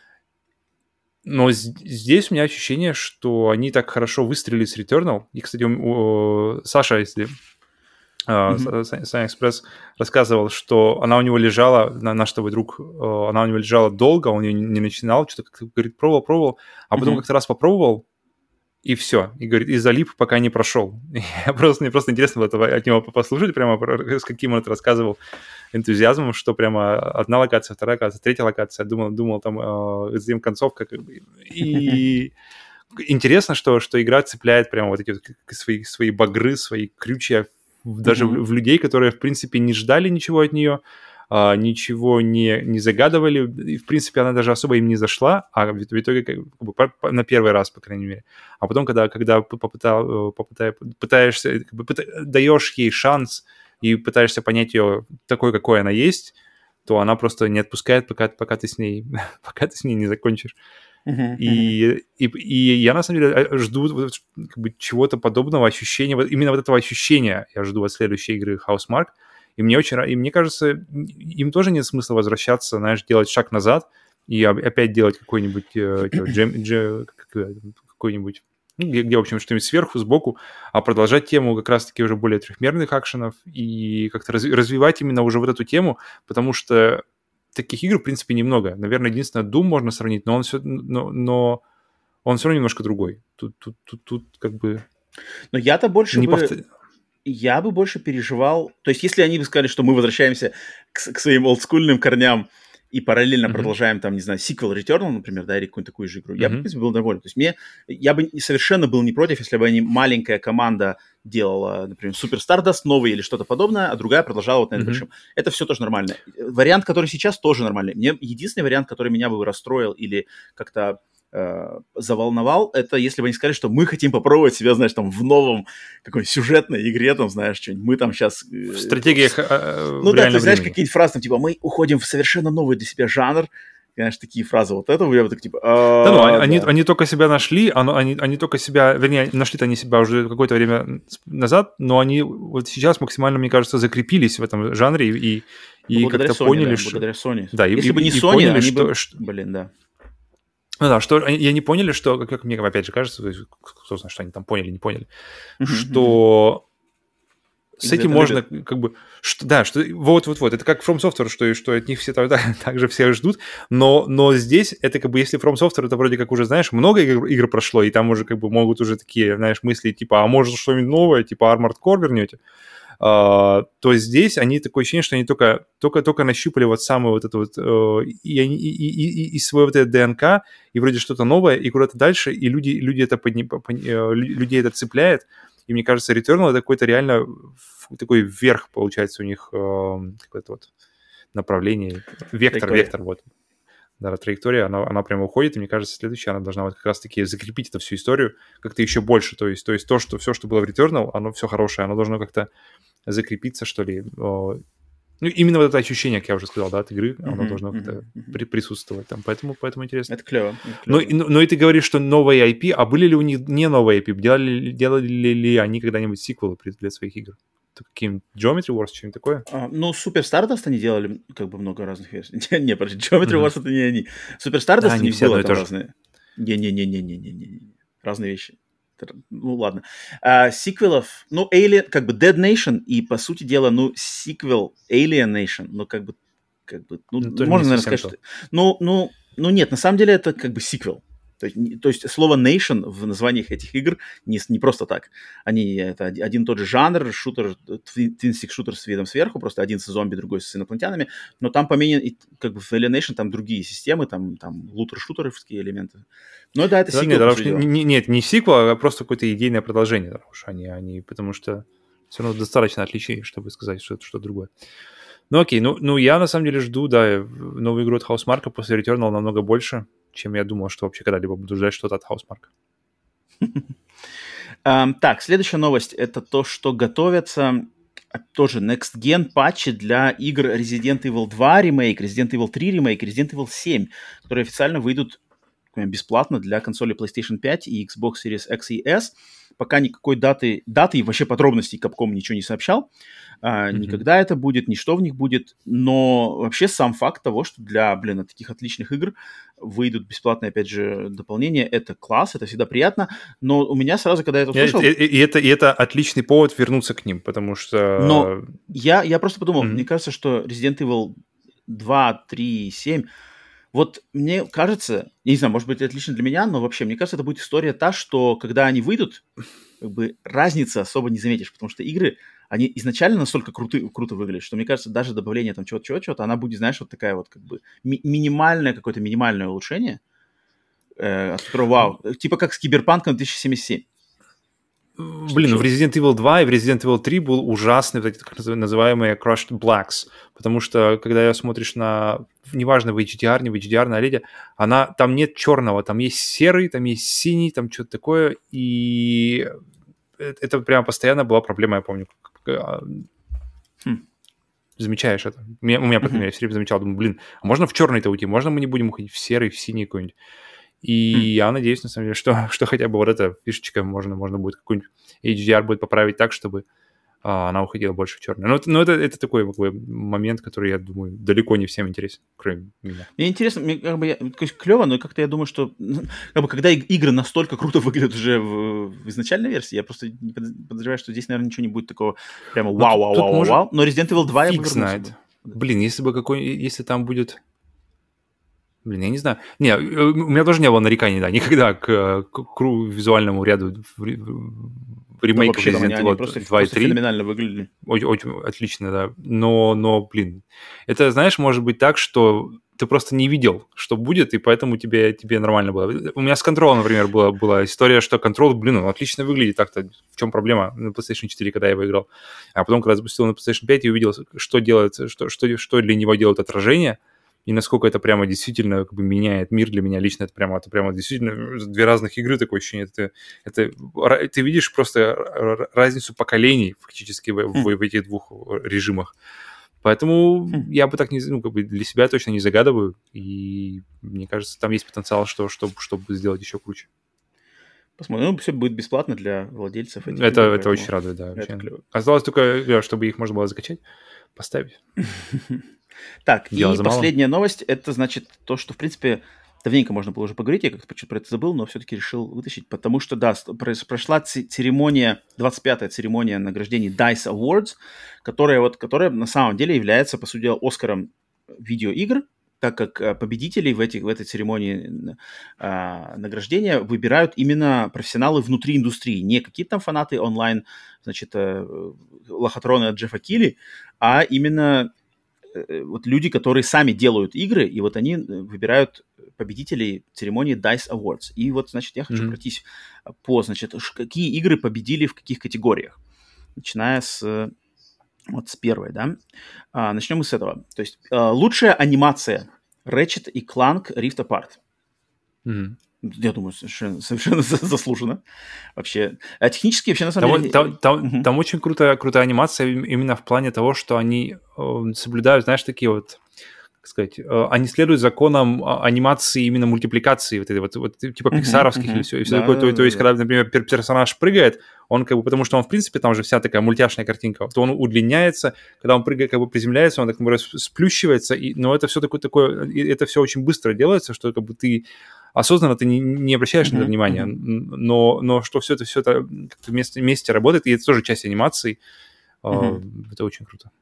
Но здесь у меня ощущение, что они так хорошо выстрелили с Returnal. И, кстати, у, у, Саша, если... Mm-hmm. Саня Экспресс рассказывал, что она у него лежала, наш твой друг, она у него лежала долго, он ее не начинал, что-то, говорит, пробовал, пробовал, а потом mm-hmm. как-то раз попробовал, и все. И, говорит, и залип, пока не прошел. Я просто, мне просто интересно было от него послушать, прямо с каким он это рассказывал энтузиазмом, что прямо одна локация, вторая локация, третья локация. Думал, думал там, э, затем концовка. Как бы. И интересно, что, что игра цепляет прямо вот эти вот свои, свои багры, свои крючья, даже mm-hmm. в, в людей, которые, в принципе, не ждали ничего от нее, а, ничего не, не загадывали, и, в принципе, она даже особо им не зашла, а в, в итоге как бы, по, по, на первый раз, по крайней мере. А потом, когда, когда попытал, попытай, пытаешься, как бы, пыта, даешь ей шанс и пытаешься понять ее такой, какой она есть, то она просто не отпускает, пока, пока, ты, с ней, пока ты с ней не закончишь. Uh-huh, и, uh-huh. И, и я, на самом деле, жду как бы, чего-то подобного ощущения, именно вот этого ощущения я жду от следующей игры Housemarque, и мне очень, и мне кажется, им тоже нет смысла возвращаться, знаешь, делать шаг назад и опять делать какой-нибудь джем, джем, какой-нибудь, ну, где, где, в общем, что-нибудь сверху, сбоку, а продолжать тему как раз-таки уже более трехмерных акшенов и как-то раз, развивать именно уже вот эту тему, потому что таких игр, в принципе, немного. Наверное, единственное, Doom можно сравнить, но он все, но, но он все равно немножко другой. Тут, тут, тут, тут как бы... Но я-то больше не бы... повтор... Я бы больше переживал... То есть, если они бы сказали, что мы возвращаемся к, к своим олдскульным корням и параллельно mm-hmm. продолжаем, там, не знаю, сиквел Returnal, например, да, или какую-то такую же игру, mm-hmm. я бы, в принципе, был доволен. То есть, мне... Я бы совершенно был не против, если бы они маленькая команда делала, например, Super Stardust новый или что-то подобное, а другая продолжала вот на этом mm-hmm. большом. Это все тоже нормально. Вариант, который сейчас, тоже нормальный. Мне единственный вариант, который меня бы расстроил или как-то э, заволновал, это если бы они сказали, что мы хотим попробовать себя, знаешь, там, в новом какой-нибудь сюжетной игре, там, знаешь, что-нибудь. Мы там сейчас... Э, в стратегиях э, Ну в да, ты знаешь, времени. какие-нибудь фразы, там, типа, мы уходим в совершенно новый для себя жанр, Знаешь, такие фразы. Вот этого я бы так типа... Да, ну, они, да. они только себя нашли, они, они только себя... Вернее, нашли-то они себя уже какое-то время назад, но они вот сейчас максимально, мне кажется, закрепились в этом жанре и, и ну, как-то Sony, поняли, да, что... Благодаря Sony. Да, Если и, бы не и Sony, поняли, они что, бы... что... Блин, да. Ну да, что они, они поняли, что, как мне опять же кажется, кто знает, что они там поняли, не поняли, uh-huh, что... С этим можно, любят. как бы, что, да, что вот-вот-вот, это как From Software, что, что от них все так, так же все ждут, но, но здесь это как бы, если From Software, это вроде как уже, знаешь, много игр, игр прошло, и там уже как бы могут уже такие, знаешь, мысли, типа, а может что-нибудь новое, типа Armored Core вернете, а, то здесь они, такое ощущение, что они только, только, только нащупали вот самое вот это вот, и, и, и, и, и свое вот это ДНК, и вроде что-то новое, и куда-то дальше, и люди, люди это подни, подни, людей это цепляет. И мне кажется, Returnal — это какой-то реально такой вверх, получается, у них э, какое-то вот направление. Вектор, траектория. вектор, вот. Да, траектория, она, она прямо уходит, и мне кажется, следующая, она должна вот как раз-таки закрепить эту всю историю как-то еще больше. То есть, то есть то, что все, что было в Returnal, оно все хорошее, оно должно как-то закрепиться, что ли. Ну, именно вот это ощущение, как я уже сказал, да, от игры, uh-huh, оно должно uh-huh, как-то uh-huh. при- присутствовать там, поэтому, поэтому интересно. Это клево. Это клево. Но, но, но и ты говоришь, что новые ай пи, а были ли у них не новые ай пи? Делали, делали ли они когда-нибудь сиквелы для своих игр? Каким Geometry Wars, что-нибудь такое? А, ну, Super Stardust они делали как бы много разных версий. Не, подожди, Geometry uh-huh. Wars это не они. Super Stardust да, они все было там разные. Не-не-не-не-не-не-не. Разные вещи. Ну, ладно. А, сиквелов, ну, Alien, как бы Dead Nation и, по сути дела, ну, сиквел Alien Nation, ну, как бы, как бы, ну, ну можно, наверное, сказать, то. что... Ну, ну, ну, нет, на самом деле это как бы сиквел. То есть, то есть слово Nation в названиях этих игр не, не просто так. Они, это один и тот же жанр, шутер, твин-стик шутер с видом сверху, просто один с зомби, другой с инопланетянами, но там поменен, как бы в Alien Nation там другие системы, там, там лутер-шутеровские элементы. Ну да, это да, сиквел. Нет, что, не, нет, не сиквел, а просто какое-то идейное продолжение. Потому что они, они, потому что все равно достаточно отличий, чтобы сказать, что это что-то другое. Ну окей, ну, ну я на самом деле жду, да, новую игру от Housemarque после Returnal намного больше, чем я думал, что вообще когда-либо буду ждать что-то от Housemarque. um, так, следующая новость — это то, что готовятся тоже Next Gen патчи для игр Resident Evil два ремейк, Resident Evil три ремейк, Resident Evil семь, которые официально выйдут бесплатно для консолей PlayStation пять и Xbox Series X и S. Пока никакой даты, даты и вообще подробностей Capcom ничего не сообщал. А, mm-hmm. Никогда это будет, ни что в них будет. Но вообще сам факт того, что для, блин, таких отличных игр выйдут бесплатные, опять же, дополнения, это класс, это всегда приятно. Но у меня сразу, когда я это услышал... И, и, и, это, и это отличный повод вернуться к ним, потому что... Но я, я просто подумал, mm-hmm. мне кажется, что Resident Evil два, три, семь... Вот мне кажется, я не знаю, может быть, это отлично для меня, но вообще, мне кажется, это будет история та, что когда они выйдут, как бы разницы особо не заметишь, потому что игры, они изначально настолько круты, круто выглядят, что, мне кажется, даже добавление там чего-то, чего-то, чего-то, она будет, знаешь, вот такая вот как бы ми- минимальное, какое-то минимальное улучшение, э, от которого вау, типа как с Киберпанком две тысячи семьдесят семь. Блин, в Resident Evil два и в Resident Evil три был ужасный, вот эти так называемые Crushed Blacks, потому что, когда я смотришь на, неважно, в эйч ди ар, не в эйч ди ар, на леде, она, там нет черного, там есть серый, там есть синий, там что-то такое, и это прямо постоянно была проблема, я помню. Хм. Замечаешь это? У меня, у меня mm-hmm. я все время замечал, думаю, блин, а можно в черный-то уйти? Можно мы не будем уходить в серый, в синий какой-нибудь? И mm. я надеюсь, на самом деле, что, что хотя бы вот эта фишечка можно, можно будет какой-нибудь эйч ди ар будет поправить так, чтобы а, она уходила больше в черный. Но, но это, это такой как бы, момент, который, я думаю, далеко не всем интересен, кроме меня. Мне интересно, мне как бы я, клево, но как-то я думаю, что как бы, когда игры настолько круто выглядят уже в, в изначальной версии, я просто не подозреваю, что здесь, наверное, ничего не будет такого прямо вау-вау-вау-вау. Но Resident Evil два я бы вернулся. Блин, если бы какой, если там будет... Блин, я не знаю. Не, у меня тоже не было нареканий, да, никогда к, к, к визуальному ряду ремейков ну, Resident Evil два и три. Феноменально выглядели. Очень, очень отлично, да. Но, но, блин, это, знаешь, может быть так, что ты просто не видел, что будет, и поэтому тебе, тебе нормально было. У меня с Control, например, была, была история, что Control, блин, он отлично выглядит так-то. В чем проблема на PlayStation четыре, когда я его играл? А потом, когда запустил на PlayStation пять и увидел, что делает, что, что, что для него делает отражение, и насколько это прямо действительно как бы меняет мир для меня лично, это прямо, это прямо действительно две разных игры, такое ощущение. Это, это, ты видишь просто разницу поколений фактически в, в, в этих двух режимах. Поэтому Хм. я бы так не, ну, как бы для себя точно не загадываю. И мне кажется, там есть потенциал, что, чтобы, чтобы сделать еще круче. Посмотрим. Ну, все будет бесплатно для владельцев этих это, игр. Это очень радует, да. Это Вообще. клево. Осталось только, чтобы их можно было закачать, поставить. Так, Дело и за малым. последняя новость, это значит то, что, в принципе, давненько можно было уже поговорить, я как-то про это забыл, но все-таки решил вытащить, потому что, да, прошла церемония, двадцать пятая церемония награждений диce Awards, которая, вот, которая на самом деле является, по сути дела, Оскаром видеоигр, так как победителей в, этих, в этой церемонии а, награждения выбирают именно профессионалы внутри индустрии, не какие-то там фанаты онлайн, значит, лохотроны от Джеффа Килли, а именно вот люди, которые сами делают игры, и вот они выбирают победителей церемонии диce Awards. И вот, значит, я хочу mm-hmm. пройтись по, значит, какие игры победили в каких категориях, начиная с вот с первой, да. А, начнем мы с этого. То есть а, лучшая анимация Ratchet и Clank Rift Apart. Mm-hmm. Я думаю, совершенно, совершенно заслуженно. Вообще. А технически вообще на самом там, деле... Там, там, uh-huh. там очень крутая, крутая анимация именно в плане того, что они э, соблюдают, знаешь, такие вот, как сказать, э, они следуют законам анимации именно мультипликации, вот, этой, вот, вот типа uh-huh, пиксаровских uh-huh. или все, и все да, такое. То, да, то есть, да. когда, например, персонаж прыгает, он как бы, потому что он, в принципе, там же вся такая мультяшная картинка, то он удлиняется, когда он прыгает, как бы приземляется, он так, например, сплющивается, и, но это все такое, такое, это все очень быстро делается, что как бы ты осознанно ты не, не обращаешь mm-hmm. на это внимания, mm-hmm. но, но что все это, все это как-то вместе, вместе работает, и это тоже часть анимации, mm-hmm. это очень круто.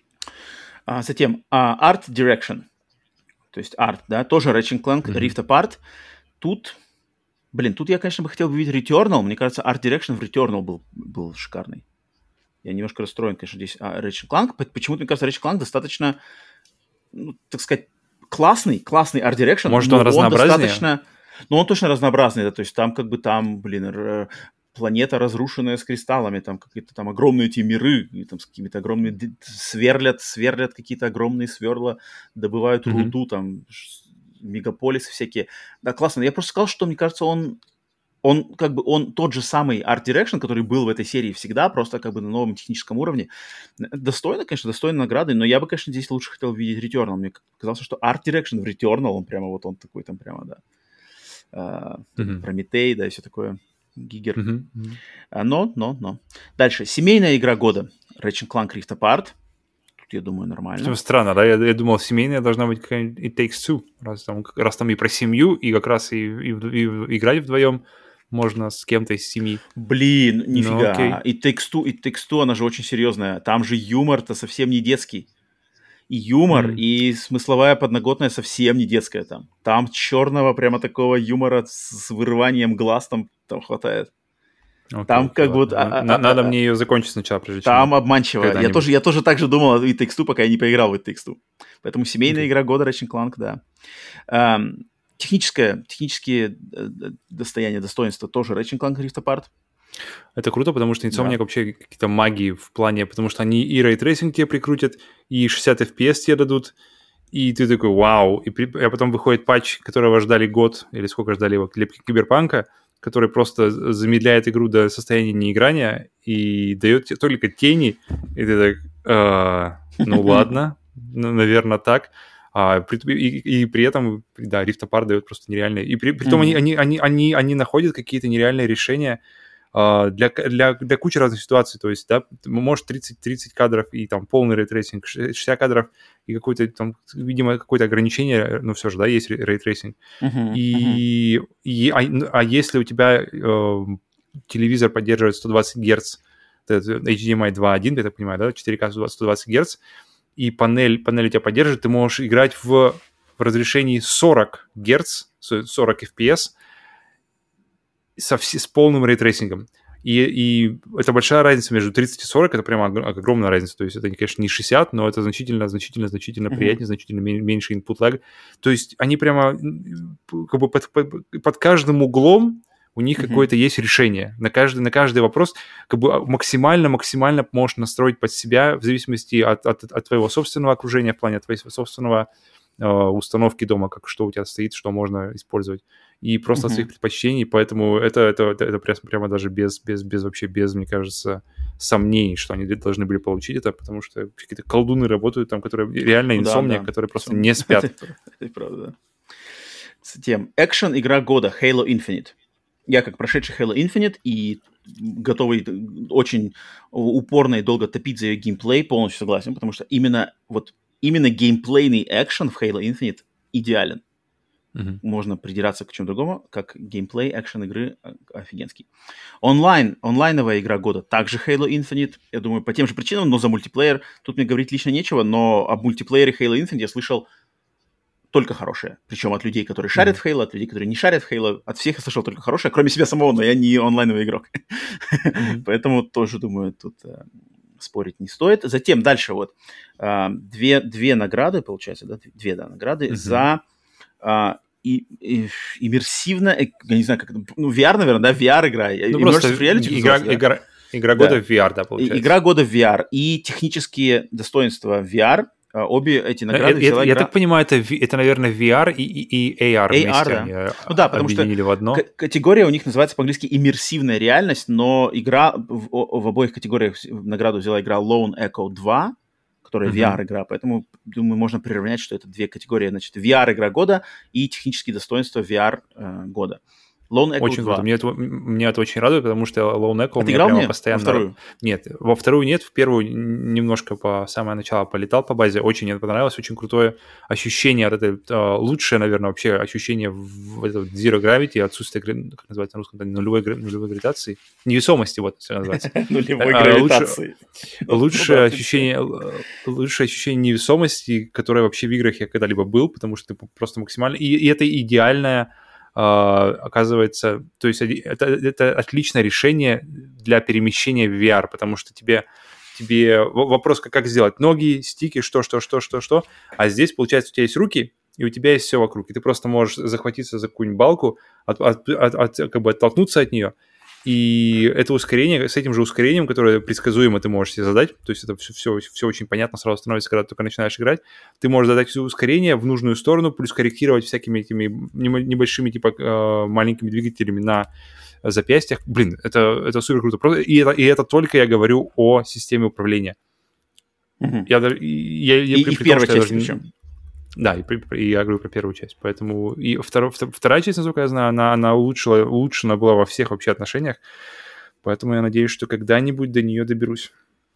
А, затем uh, Art Direction, то есть арт, да, тоже Ratchet and Clank mm-hmm. Rift Apart. Тут, блин, тут я, конечно, бы хотел увидеть Returnal, мне кажется, Art Direction в Returnal был, был шикарный. Я немножко расстроен, конечно, здесь uh, Ratchet and Clank, почему-то, мне кажется, Ratchet and Clank достаточно, ну, так сказать, классный, классный Art Direction. Может, он разнообразнее? Он достаточно... Ну, он точно разнообразный, да, то есть там как бы там, блин, р- планета, разрушенная с кристаллами, там какие-то там огромные эти миры, и там с какими-то огромными... Сверлят, сверлят какие-то огромные сверла, добывают mm-hmm. руду, там, мегаполисы всякие. Да, классно. Я просто сказал, что, мне кажется, он... Он как бы, он тот же самый Art Direction, который был в этой серии всегда, просто как бы на новом техническом уровне. Достойно, конечно, достойно награды, но я бы, конечно, здесь лучше хотел видеть Returnal. Мне казалось, что Art Direction в Returnal, он прямо вот он такой там прямо, да, uh, mm-hmm. Прометей, да, и все такое, Гигер. Mm-hmm. Mm-hmm. Uh, но, но, но. Дальше. Семейная игра года. Ratchet and Clank Rift Apart. Тут, я думаю, нормально. Что странно, да? Я, я думал, семейная должна быть какая-нибудь It Takes Two, раз там, раз там и про семью, и как раз и, и, и, и играть вдвоем можно с кем-то из семьи. Блин, нифига. It Takes Two, It Takes Two, она же очень серьезная. Там же юмор-то совсем не детский. И юмор, mm. и смысловая подноготная совсем не детская там. Там черного прямо такого юмора с, с вырыванием глаз там, там хватает. Okay, там как бы... А, а, Надо а, мне ее закончить сначала, прежде чем... Там обманчиво. Я тоже, я тоже так же думал о It Takes Two, пока я не поиграл в It Takes Two. Поэтому семейная okay. игра года Ratchet and Clank, да. Um, Техническое, технические достояния, достоинства тоже Ratchet and Clank Rift Apart. Это круто, потому что Insomniac да. вообще какие-то магии в плане, потому что они и рейтрейсинг тебе прикрутят, и шестьдесят эф пи эс тебе дадут, и ты такой вау. И, при... а потом выходит патч, которого ждали год, или сколько ждали его, для Киберпанка, который просто замедляет игру до состояния неиграния и дает тебе только тени, и ты так, ну ладно, наверное так. А, при, и, и при этом, да, Rift Apart дает просто нереальные... И при, при том mm-hmm. они, они, они, они находят какие-то нереальные решения uh, для, для, для кучи разных ситуаций. То есть, да, может тридцать, тридцать кадров и там полный рейтрейсинг, шестьдесят кадров и какое-то там, видимо, какое-то ограничение, но все же, да, есть рейтрейсинг. Mm-hmm. И, mm-hmm. и, а, а если у тебя uh, телевизор поддерживает сто двадцать герц, эйч ди эм ай два точка один, я так понимаю, да, четыре ка сто двадцать герц, и панель, панель у тебя поддерживает, ты можешь играть в, в разрешении сорок герц, сорок эф пи эс со, с полным рейтрейсингом. И, и это большая разница между тридцать и сорок, это прямо огромная разница. То есть это, конечно, не шестьдесят, но это значительно, значительно, значительно mm-hmm. приятнее, значительно меньше input lag. То есть они прямо как бы под, под, под каждым углом у них mm-hmm. какое-то есть решение. На каждый, на каждый вопрос как бы максимально-максимально можешь настроить под себя в зависимости от, от, от твоего собственного окружения, в плане от твоего собственного установки дома, как что у тебя стоит, что можно использовать. И просто uh-huh. от своих предпочтений, поэтому это, это, это, это прямо, прямо даже без, без, без вообще, без, мне кажется, сомнений, что они должны были получить это, потому что какие-то колдуны работают там, которые реально инсомния, да, да. которые просто Инсомния. не спят. Это правда, да. Затем, экшен-игра года Halo Infinite. Я как прошедший Halo Infinite и готовый очень упорно и долго топить за ее геймплей, полностью согласен, потому что именно, вот, именно геймплейный экшен в Halo Infinite идеален. Mm-hmm. Можно придираться к чему другому, как геймплей экшен игры офигенский. Онлайн, онлайновая игра года также Halo Infinite, я думаю, по тем же причинам, но за мультиплеер тут мне говорить лично нечего, но об мультиплеере Halo Infinite я слышал только хорошее. Причем от людей, которые шарят mm-hmm. в Halo, от людей, которые не шарят в Halo. От всех я слышал только хорошее, кроме себя самого, но я не онлайновый игрок. Mm-hmm. Поэтому тоже, думаю, тут э, спорить не стоит. Затем дальше вот э, две, две награды, получается, да? Две да, награды mm-hmm. за э, и, и, иммерсивно, я не знаю, как это, ну, ви ар, наверное, да? ви ар-игра. Ну, просто игра, да? игра, игра года да. в ви ар, да, получается. Игра года в ви ар и технические достоинства ви ар. Обе эти награды я, взяла я игра... так понимаю, это, это, наверное, ви ар и, и, и эй ар вместе эй ар, да. они ну, да, потому объединили что в одно. К- категория у них называется по-английски иммерсивная реальность, но игра в, в обоих категориях награду взяла игра Lone Echo два, которая uh-huh. ви ар-игра, поэтому, думаю, можно приравнять, что это две категории, значит, ви ар-игра года и технические достоинства ви ар э, года. Lone Echo очень два. круто. Мне это, меня это очень радует, потому что Lone Echo а у меня прямо мне? постоянно... Во вторую? Нет, во вторую нет, в первую немножко по самое начало полетал по базе, очень мне понравилось, очень крутое ощущение от этой, лучшее, наверное, вообще ощущение в этой Zero Gravity, отсутствие, как называется на русском, нулевой, нулевой гравитации, невесомости, вот это называется. Нулевой гравитации. Лучшее ощущение, лучшее ощущение невесомости, которое вообще в играх я когда-либо был, потому что ты просто максимально... И это идеальное Uh, оказывается, то есть это, это отличное решение для перемещения в ви ар, потому что тебе, тебе вопрос, как, как сделать ноги, стики, что, что, что, что, что, а здесь, получается, у тебя есть руки, и у тебя есть все вокруг, и ты просто можешь захватиться за какую-нибудь балку, от, от, от, от, как бы оттолкнуться от нее, и это ускорение, с этим же ускорением, которое предсказуемо ты можешь себе задать, то есть это все, все, все очень понятно сразу становится, когда ты только начинаешь играть, ты можешь задать все ускорение в нужную сторону, плюс корректировать всякими этими небольшими, типа, маленькими двигателями на запястьях. Блин, это, это супер круто. И это, и это только я говорю о системе управления. Mm-hmm. Я, я, я, и при, и при в первой том, части я причем. Да, и, и я говорю про первую часть. Поэтому и второ, вторая часть, насколько я знаю, она, она улучшила, улучшена была во всех вообще отношениях. Поэтому я надеюсь, что когда-нибудь до нее доберусь.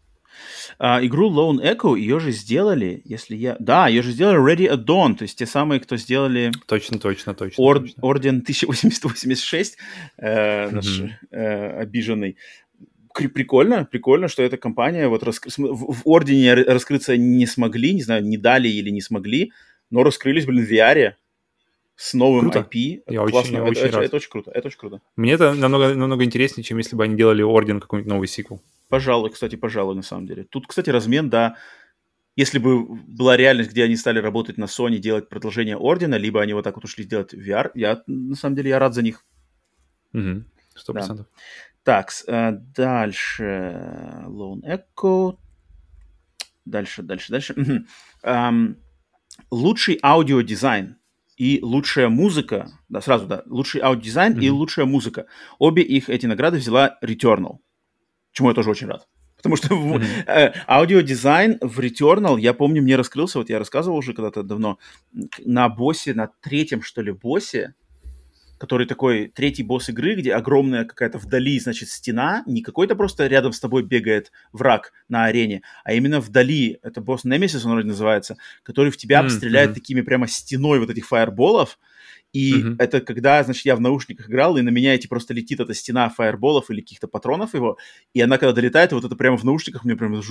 А, игру Lone Echo, ее же сделали, если я... Да, ее же сделали Ready at Dawn, то есть те самые, кто сделали... Точно, точно, точно. Ор... точно. Орден тысяча восемьдесят восемьдесят шесть, э, наш mm-hmm. э, обиженный. Прикольно, прикольно, что эта компания вот раскры... в, в Ордене раскрыться не смогли, не знаю, не дали или не смогли, но раскрылись, блин, в ви ар с новым круто. ай пи. Я Классно. очень, это, очень это, рад. Это очень круто, это очень круто. Мне это намного, намного интереснее, чем если бы они делали Орден какой-нибудь новый сиквел. Пожалуй, кстати, пожалуй, на самом деле. Тут, кстати, размен, да, если бы была реальность, где они стали работать на Sony, делать продолжение Ордена, либо они вот так вот ушли сделать ви ар, я, на самом деле, я рад за них. Угу. Сто процентов. Да. Так, дальше Lone Echo. Дальше, дальше, дальше. Угу. Um, лучший аудиодизайн и лучшая музыка. Да, сразу, да. Лучший аудиодизайн mm-hmm. и лучшая музыка. Обе их эти награды взяла Returnal. Чему я тоже очень рад. Потому что mm-hmm. э, аудиодизайн в Returnal, я помню, мне раскрылся, вот я рассказывал уже когда-то давно, на боссе, на третьем, что ли, боссе, который такой третий босс игры, где огромная какая-то вдали, значит, стена, не какой-то просто рядом с тобой бегает враг на арене, а именно вдали, это босс Немесис, он вроде называется, который в тебя mm-hmm. обстреляет такими прямо стеной вот этих фаерболов, и mm-hmm. это когда, значит, я в наушниках играл, и на меня эти просто летит эта стена фаерболов или каких-то патронов его, и она когда долетает, вот это прямо в наушниках мне прямо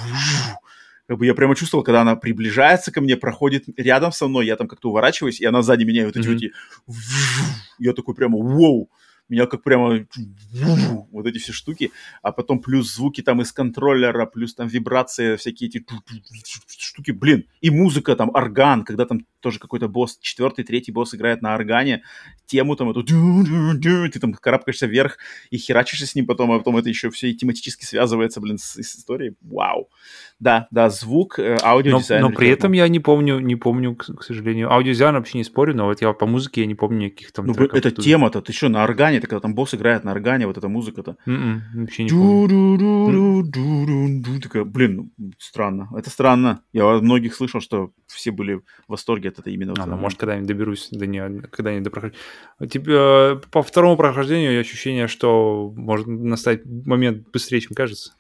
как бы я прямо чувствовал, когда она приближается ко мне, проходит рядом со мной, я там как-то уворачиваюсь, и она сзади меня, и вот эти mm-hmm. вот я такой прямо вау, меня как прямо вот эти все штуки, а потом плюс звуки там из контроллера, плюс там вибрации, всякие эти штуки, блин, и музыка там, орган, когда там тоже какой-то босс, четвертый, третий босс играет на органе, тему, там, эту, ты там карабкаешься вверх и херачишься с ним потом, а потом это еще все и тематически связывается, блин, с, с историей. Вау. Да, да, звук, аудиодизайн. Но, но при этом я не помню, не помню, к, к сожалению. Аудиодизайн вообще не спорю, но вот я по музыке я не помню никаких там ну, треков. Это оттуда. тема-то, ты что, на органе, ты когда там босс играет на органе, вот эта музыка-то. Mm-mm, вообще не помню. Такая, блин, странно. Это странно. Я от многих слышал, что все были в восторге от этой именно. А, вот, ну, может, когда-нибудь доберусь до нее, когда-нибудь допрохожу. Типа, по второму прохождению ощущение, что может настать момент быстрее, чем кажется.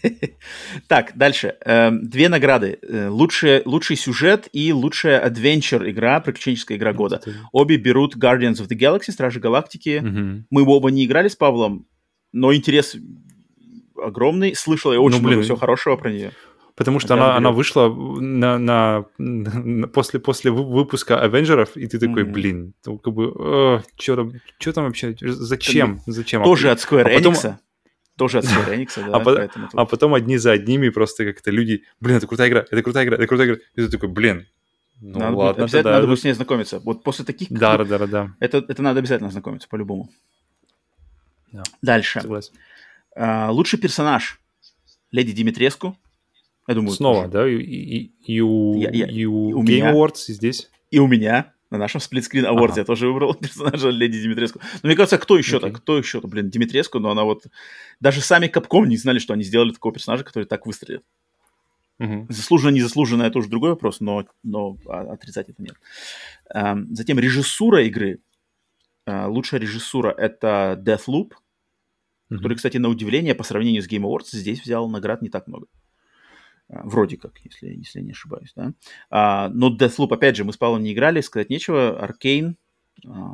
Так, дальше. Две награды. Лучший, лучший сюжет и лучшая адвенчер игра, приключенческая игра года. Обе берут Guardians of the Galaxy, Стражи Галактики. Угу. Мы оба не играли с Павлом, но интерес огромный. Слышал я очень ну, много всего хорошего про нее. Потому что она, она вышла на, на, на, после, после выпуска Авенджеров, и ты такой, mm-hmm. блин, ну, как бы, э, что там, что там вообще, зачем, зачем? Тоже а, от Square а потом... Enix. Тоже от Square Enix, да. А, по... а потом одни за одними просто как-то люди, блин, это крутая игра, это крутая игра, это крутая игра. И ты такой, блин, ну надо ладно. Будет, обязательно тогда... надо будет с ней знакомиться. Вот после таких... Да, да, да, да. Это, это надо обязательно знакомиться, по-любому. Да. Дальше. Согласен. А, лучший персонаж. Леди Димитреску. Я думаю, снова, тоже. Да? И, и, и у, я, я, и у, и у Game меня, Awards и здесь. И у меня. На нашем сплитскрин Awards ага. я тоже выбрал персонажа Леди Димитреску. Но мне кажется, кто еще-то? Okay. Кто еще-то? Блин, Димитреску, но она вот... Даже сами Capcom не знали, что они сделали такого персонажа, который так выстрелит. Uh-huh. Заслуженно, незаслуженно, это уже другой вопрос, но, но отрицать это нет. Um, затем режиссура игры. Uh, лучшая режиссура — это Deathloop, uh-huh. который, кстати, на удивление, по сравнению с Game Awards, здесь взял наград не так много. Вроде как, если, если я не ошибаюсь, да. А, но Deathloop, опять же, мы с Павлом не играли, сказать нечего. Arcane. А...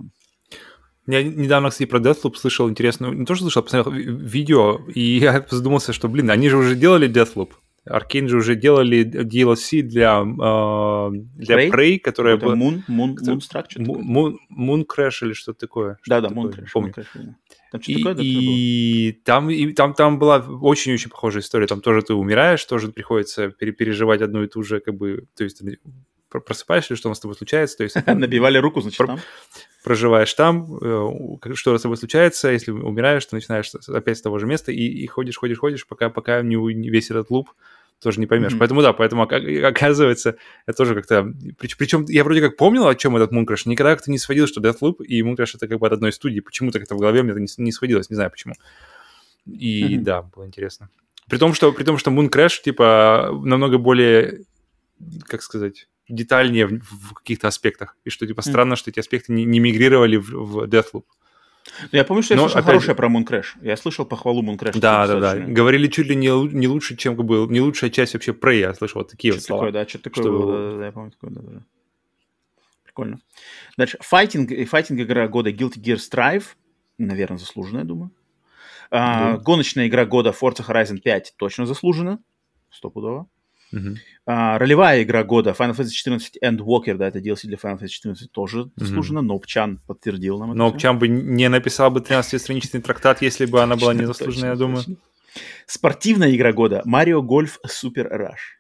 Я недавно, кстати, про Deathloop слышал интересную... Не то, что слышал, посмотрел видео, и я задумался, что, блин, они же уже делали Deathloop. Arcane же уже делали ди эл си для, э, для Prey, Prey которая была... Moon, Moon, Moonstruck, что-то Moon, Moon Crash или что-то такое. Да-да, что Moon Crash. Помню. Moon Crash, там что и, такое, да, и, там, и там, там была очень-очень похожая история. Там тоже ты умираешь, тоже приходится переживать одну и ту же, как бы, то есть просыпаешься, что у нас с тобой случается. То есть, набивали руку, значит, про- там? Проживаешь там, что с тобой случается, если умираешь, ты начинаешь опять с того же места и, и ходишь, ходишь, ходишь, пока, пока не, не весь этот луп тоже не поймешь. Mm-hmm. Поэтому да, поэтому оказывается, это тоже как-то... Причем я вроде как помнил, о чем этот Moon Crash, никогда как-то не сводил, что Deathloop и Moon Crash это как бы от одной студии. Почему-то как-то в голове мне это не, не сводилось, не знаю почему. И mm-hmm. да, было интересно. При том, что, при том, что Moon Crash, типа, намного более, как сказать, детальнее в, в каких-то аспектах. И что, типа, mm-hmm. странно, что эти аспекты не, не мигрировали в, в Deathloop. Я помню, что я Но, слышал хорошее же... про Moon Crash. Я слышал похвалу Moon Crash. Да, да, да. Говорили чуть ли не, не лучше, чем как бы, не лучшая часть вообще Prey. Я слышал вот такие что вот слова. Такое, да, что-то такое что... было. Да, да, да, я помню такое, да, да. Прикольно. Дальше. Файтинг, файтинг игра года Guilty Gear Strive. Наверное, заслуженно, я думаю. А, гоночная игра года Forza Horizon пять. Точно заслуженно. Стопудово. Uh-huh. А, ролевая игра года Final Fantasy четырнадцать Endwalker, да, это ди эл си для Final Fantasy четырнадцать тоже заслуженно, uh-huh. но Пчан подтвердил нам это. Но Пчан бы не написал бы тринадцатистраничный трактат, если бы она была незаслуженная, я думаю. Спортивная игра года Mario Golf Super Rush.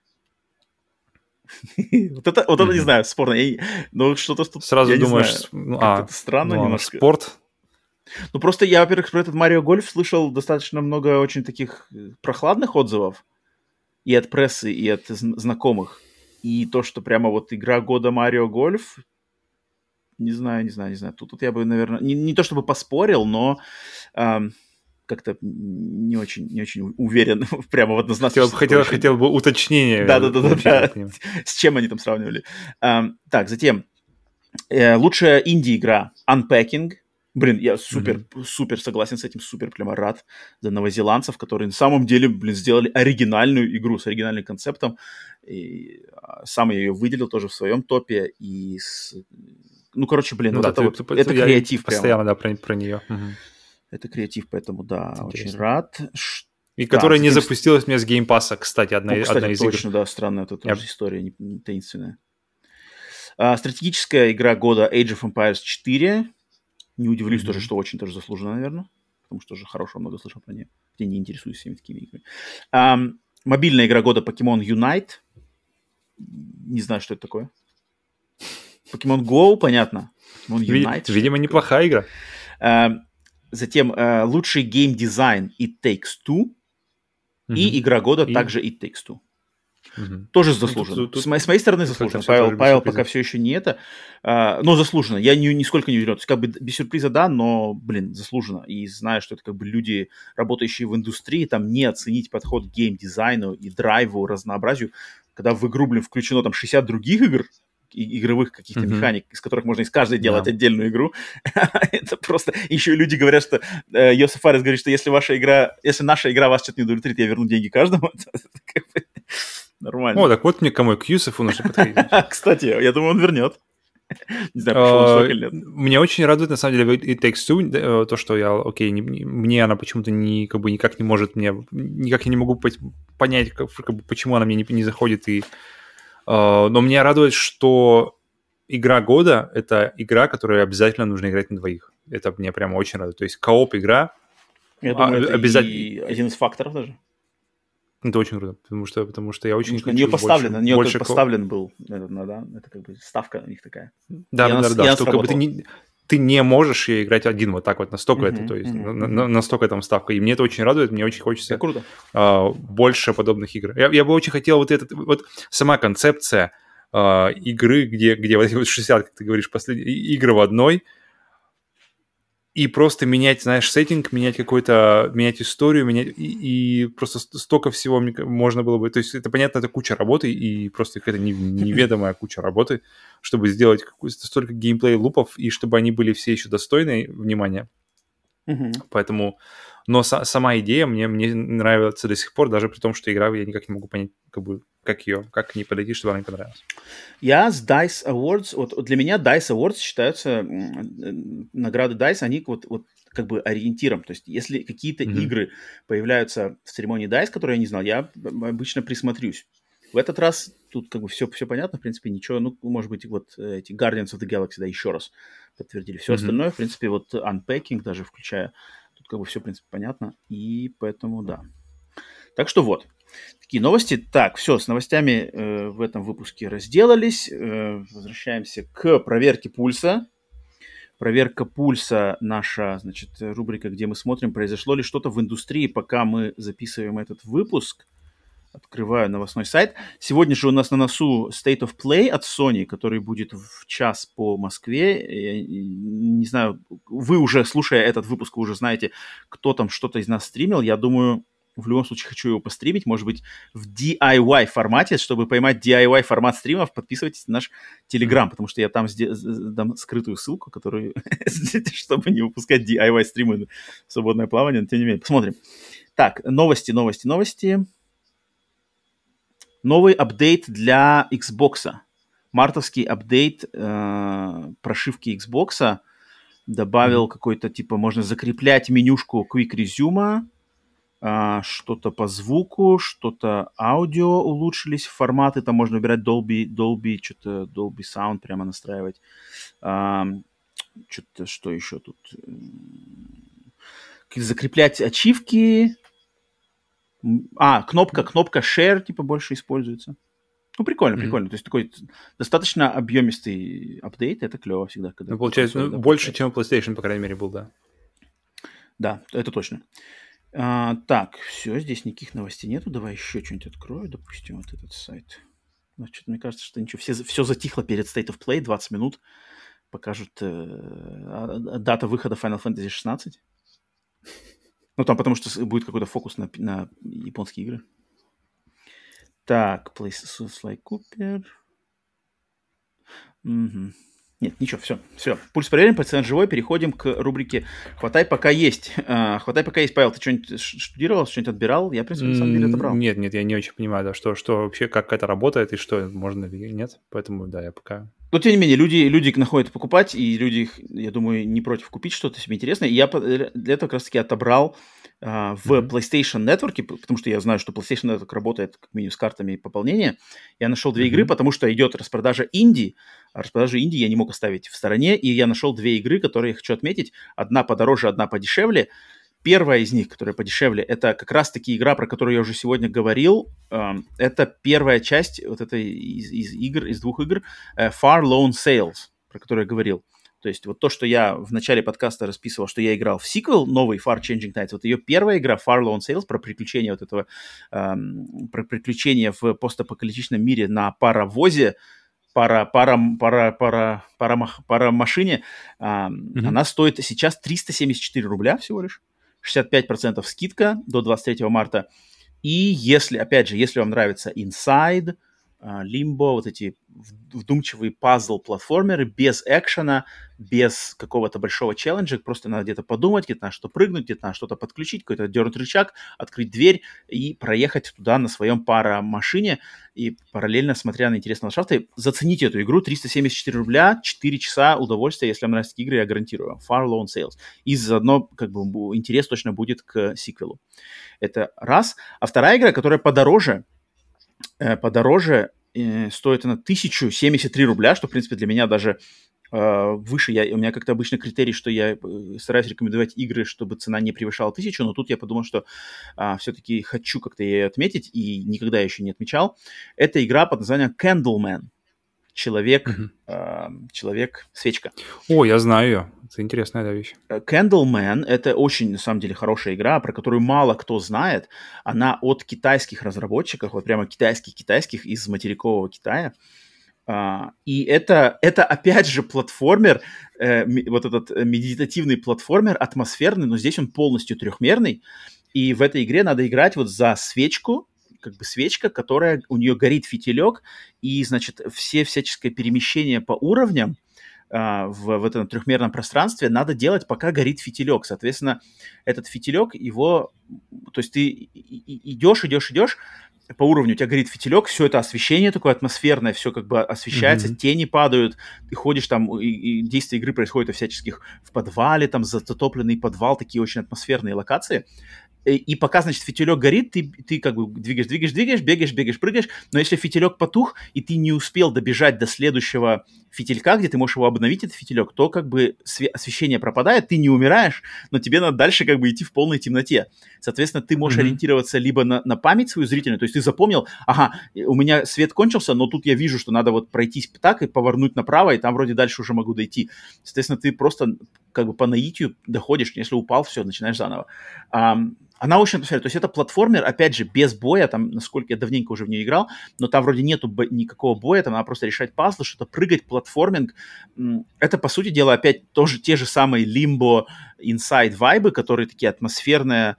Вот это, вот это не знаю, спорно. Но что-то тут... Сразу думаешь... Это странно немножко. Спорт? Ну, просто я, во-первых, про этот Mario Golf слышал достаточно много очень таких прохладных отзывов. И от прессы, и от знакомых. И то, что прямо вот игра года Марио Гольф, не знаю, не знаю, не знаю. Тут, тут я бы, наверное, не, не то чтобы поспорил, но эм, как-то не очень, не очень уверен прямо в однозначности. Хотел, хотел, хотел бы уточнения. Да-да-да. С чем они там сравнивали. Эм, так, затем. Э, лучшая инди-игра Unpacking. Блин, я супер, mm-hmm. супер согласен с этим, супер прямо рад за новозеландцев, которые на самом деле, блин, сделали оригинальную игру с оригинальным концептом. И сам я ее выделил тоже в своем топе. И с... Ну, короче, блин, ну, вот да, это ты, вот, ты, это ты, креатив прямо. Постоянно, да, про, про нее. Угу. Это креатив, поэтому, да, очень рад. И да, которая не затем... запустилась мне с геймпасса, кстати, одна, ну, кстати, одна из точно, игр. Точно, да, странная это тоже я... история, не, не таинственная. А, стратегическая игра года Age of Empires четыре. Не удивлюсь mm-hmm. тоже, что очень тоже заслуженно, наверное, потому что уже хорошо много слышал про нее, хотя не интересуюсь всеми такими играми. А, мобильная игра года Pokemon Unite. Не знаю, что это такое. Pokemon Go, понятно. Pokémon Unite. Видимо, неплохая игра. Uh, затем uh, лучший геймдизайн It Takes Two. Uh-huh. И игра года и... также It Takes Two. Uh-huh. Тоже заслуженно. Тут, тут, с, моей, с моей стороны заслуженно. Павел, Павел пока все еще не это. Uh, но заслуженно. Я ни, нисколько не удивлен. То есть, как бы без сюрприза, да, но, блин, заслуженно. И знаю, что это как бы люди, работающие в индустрии, там не оценить подход к геймдизайну и драйву, разнообразию, когда в игру, блин, включено там шестьдесят других игр, и, игровых каких-то mm-hmm. механик, из которых можно из каждой делать yeah. отдельную игру. Это просто... Еще люди говорят, что... Э, Йосеф Фарес говорит, что если ваша игра... Если наша игра вас что-то не удовлетворит, я верну деньги каждому. Нормально. О, так вот мне кому к Юсефу нужно подходить. Кстати, я думаю, он вернет. Не знаю, пошел он срок или нет. Меня очень радует, на самом деле, It Takes Two, то, что я, окей, не, мне она почему-то не, как бы, никак не может, мне, никак я не могу понять, как, как бы, почему она мне не, не заходит. И, uh, но меня радует, что игра года — это игра, которую обязательно нужно играть на двоих. Это меня прямо очень радует. То есть кооп-игра. Я думаю, а, это обязательно... и один из факторов даже. Это очень круто, потому что, потому что я очень хочу... На нее поставлен, на нее больше поставлен был, это, да, это как бы ставка у них такая. Да, да, да, да, что как бы ты не, ты не можешь ее играть один вот так вот, настолько uh-huh, это, то есть uh-huh, на, на, настолько там ставка. И мне это очень радует, мне очень хочется uh, больше подобных игр. Я, я бы очень хотел вот этот, вот сама концепция uh, игры, где, где вот эти вот шестьдесят, как ты говоришь, последние игры в одной, и просто менять, знаешь, сеттинг, менять какой-то, менять историю, менять, и, и просто столько всего можно было бы... То есть это, понятно, это куча работы, и просто какая-то неведомая куча работы, чтобы сделать столько геймплей-лупов, и чтобы они были все еще достойны внимания. Mm-hmm. Поэтому... Но са- сама идея мне, мне нравится до сих пор, даже при том, что игра, я никак не могу понять, как бы, как ее, как к ней подойти, чтобы она мне понравилась. Я с DICE Awards, вот для меня DICE Awards считаются, награды DICE, они вот, вот как бы ориентиром. То есть если какие-то mm-hmm. игры появляются в церемонии DICE, которые я не знал, я обычно присмотрюсь. В этот раз тут как бы все, все понятно, в принципе, ничего, ну, может быть, вот эти Guardians of the Galaxy, да, еще раз подтвердили. Все mm-hmm. остальное, в принципе, вот Unpacking даже включая, тут как бы все, в принципе, понятно, и поэтому, да. Так что вот, такие новости. Так, все, с новостями э, в этом выпуске разделались. Э, возвращаемся к проверке пульса. Проверка пульса наша, значит, рубрика, где мы смотрим, произошло ли что-то в индустрии, пока мы записываем этот выпуск. Открываю новостной сайт. Сегодня же у нас на носу State of Play от Sony, который будет в час по Москве. Я не знаю, вы уже, слушая этот выпуск, вы уже знаете, кто там что-то из нас стримил. Я думаю, в любом случае хочу его постримить. Может быть, в ди ай вай формате. Чтобы поймать ди ай вай формат стримов, подписывайтесь на наш Telegram, потому что я там дам скрытую ссылку, которую, чтобы не выпускать ди ай вай стримы в свободное плавание. Но тем не менее, посмотрим. Так, новости, новости, новости. Новый апдейт для Xbox. Мартовский апдейт э, прошивки Xbox добавил mm-hmm. какой-то, типа, можно закреплять менюшку Quick Resume, э, что-то по звуку, что-то аудио улучшились, форматы, там можно выбирать Dolby, Dolby, что-то Dolby Sound прямо настраивать. Э, что-то, что еще тут? Закреплять ачивки. А, кнопка, кнопка Share, типа, больше используется. Ну, прикольно, mm-hmm. прикольно. То есть такой достаточно объемистый апдейт, это клево всегда. Когда ну, получается, ну, больше, чем PlayStation, по крайней мере, был, да. Да, это точно. А, так, все, здесь никаких новостей нету. Давай еще что-нибудь открою, допустим, вот этот сайт. Значит, мне кажется, что ничего, все, все затихло перед State of Play, двадцать минут. Покажут э, дата выхода Final Fantasy шестнадцать. Ну, там потому что будет какой-то фокус на, на японские игры. Так, Places like Cooper. Угу. Нет, ничего, все, все. Пульс проверен, пациент живой. Переходим к рубрике «Хватай, пока есть». А, «Хватай, пока есть». Павел, ты что-нибудь штудировал, что-нибудь отбирал? Я, в принципе, на самом деле отобрал. Нет, нет, я не очень понимаю, да, что, что вообще, как это работает и что, можно ли нет. Поэтому, да, я пока... Но, тем не менее, люди, люди находят покупать, и люди, их, я думаю, не против купить что-то себе интересное. И я для этого как раз-таки отобрал а, в mm-hmm. PlayStation Network, потому что я знаю, что PlayStation Network работает как минимум с картами пополнения. Я нашел две mm-hmm. игры, потому что идет распродажа инди. А распродажу инди я не мог оставить в стороне, и я нашел две игры, которые я хочу отметить. Одна подороже, одна подешевле. Первая из них, которая подешевле, это как раз-таки игра, про которую я уже сегодня говорил. Это первая часть вот этой из, из игр, из двух игр Far Lone Sales, про которую я говорил. То есть вот то, что я в начале подкаста расписывал, что я играл в сиквел новый Far Changing Tides, вот ее первая игра Far Lone Sails про приключения вот этого, эм, про приключения в постапокалиптичном мире на паровозе, пара, пара, пара, пара, пара, пара машине, эм, mm-hmm. она стоит сейчас триста семьдесят четыре рубля всего лишь, шестьдесят пять процентов скидка до двадцать третьего марта. И если, опять же, если вам нравится Inside, Limbo, вот эти вдумчивые пазл-платформеры без экшена, без какого-то большого челленджа, просто надо где-то подумать, где-то на что прыгнуть, где-то на что-то подключить, какой-то дернуть рычаг, открыть дверь и проехать туда на своем паромашине и параллельно, смотря на интересные ландшафты, зацените эту игру, триста семьдесят четыре рубля, четыре часа удовольствия, если вам нравятся игры, я гарантирую, Far Lone Sails. И заодно, как бы, интерес точно будет к сиквелу. Это раз. А вторая игра, которая подороже, подороже, э, стоит она тысяча семьдесят три рубля, что, в принципе, для меня даже э, выше. Я, у меня как-то обычно критерий, что я стараюсь рекомендовать игры, чтобы цена не превышала тысячу, но тут я подумал, что э, все-таки хочу как-то ее отметить, и никогда еще не отмечал. Это игра под названием Candleman. Человек, mm-hmm. э, человек-свечка. О, я знаю ее. Это интересная да, вещь. Candleman — это очень, на самом деле, хорошая игра, про которую мало кто знает. Она от китайских разработчиков, вот прямо китайских-китайских из материкового Китая. Uh, и это, это, опять же, платформер, э, вот этот медитативный платформер, атмосферный, но здесь он полностью трехмерный. И в этой игре надо играть вот за свечку, как бы свечка, которая, у нее горит фитилек, и, значит, все всяческое перемещение по уровням uh, в, в этом трехмерном пространстве надо делать, пока горит фитилек. Соответственно, этот фитилек, его... То есть ты идешь, идешь, идешь, по уровню у тебя горит фитилек, все это освещение такое атмосферное, все как бы освещается, mm-hmm. тени падают, ты ходишь там, и, и действие игры происходит у всяческих в подвале, там затопленный подвал, такие очень атмосферные локации. И, и пока, значит, фитилек горит, ты, ты как бы двигаешь, двигаешь, двигаешь, бегаешь, бегаешь, прыгаешь, но если фитилек потух, и ты не успел добежать до следующего фитилька, где ты можешь его обновить, этот фитилек, то как бы све- освещение пропадает, ты не умираешь, но тебе надо дальше как бы идти в полной темноте. Соответственно, ты можешь mm-hmm. ориентироваться либо на, на память свою зрительную, то есть ты запомнил, ага, у меня свет кончился, но тут я вижу, что надо вот пройтись так и повернуть направо, и там вроде дальше уже могу дойти. Соответственно, ты просто как бы по наитию доходишь, если упал, все, начинаешь заново. Um, Она очень атмосферная. То есть это платформер, опять же, без боя, там, насколько я давненько уже в нее играл, но там вроде нету бо- никакого боя, там надо просто решать пазлы, что-то прыгать, платформинг. Это, по сути дела, опять тоже те же самые Limbo, Inside вайбы, которые такие атмосферные,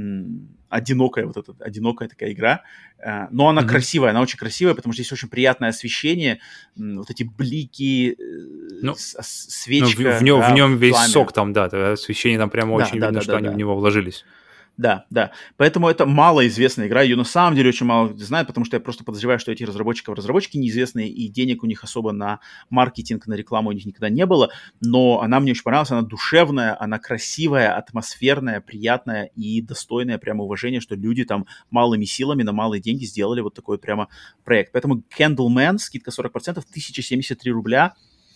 м- одинокая вот эта, одинокая такая игра. Но она mm-hmm. красивая, она очень красивая, потому что здесь очень приятное освещение, вот эти блики, ну, свечка. Ну, в, в, нем, да, в нем весь пламя. Сок там, да, освещение там прямо да, очень да, видно, да, что да, они да. в него вложились. Да, да. Поэтому это малоизвестная игра. Ее на самом деле очень мало знают, потому что я просто подозреваю, что этих разработчиков разработчики неизвестные, и денег у них особо на маркетинг, на рекламу у них никогда не было. Но она мне очень понравилась. Она душевная, она красивая, атмосферная, приятная и достойная прямо уважения, что люди там малыми силами на малые деньги сделали вот такой прямо проект. Поэтому Candleman, скидка сорок процентов, тысяча семьдесят три рубля.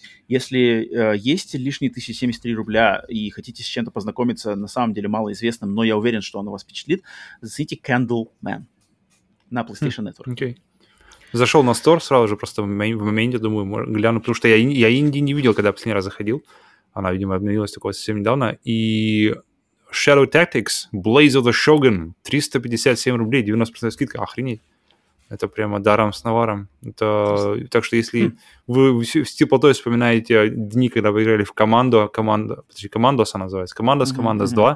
Если э, есть лишние тысяча семьдесят три рубля и хотите с чем-то познакомиться, на самом деле малоизвестным, но я уверен, что оно вас впечатлит, зацените Candleman на PlayStation Network. Окей. Okay. Зашел на стор сразу же, просто в моменте, думаю, гляну, потому что я, я инди не видел, когда последний раз заходил. Она, видимо, обновилась такое совсем недавно. И Shadow Tactics, Blaze of the Shogun, триста пятьдесят семь рублей, девяносто процентов скидка, охренеть. Это прямо даром с наваром. Это... Так что если mm. вы с теплотой вспоминаете дни, когда вы играли в команду, команда, подожди, Командос она называется, Командос, mm-hmm. Командос два,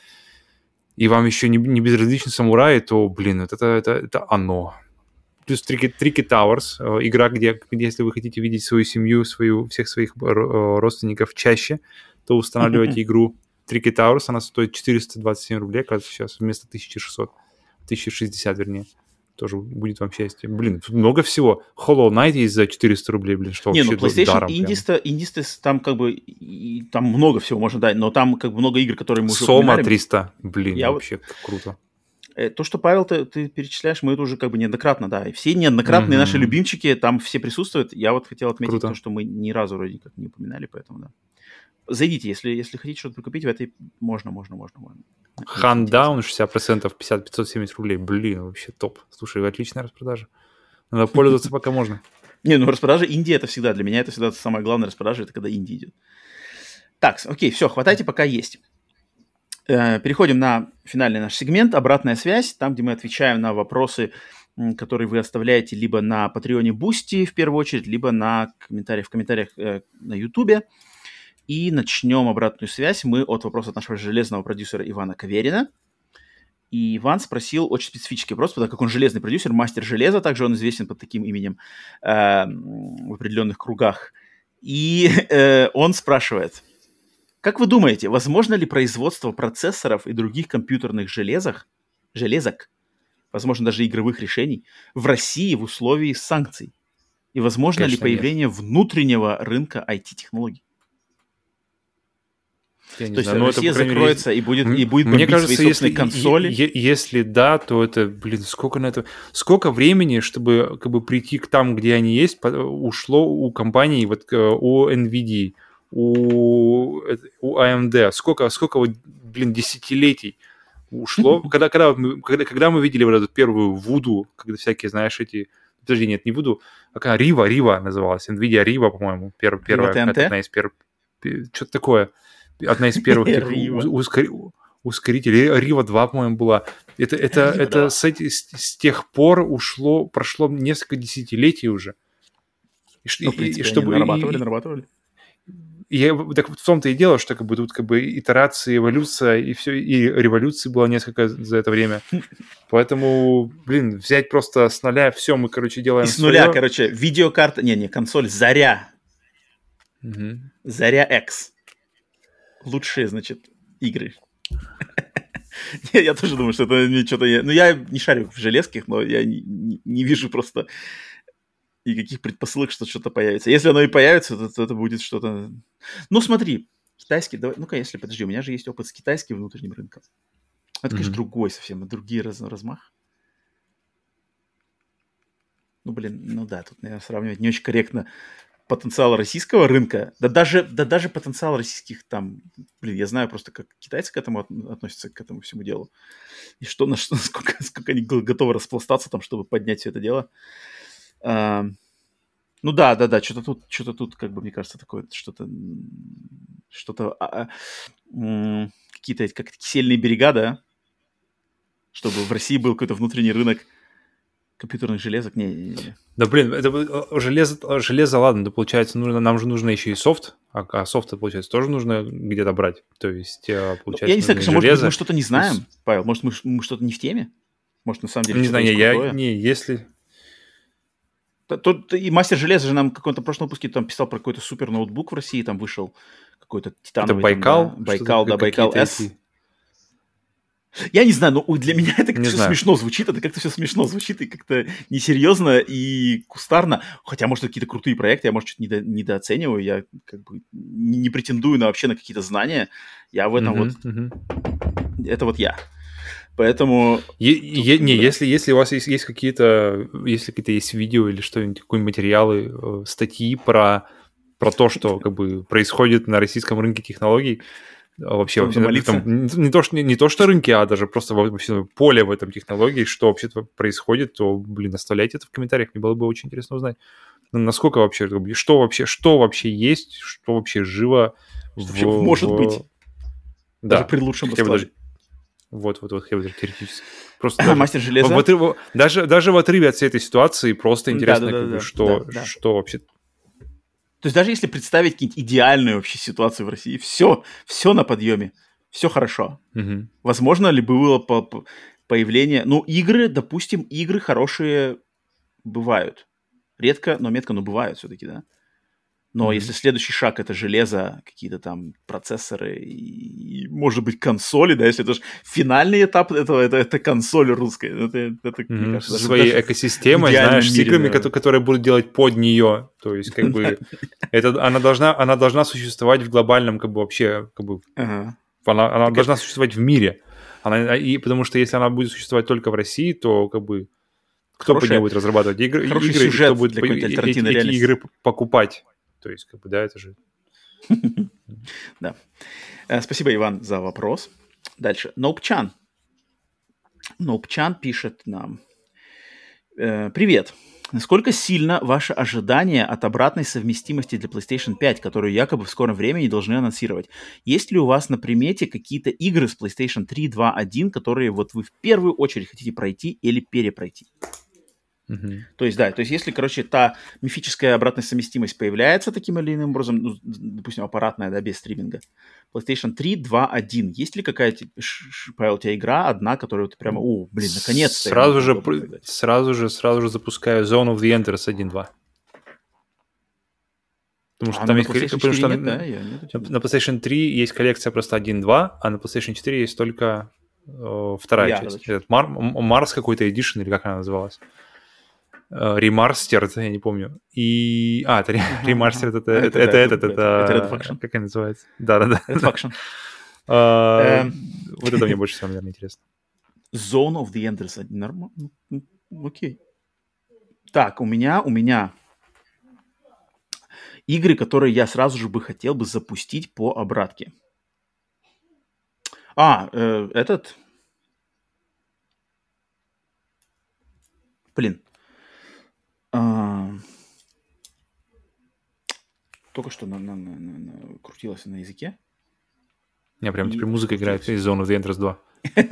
и вам еще не, не безразличны самураи, то, блин, это, это, это оно. Плюс Tricky Towers, игра, где, где, если вы хотите видеть свою семью, свою, всех своих родственников чаще, то устанавливайте игру Tricky Towers, она стоит четыреста двадцать семь рублей, кажется, сейчас, вместо тысяча шестьсот, тысяча шестьдесят, вернее. Тоже будет вам счастье. Блин, много всего. Hollow Knight есть за четыреста рублей, блин, что не, вообще ну, PlayStation даром. PlayStation Indies, там как бы, и, там много всего можно дать, но там как бы много игр, которые мы уже Soma упоминали. триста, блин, Я вообще вот... круто. То, что, Павел, ты, ты перечисляешь, мы это уже как бы неоднократно, да, и все неоднократные mm-hmm. наши любимчики там все присутствуют. Я вот хотел отметить круто. То, что мы ни разу вроде как не упоминали, поэтому, да. Зайдите, если, если хотите что-то прикупить, в этой можно, можно, можно. можно. Хандаун шестьдесят процентов, пятьдесят пятьсот семьдесят рублей. Блин, вообще топ. Слушай, отличная распродажа. Надо пользоваться пока можно. Не, ну распродажа Индии это всегда, для меня это всегда самое главное распродажа, это когда Индия идет. Так, окей, все, хватайте, пока есть. Переходим на финальный наш сегмент «Обратная связь», там, где мы отвечаем на вопросы, которые вы оставляете либо на Патреоне Boosty в первую очередь, либо на комментариях, в комментариях э, на Ютубе. И начнем обратную связь мы от вопроса от нашего железного продюсера Ивана Каверина. И Иван спросил очень специфический вопрос, потому как он железный продюсер, мастер железа, также он известен под таким именем э, в определенных кругах. И э, он спрашивает: как вы думаете, возможно ли производство процессоров и других компьютерных железок, железок, возможно, даже игровых решений, в России в условиях санкций? И возможно Конечно, ли появление нет. внутреннего рынка ай ти-технологий? Я не То знаю, есть Россия это, закроется мере, и будет, и будет мне кажется, свои собственные если, консоли? Е- если да, то это, блин, сколько на это... Сколько времени, чтобы как бы прийти к там, где они есть, ушло у компаний, вот у NVIDIA, у, у эй эм ди, сколько, сколько вот, блин, десятилетий ушло, когда, когда, когда, когда мы видели вот эту первую Voodoo, когда всякие, знаешь, эти... Подожди, нет, не Voodoo, а какая Riva, Riva называлась, NVIDIA Riva, по-моему, пер, первая, одна из первых... Что-то такое. Одна из первых ускор... ускорителей. Riva два, по-моему, была. Это, это, это с, эти, с, с тех пор ушло, прошло несколько десятилетий уже. И, ну, в принципе, и, чтобы, они нарабатывали, и, нарабатывали. И, так в том-то и дело, что как бы тут как бы итерация, эволюция, и все, и революции было несколько за это время. Поэтому, блин, взять просто с нуля все, мы, короче, делаем И с нуля, свое. Короче, видеокарта, не, не, консоль Заря. Угу. Заря X. Лучшие, значит, игры. Я тоже думаю, что это мне что-то... Ну, я не шарю в железках, но я не вижу просто никаких предпосылок, что что-то появится. Если оно и появится, то это будет что-то... Ну, смотри, китайский... Ну-ка, если... Подожди, у меня же есть опыт с китайским внутренним рынком. Это, конечно, другой совсем, другие размах. Ну, блин, ну да, тут, наверное, сравнивать не очень корректно потенциал российского рынка, да даже, да даже потенциал российских там, блин, я знаю просто, как китайцы к этому относятся, к этому всему делу, и что, на что, сколько, сколько они готовы распластаться там, чтобы поднять все это дело. А, ну да, да, да, что-то тут, что-то тут, как бы, мне кажется, такое, что-то, что-то, а, а, какие-то, как кисельные берега, да, чтобы в России был какой-то внутренний рынок компьютерных железок, не, не, не. Да, блин, это железо, железо, ладно, да, получается, нужно, нам же нужно еще и софт, а, а софт, получается, тоже нужно где-то брать, то есть, получается, ну, я не знаю, конечно, может быть, мы что-то не знаем, есть... Павел, может, мы, мы что-то не в теме, может, на самом деле не знаю, я, не, если... Тут и мастер железа же нам в каком-то прошлом выпуске там писал про какой-то супер ноутбук в России, там вышел какой-то титановый... Это Байкал? Там, да, Байкал, да, Байкал S. Я не знаю, но для меня это как-то все знаю. смешно звучит, это как-то все смешно звучит и как-то несерьезно и кустарно. Хотя, может, это какие-то крутые проекты, я, может, что-то недо- недооцениваю, я как бы не, не претендую на вообще на какие-то знания. Я в этом uh-huh, вот... Uh-huh. Это вот я. Поэтому... Е- е- не, если, если у вас есть, есть какие-то... Если какие-то есть видео или что-нибудь, какие-нибудь материалы, э, статьи про, про то, что как бы происходит на российском рынке технологий, вообще, вообще там, не, то, что, не, не то, что рынки, а даже просто вообще поле в этом технологии, что вообще-то происходит, то, блин, оставляйте это в комментариях, мне было бы очень интересно узнать. Насколько вообще, что вообще, что вообще есть, что вообще живо. Что в, вообще может в... быть. Да. Даже при лучшем раскладе. Вот, вот, вот, хотя бы теоретически. Просто а, даже, мастер железа. В отрыв, даже, даже в отрыве от всей этой ситуации просто интересно, да, да, как да, бы, что, да, да. что вообще... То есть даже если представить какие-нибудь идеальные вообще ситуации в России, все, все на подъеме, все хорошо. Угу. Возможно ли было по- по- появление... Ну, игры, допустим, игры хорошие бывают. Редко, но метко, но бывают все-таки, да? Но mm-hmm. если следующий шаг — это железо, какие-то там процессоры и, и может быть, консоли, да, если это же финальный этап этого, это, это консоль русская. Это, это, mm-hmm. мне кажется, своей экосистемой, знаешь, с играми, да. которые будут делать под нее. То есть, как бы, это, она, должна, она должна существовать в глобальном, как бы, вообще, как бы, uh-huh. она, она должна это... существовать в мире. Она, и потому что если она будет существовать только в России, то, как бы, кто Хорошая, под нее будет разрабатывать игры, игры и кто будет для какой-то альтернативной эти, эти игры покупать. То есть, как бы, да, это же... Да. Спасибо, Иван, за вопрос. Дальше. Ноупчан. Ноупчан пишет нам. Привет. Насколько сильно ваше ожидание от обратной совместимости для PlayStation пять, которую якобы в скором времени должны анонсировать? Есть ли у вас на примете какие-то игры с PlayStation три, два, один, которые вот вы в первую очередь хотите пройти или перепройти? Mm-hmm. То есть, да, то есть если, короче, та мифическая обратная совместимость появляется таким или иным образом, ну, допустим, аппаратная, да, без стриминга, PlayStation три, два, один, есть ли какая-то, Павел, у тебя игра одна, которую ты прямо, о, блин, наконец-то. Сразу же, сразу же, сразу же запускаю Zone of the Enders один два. Потому что а там есть коллекция, потому что нет, на, да? Я нет, на PlayStation три есть коллекция просто один два, а на PlayStation четыре есть только э, вторая я, часть. Этот Мар, Марс какой-то Edition, или как она называлась? Ремастерд, я не помню. И... А, это ремастерд, это это это этот, это... Это Red Faction. Как она называется? Да-да-да. Red Faction. Вот это мне больше всего, наверное, интересно. Zone of the Enders. Нормально. Окей. Так, у меня, у меня игры, которые я сразу же бы хотел бы запустить по обратке. А, э, этот... Блин. А... Только что на, на, на, на, на... крутилось на языке. Не, прям теперь музыка играет из Zone of the Enders два.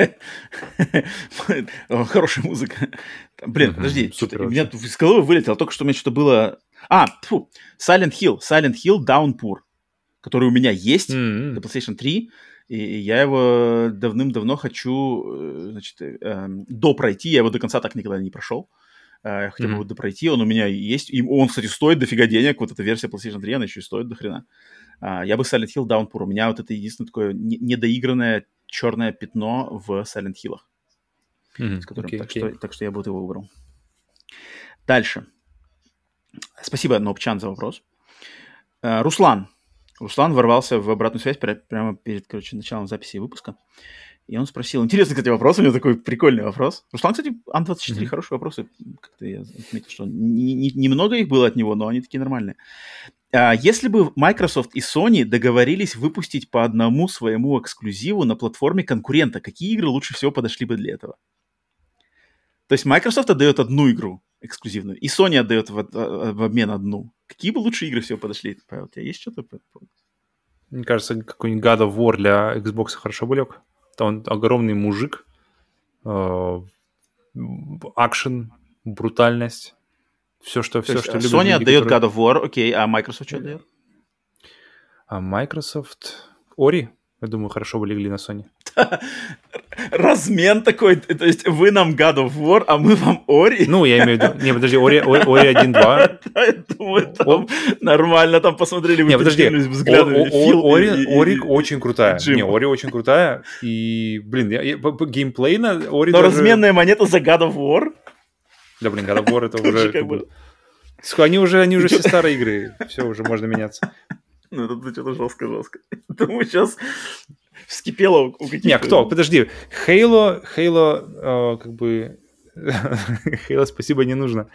Хорошая музыка. Блин, подожди, у меня из головы вылетело. Только что у меня что-то было... А, фу, Silent Hill. Silent Hill Downpour, который у меня есть для PlayStation три. И я его давным-давно хочу, значит, допройти. Я его до конца так никогда не прошел. Я хотел бы его допройти. Он у меня есть. И он, кстати, стоит дофига денег. Вот эта версия PlayStation три, она еще и стоит до хрена. Я бы Silent Hill Downpour. У меня вот это единственное такое недоигранное черное пятно в Silent Hill'ах. Mm-hmm. С которым, okay, так, okay. Что, так что я бы вот его выбрал. Дальше. Спасибо, Нобчан, за вопрос. Uh, Руслан. Руслан ворвался в обратную связь прямо перед, короче, началом записи выпуска. И он спросил... Интересный, кстати, вопрос. У него такой прикольный вопрос. Руслан, кстати, Ан двадцать четыре mm-hmm. хорошие вопросы. Как-то я отметил, что немного их было от него, но они такие нормальные. Если бы Microsoft и Sony договорились выпустить по одному своему эксклюзиву на платформе конкурента, какие игры лучше всего подошли бы для этого? То есть Microsoft отдает одну игру эксклюзивную, и Sony отдает в, в обмен одну. Какие бы лучшие игры всего подошли? Павел, у тебя есть что-то? Мне кажется, какой-нибудь God of War для Xbox хорошо бы лег. Там огромный мужик, акшен, брутальность. Все, что, все, что любят Sony люди, отдает которые... God of War, окей, а Microsoft что отдает? А Microsoft... Ori, я думаю, хорошо бы легли на Sony. Размен такой, то есть вы нам God of War, а мы вам Ori? Ну, я имею в виду... Не, подожди, Ori, Ori один два. Я думаю, там нормально, там посмотрели, вы перекинулись взглядами. Ori очень крутая. Не, Ori очень крутая, и, блин, геймплей на Ori... Но разменная монета за God of War? Да, блин, God of War это уже... Как бы... Они уже, они уже все старые игры. Все, уже можно меняться. Ну, это что-то жестко-жестко. Думаю, сейчас вскипело у каких-то... Не, кто? Подожди. Halo, Halo, э, как бы... Halo спасибо не нужно.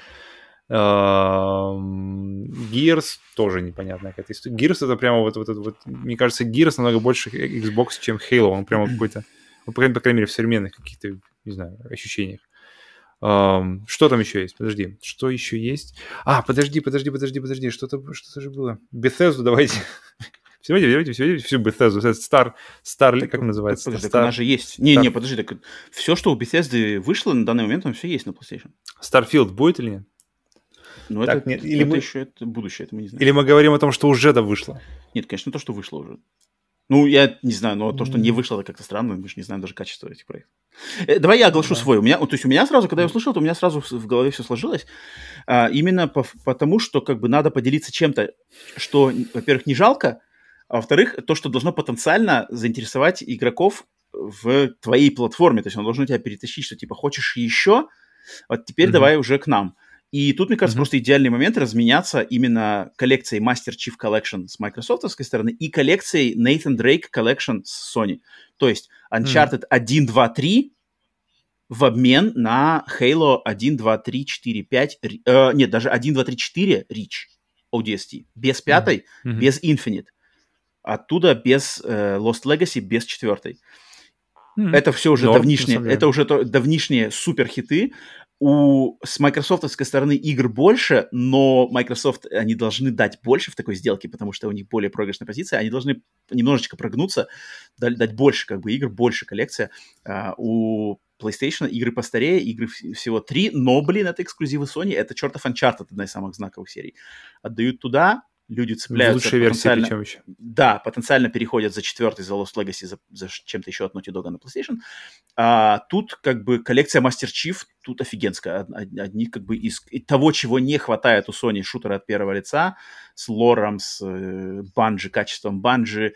Gears тоже непонятная какая-то история. Gears это прямо вот, вот, вот... Мне кажется, Gears намного больше Xbox, чем Halo. Он прямо какой-то... Ну, по крайней мере, в современных каких-то, не знаю, ощущениях. Um, что там еще есть? Подожди. Что еще есть? А, подожди, подожди, подожди, подожди. Что-то, что-то же было. Bethesda, давайте. Все, давайте, все, все Bethesda. Star, Star, как называется? Подожди, Star... она же есть. Не, Star... не, подожди, так все, что у Bethesda вышло на данный момент, там все есть на PlayStation. Starfield будет или нет? Ну, так, это, нет, или это мы... еще это будущее, это мы не знаем. Или мы говорим о том, что уже да вышло? Нет, конечно, то, что вышло уже. Ну, я не знаю, но то, что не вышло, это как-то странно, мы же не знаем даже качество этих проектов. Давай я оглашу да. свой. У меня, то есть у меня сразу, когда я услышал, то у меня сразу в голове все сложилось. А, именно по, потому, что как бы надо поделиться чем-то, что, во-первых, не жалко, а во-вторых, то, что должно потенциально заинтересовать игроков в твоей платформе. То есть он должен тебя перетащить, что типа хочешь еще, вот теперь mm-hmm. давай уже к нам. И тут, мне кажется, mm-hmm. просто идеальный момент разменяться именно коллекцией Master Chief Collection с майкрософтовской стороны и коллекцией Nathan Drake Collection с Sony. То есть Uncharted mm-hmm. один, два, три в обмен на Halo один, два, три, четыре, пять, э, нет, даже один, два, три, четыре Reach о ди эс ти. Без пятой, mm-hmm. без Infinite. Оттуда без э, Lost Legacy, без четвертой. Mm-hmm. Это все уже Норм, давнишние, это уже то, давнишние суперхиты. у, с майкрософтовской стороны игр больше, но Microsoft, они должны дать больше в такой сделке, потому что у них более проигрышная позиция, они должны немножечко прогнуться, дать, дать больше как бы игр, больше коллекция. А, у PlayStation игры постарее, игры всего три, но, блин, это эксклюзивы Sony, это чертов Uncharted, одна из самых знаковых серий. Отдают туда, люди цепляются. В лучшей версии причем еще. Да, потенциально переходят за четвертый, за Lost Legacy, за, за чем-то еще от Naughty Dog на PlayStation. А тут как бы коллекция Master Chief тут офигенская. Одни как бы из того, чего не хватает у Sony, шутера от первого лица, с лором, с банджи, качеством банджи,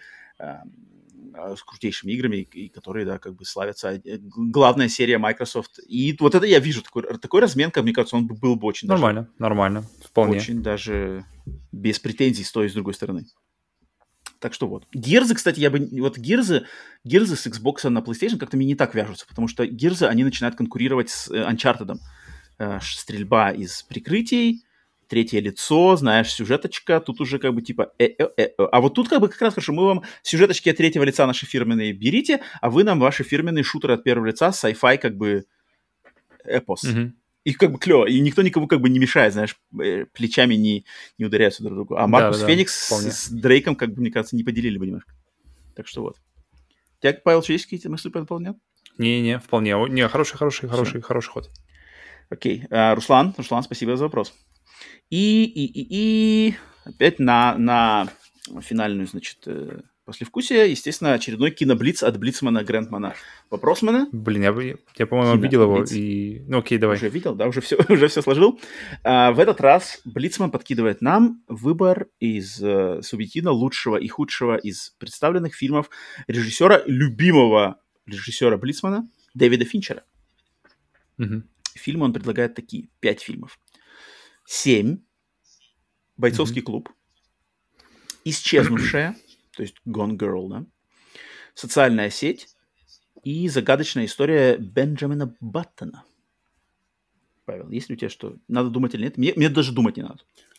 с крутейшими играми, и которые, да, как бы славятся. Главная серия Microsoft. И вот это я вижу, такой, такой размен, как мне кажется, он был бы очень нормально, даже... Нормально, вполне. Очень даже без претензий с той и с другой стороны. Так что вот. Гирзы, кстати, я бы... Вот Гирзы, Гирзы с Xbox на PlayStation как-то мне не так вяжутся, потому что Гирзы, они начинают конкурировать с Uncharted. Стрельба из прикрытий, третье лицо, знаешь, сюжеточка, тут уже как бы типа э-э-э. А вот тут как бы как раз хорошо, мы вам сюжеточки от третьего лица наши фирменные берите, а вы нам ваши фирменные шутеры от первого лица, sci-fi как бы эпос. Mm-hmm. И как бы клево, и никто никому как бы не мешает, знаешь, плечами не, не ударяются друг другу. А Маркус да, Феникс да, с, с Дрейком, как бы, мне кажется, не поделили бы немножко. Так что вот. У тебя, Павел, что есть какие-то мысли по этому поводу? Не-не, вполне. Не, хороший, хороший, хороший, хороший ход. Окей. А, Руслан, Руслан, спасибо за вопрос. И, и, и, и опять на, на финальную, значит, послевкусие, естественно, очередной киноблиц от Блицмана Грентмана Вопросмана. Блин, я, я по-моему, видел его и... Ну, окей, давай. Уже видел, да? Уже все, уже все сложил. А, в этот раз Блицман подкидывает нам выбор из uh, субъективно лучшего и худшего из представленных фильмов режиссера, любимого режиссера Блицмана, Дэвида Финчера. Угу. Фильмы он предлагает такие. Пять фильмов. Семь. Бойцовский mm-hmm. клуб. Исчезнувшая. То есть Gone Girl, да. Социальная сеть. И загадочная история Бенджамина Баттона. Павел, есть ли у тебя что? Надо думать или нет? Мне, мне даже думать не надо.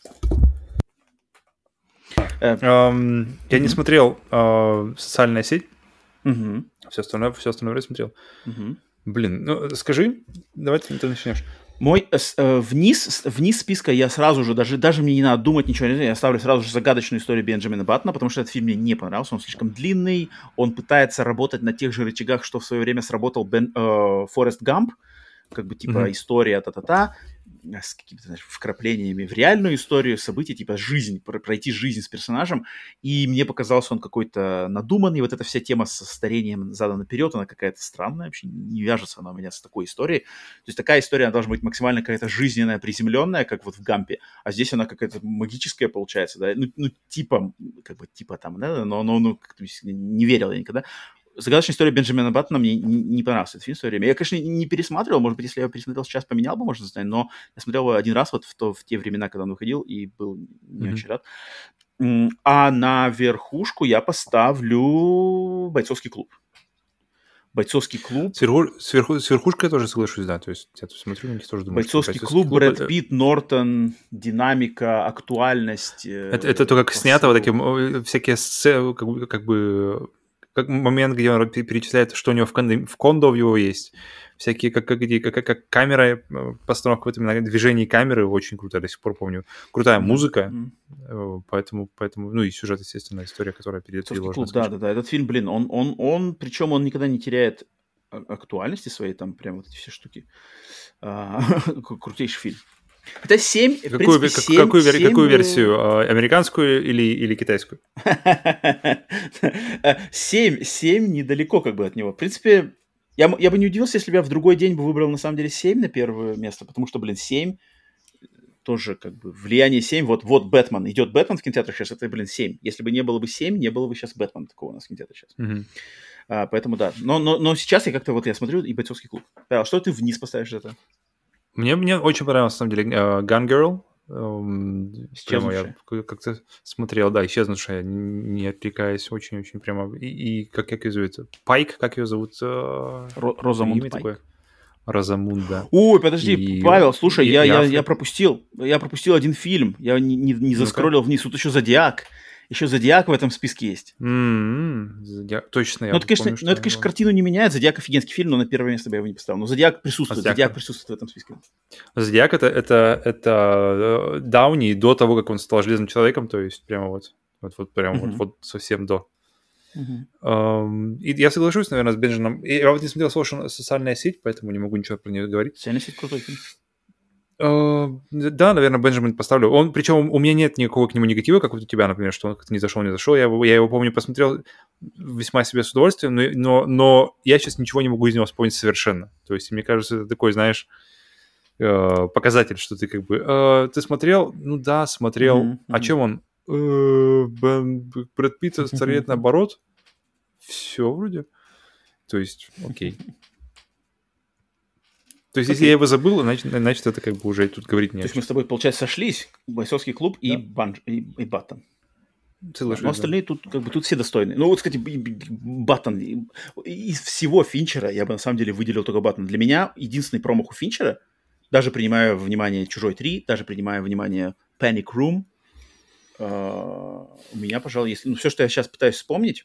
Um, я mm-hmm. не смотрел uh, «Социальная сеть». Mm-hmm. Все остальное, все остальное время смотрел. Mm-hmm. Блин, ну скажи, давай ты, ты начнешь. Мой э, вниз, вниз списка я сразу же, даже, даже мне не надо думать ничего, я ставлю сразу же загадочную историю Бенджамина Баттона, потому что этот фильм мне не понравился, он слишком длинный, он пытается работать на тех же рычагах, что в свое время сработал Бен, э, Форест Гамп, как бы типа mm-hmm. история та-та-та, с какими-то, знаешь, вкраплениями в реальную историю, события, типа жизнь, пройти жизнь с персонажем, и мне показался он какой-то надуманный, вот эта вся тема со старением задом наперед, она какая-то странная, вообще не вяжется она у меня с такой историей, то есть такая история, она должна быть максимально какая-то жизненная, приземленная, как вот в Гампе, а здесь она какая-то магическая получается, да, ну, ну типа, как бы, типа там, да, но, но ну, как-то не верил я никогда. Загадочная история Бенджамина Баттона мне не, не понравился этот фильм в свое время. Я, конечно, не пересматривал, может быть, если я его пересмотрел сейчас, поменял бы, можно знать, но я смотрел его один раз вот в, то, в те времена, когда он выходил, и был не mm-hmm. очень рад. А на верхушку я поставлю «Бойцовский клуб». «Бойцовский клуб». Сверху, сверху, с верхушкой я тоже соглашусь, да, то есть я тут смотрю, я тоже думаю, «Бойцовский, бойцовский клуб», клуб, Брэд Питт, Нортон, динамика, актуальность. Это, это то, как посыл. Снято, вот такие всякие сцены, как бы... Как бы... как момент, где он перечисляет, что у него в кондо, в кондо у него есть. Всякие, как, как, как, как камера, постановка в этом движении камеры, очень круто, я до сих пор помню. Крутая mm-hmm. музыка, mm-hmm. поэтому, поэтому, ну и сюжет, естественно, история, которая перед этим вложена. Да, да, да, этот фильм, блин, он, он, он, причем он никогда не теряет актуальности своей, там прям вот эти все штуки. А, крутейший фильм. Это семь, какую, в принципе, семь, какую, семь... какую версию? Американскую или, или китайскую? семь, семь недалеко как бы от него. В принципе, я, я бы не удивился, если бы я в другой день бы выбрал, на самом деле, семь на первое место, потому что, блин, семь тоже как бы влияние семь. Вот, вот Бэтмен. Идет Бэтмен в кинотеатрах сейчас, это, блин, семь. Если бы не было бы семь, не было бы сейчас Бэтмена такого у нас в кинотеатрах сейчас. Mm-hmm. А, поэтому да. Но, но, но сейчас я как-то вот я смотрю и «Бойцовский клуб». А что ты вниз поставишь это? Мне, мне очень понравился, на самом деле, uh, Gone Girl. Um, прямо я как-то смотрел, да, «Исчезнувшая», не отвлекаясь, очень-очень прямо. И, и как, как ее зовут? Пайк, как ее зовут? Uh, Розамунд Пайк. Такое? Розамунд, да. Ой, подожди, и, Павел, слушай, и, я, и я, я пропустил, я пропустил один фильм, я не, не, не заскроллил вниз, тут еще «Зодиак». Еще Зодиак в этом списке есть. Mm-hmm. Зодиак. Точно, я ну, это, конечно, помню, ну, это, конечно, картину не меняет. Зодиак офигенский фильм, но на первое место бы я его не поставил. Но Зодиак присутствует. А Зодиак, Зодиак присутствует в этом списке. Зодиак это, это, это Дауни до того, как он стал Железным Человеком, то есть прямо вот, вот, вот прямо mm-hmm. вот, вот совсем до. Uh-huh. Um, и я соглашусь, наверное, с Бенджином. Я вот не смотрел social, «Социальная сеть», поэтому не могу ничего про нее говорить. «Социальная сеть» крутой фильм. Uh, да, наверное, Бенджамин поставлю. Он, причем у меня нет никакого к нему негатива, как вот у тебя, например, что он как-то не зашел, не зашел. Я его, я его помню, посмотрел весьма себе с удовольствием, но, но, но я сейчас ничего не могу из него вспомнить совершенно. То есть, мне кажется, это такой, знаешь, uh, показатель, что ты как бы... Uh, ты смотрел? Ну да, смотрел. Mm-hmm. О чем он? Uh, Брэд Питт стареет наоборот. Все вроде. То есть, окей. То есть, okay. если я его забыл, значит, значит, это как бы уже тут говорить не о чем. То есть мы с тобой, получается, сошлись, бойцовский клуб да. и, банж, и, и Баттон. Да, но остальные тут как бы тут все достойны. Ну вот, кстати, Баттон. Из всего Финчера я бы на самом деле выделил только Баттон. Для меня единственный промах у Финчера, даже принимая во внимание «Чужой три», даже принимая во внимание «Panic Room», uh, у меня, пожалуй, если... Ну, все, что я сейчас пытаюсь вспомнить,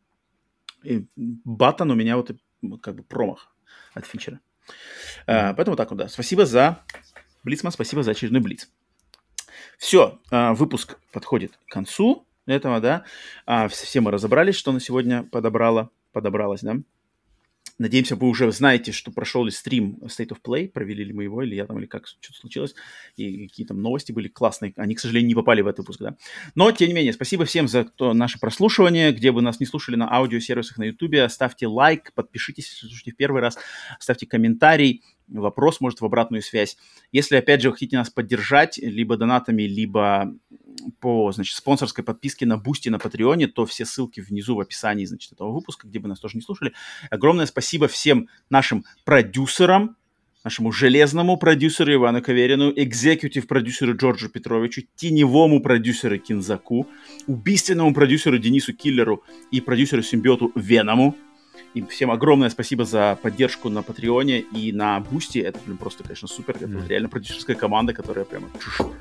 Баттон у меня вот как бы промах от Финчера. Uh, поэтому так вот, да. Спасибо за Блицман, спасибо за очередной Блиц. Все, uh, выпуск подходит к концу этого, да. Uh, все мы разобрались, что на сегодня подобрало, подобралось, да. Надеемся, вы уже знаете, что прошел ли стрим State of Play, провели ли мы его, или я там, или как, что-то случилось, и какие там новости были классные. Они, к сожалению, не попали в этот выпуск, да. Но, тем не менее, спасибо всем за то, наше прослушивание. Где бы нас не слушали на аудиосервисах на Ютубе, ставьте лайк, подпишитесь, если слушаете в первый раз, ставьте комментарий, вопрос, может, в обратную связь. Если, опять же, вы хотите нас поддержать либо донатами, либо по, значит, спонсорской подписке на Бусти, на Патреоне, то все ссылки внизу в описании, значит, этого выпуска, где бы нас тоже не слушали. Огромное спасибо всем нашим продюсерам, нашему железному продюсеру Ивану Каверину, экзекьютив-продюсеру Джорджу Петровичу, теневому продюсеру Кинзаку, убийственному продюсеру Денису Киллеру и продюсеру-симбиоту Веному. И всем огромное спасибо за поддержку на Патреоне и на Бусти. Это, блин, просто, конечно, супер. Это mm. реально продюсерская команда, которая прямо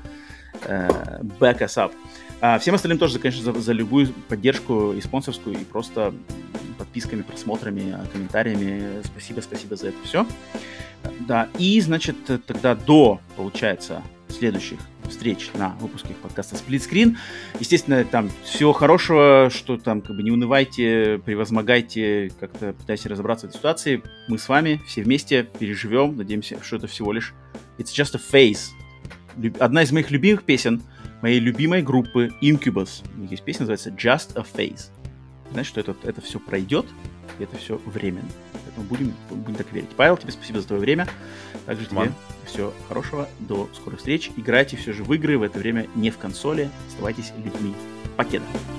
uh, back us up. Uh, всем остальным тоже, конечно, за, за любую поддержку и спонсорскую, и просто подписками, просмотрами, комментариями. Спасибо, спасибо за это все. Да, и, значит, тогда до, получается, следующих встреч на выпуске подкаста «Сплитскрин». Естественно, там всего хорошего, что там как бы не унывайте, превозмогайте, как-то пытайтесь разобраться в этой ситуации. Мы с вами все вместе переживем. Надеемся, что это всего лишь «It's just a phase». Одна из моих любимых песен моей любимой группы Incubus. У них есть песня, называется «Just a phase». Знаешь, что это, это все пройдет, и это все временно. Поэтому будем, будем так верить. Павел, тебе спасибо за твое время. Также тебе Ман. всего хорошего. До скорых встреч. Играйте все же в игры. В это время не в консоли. Оставайтесь людьми. Покеда.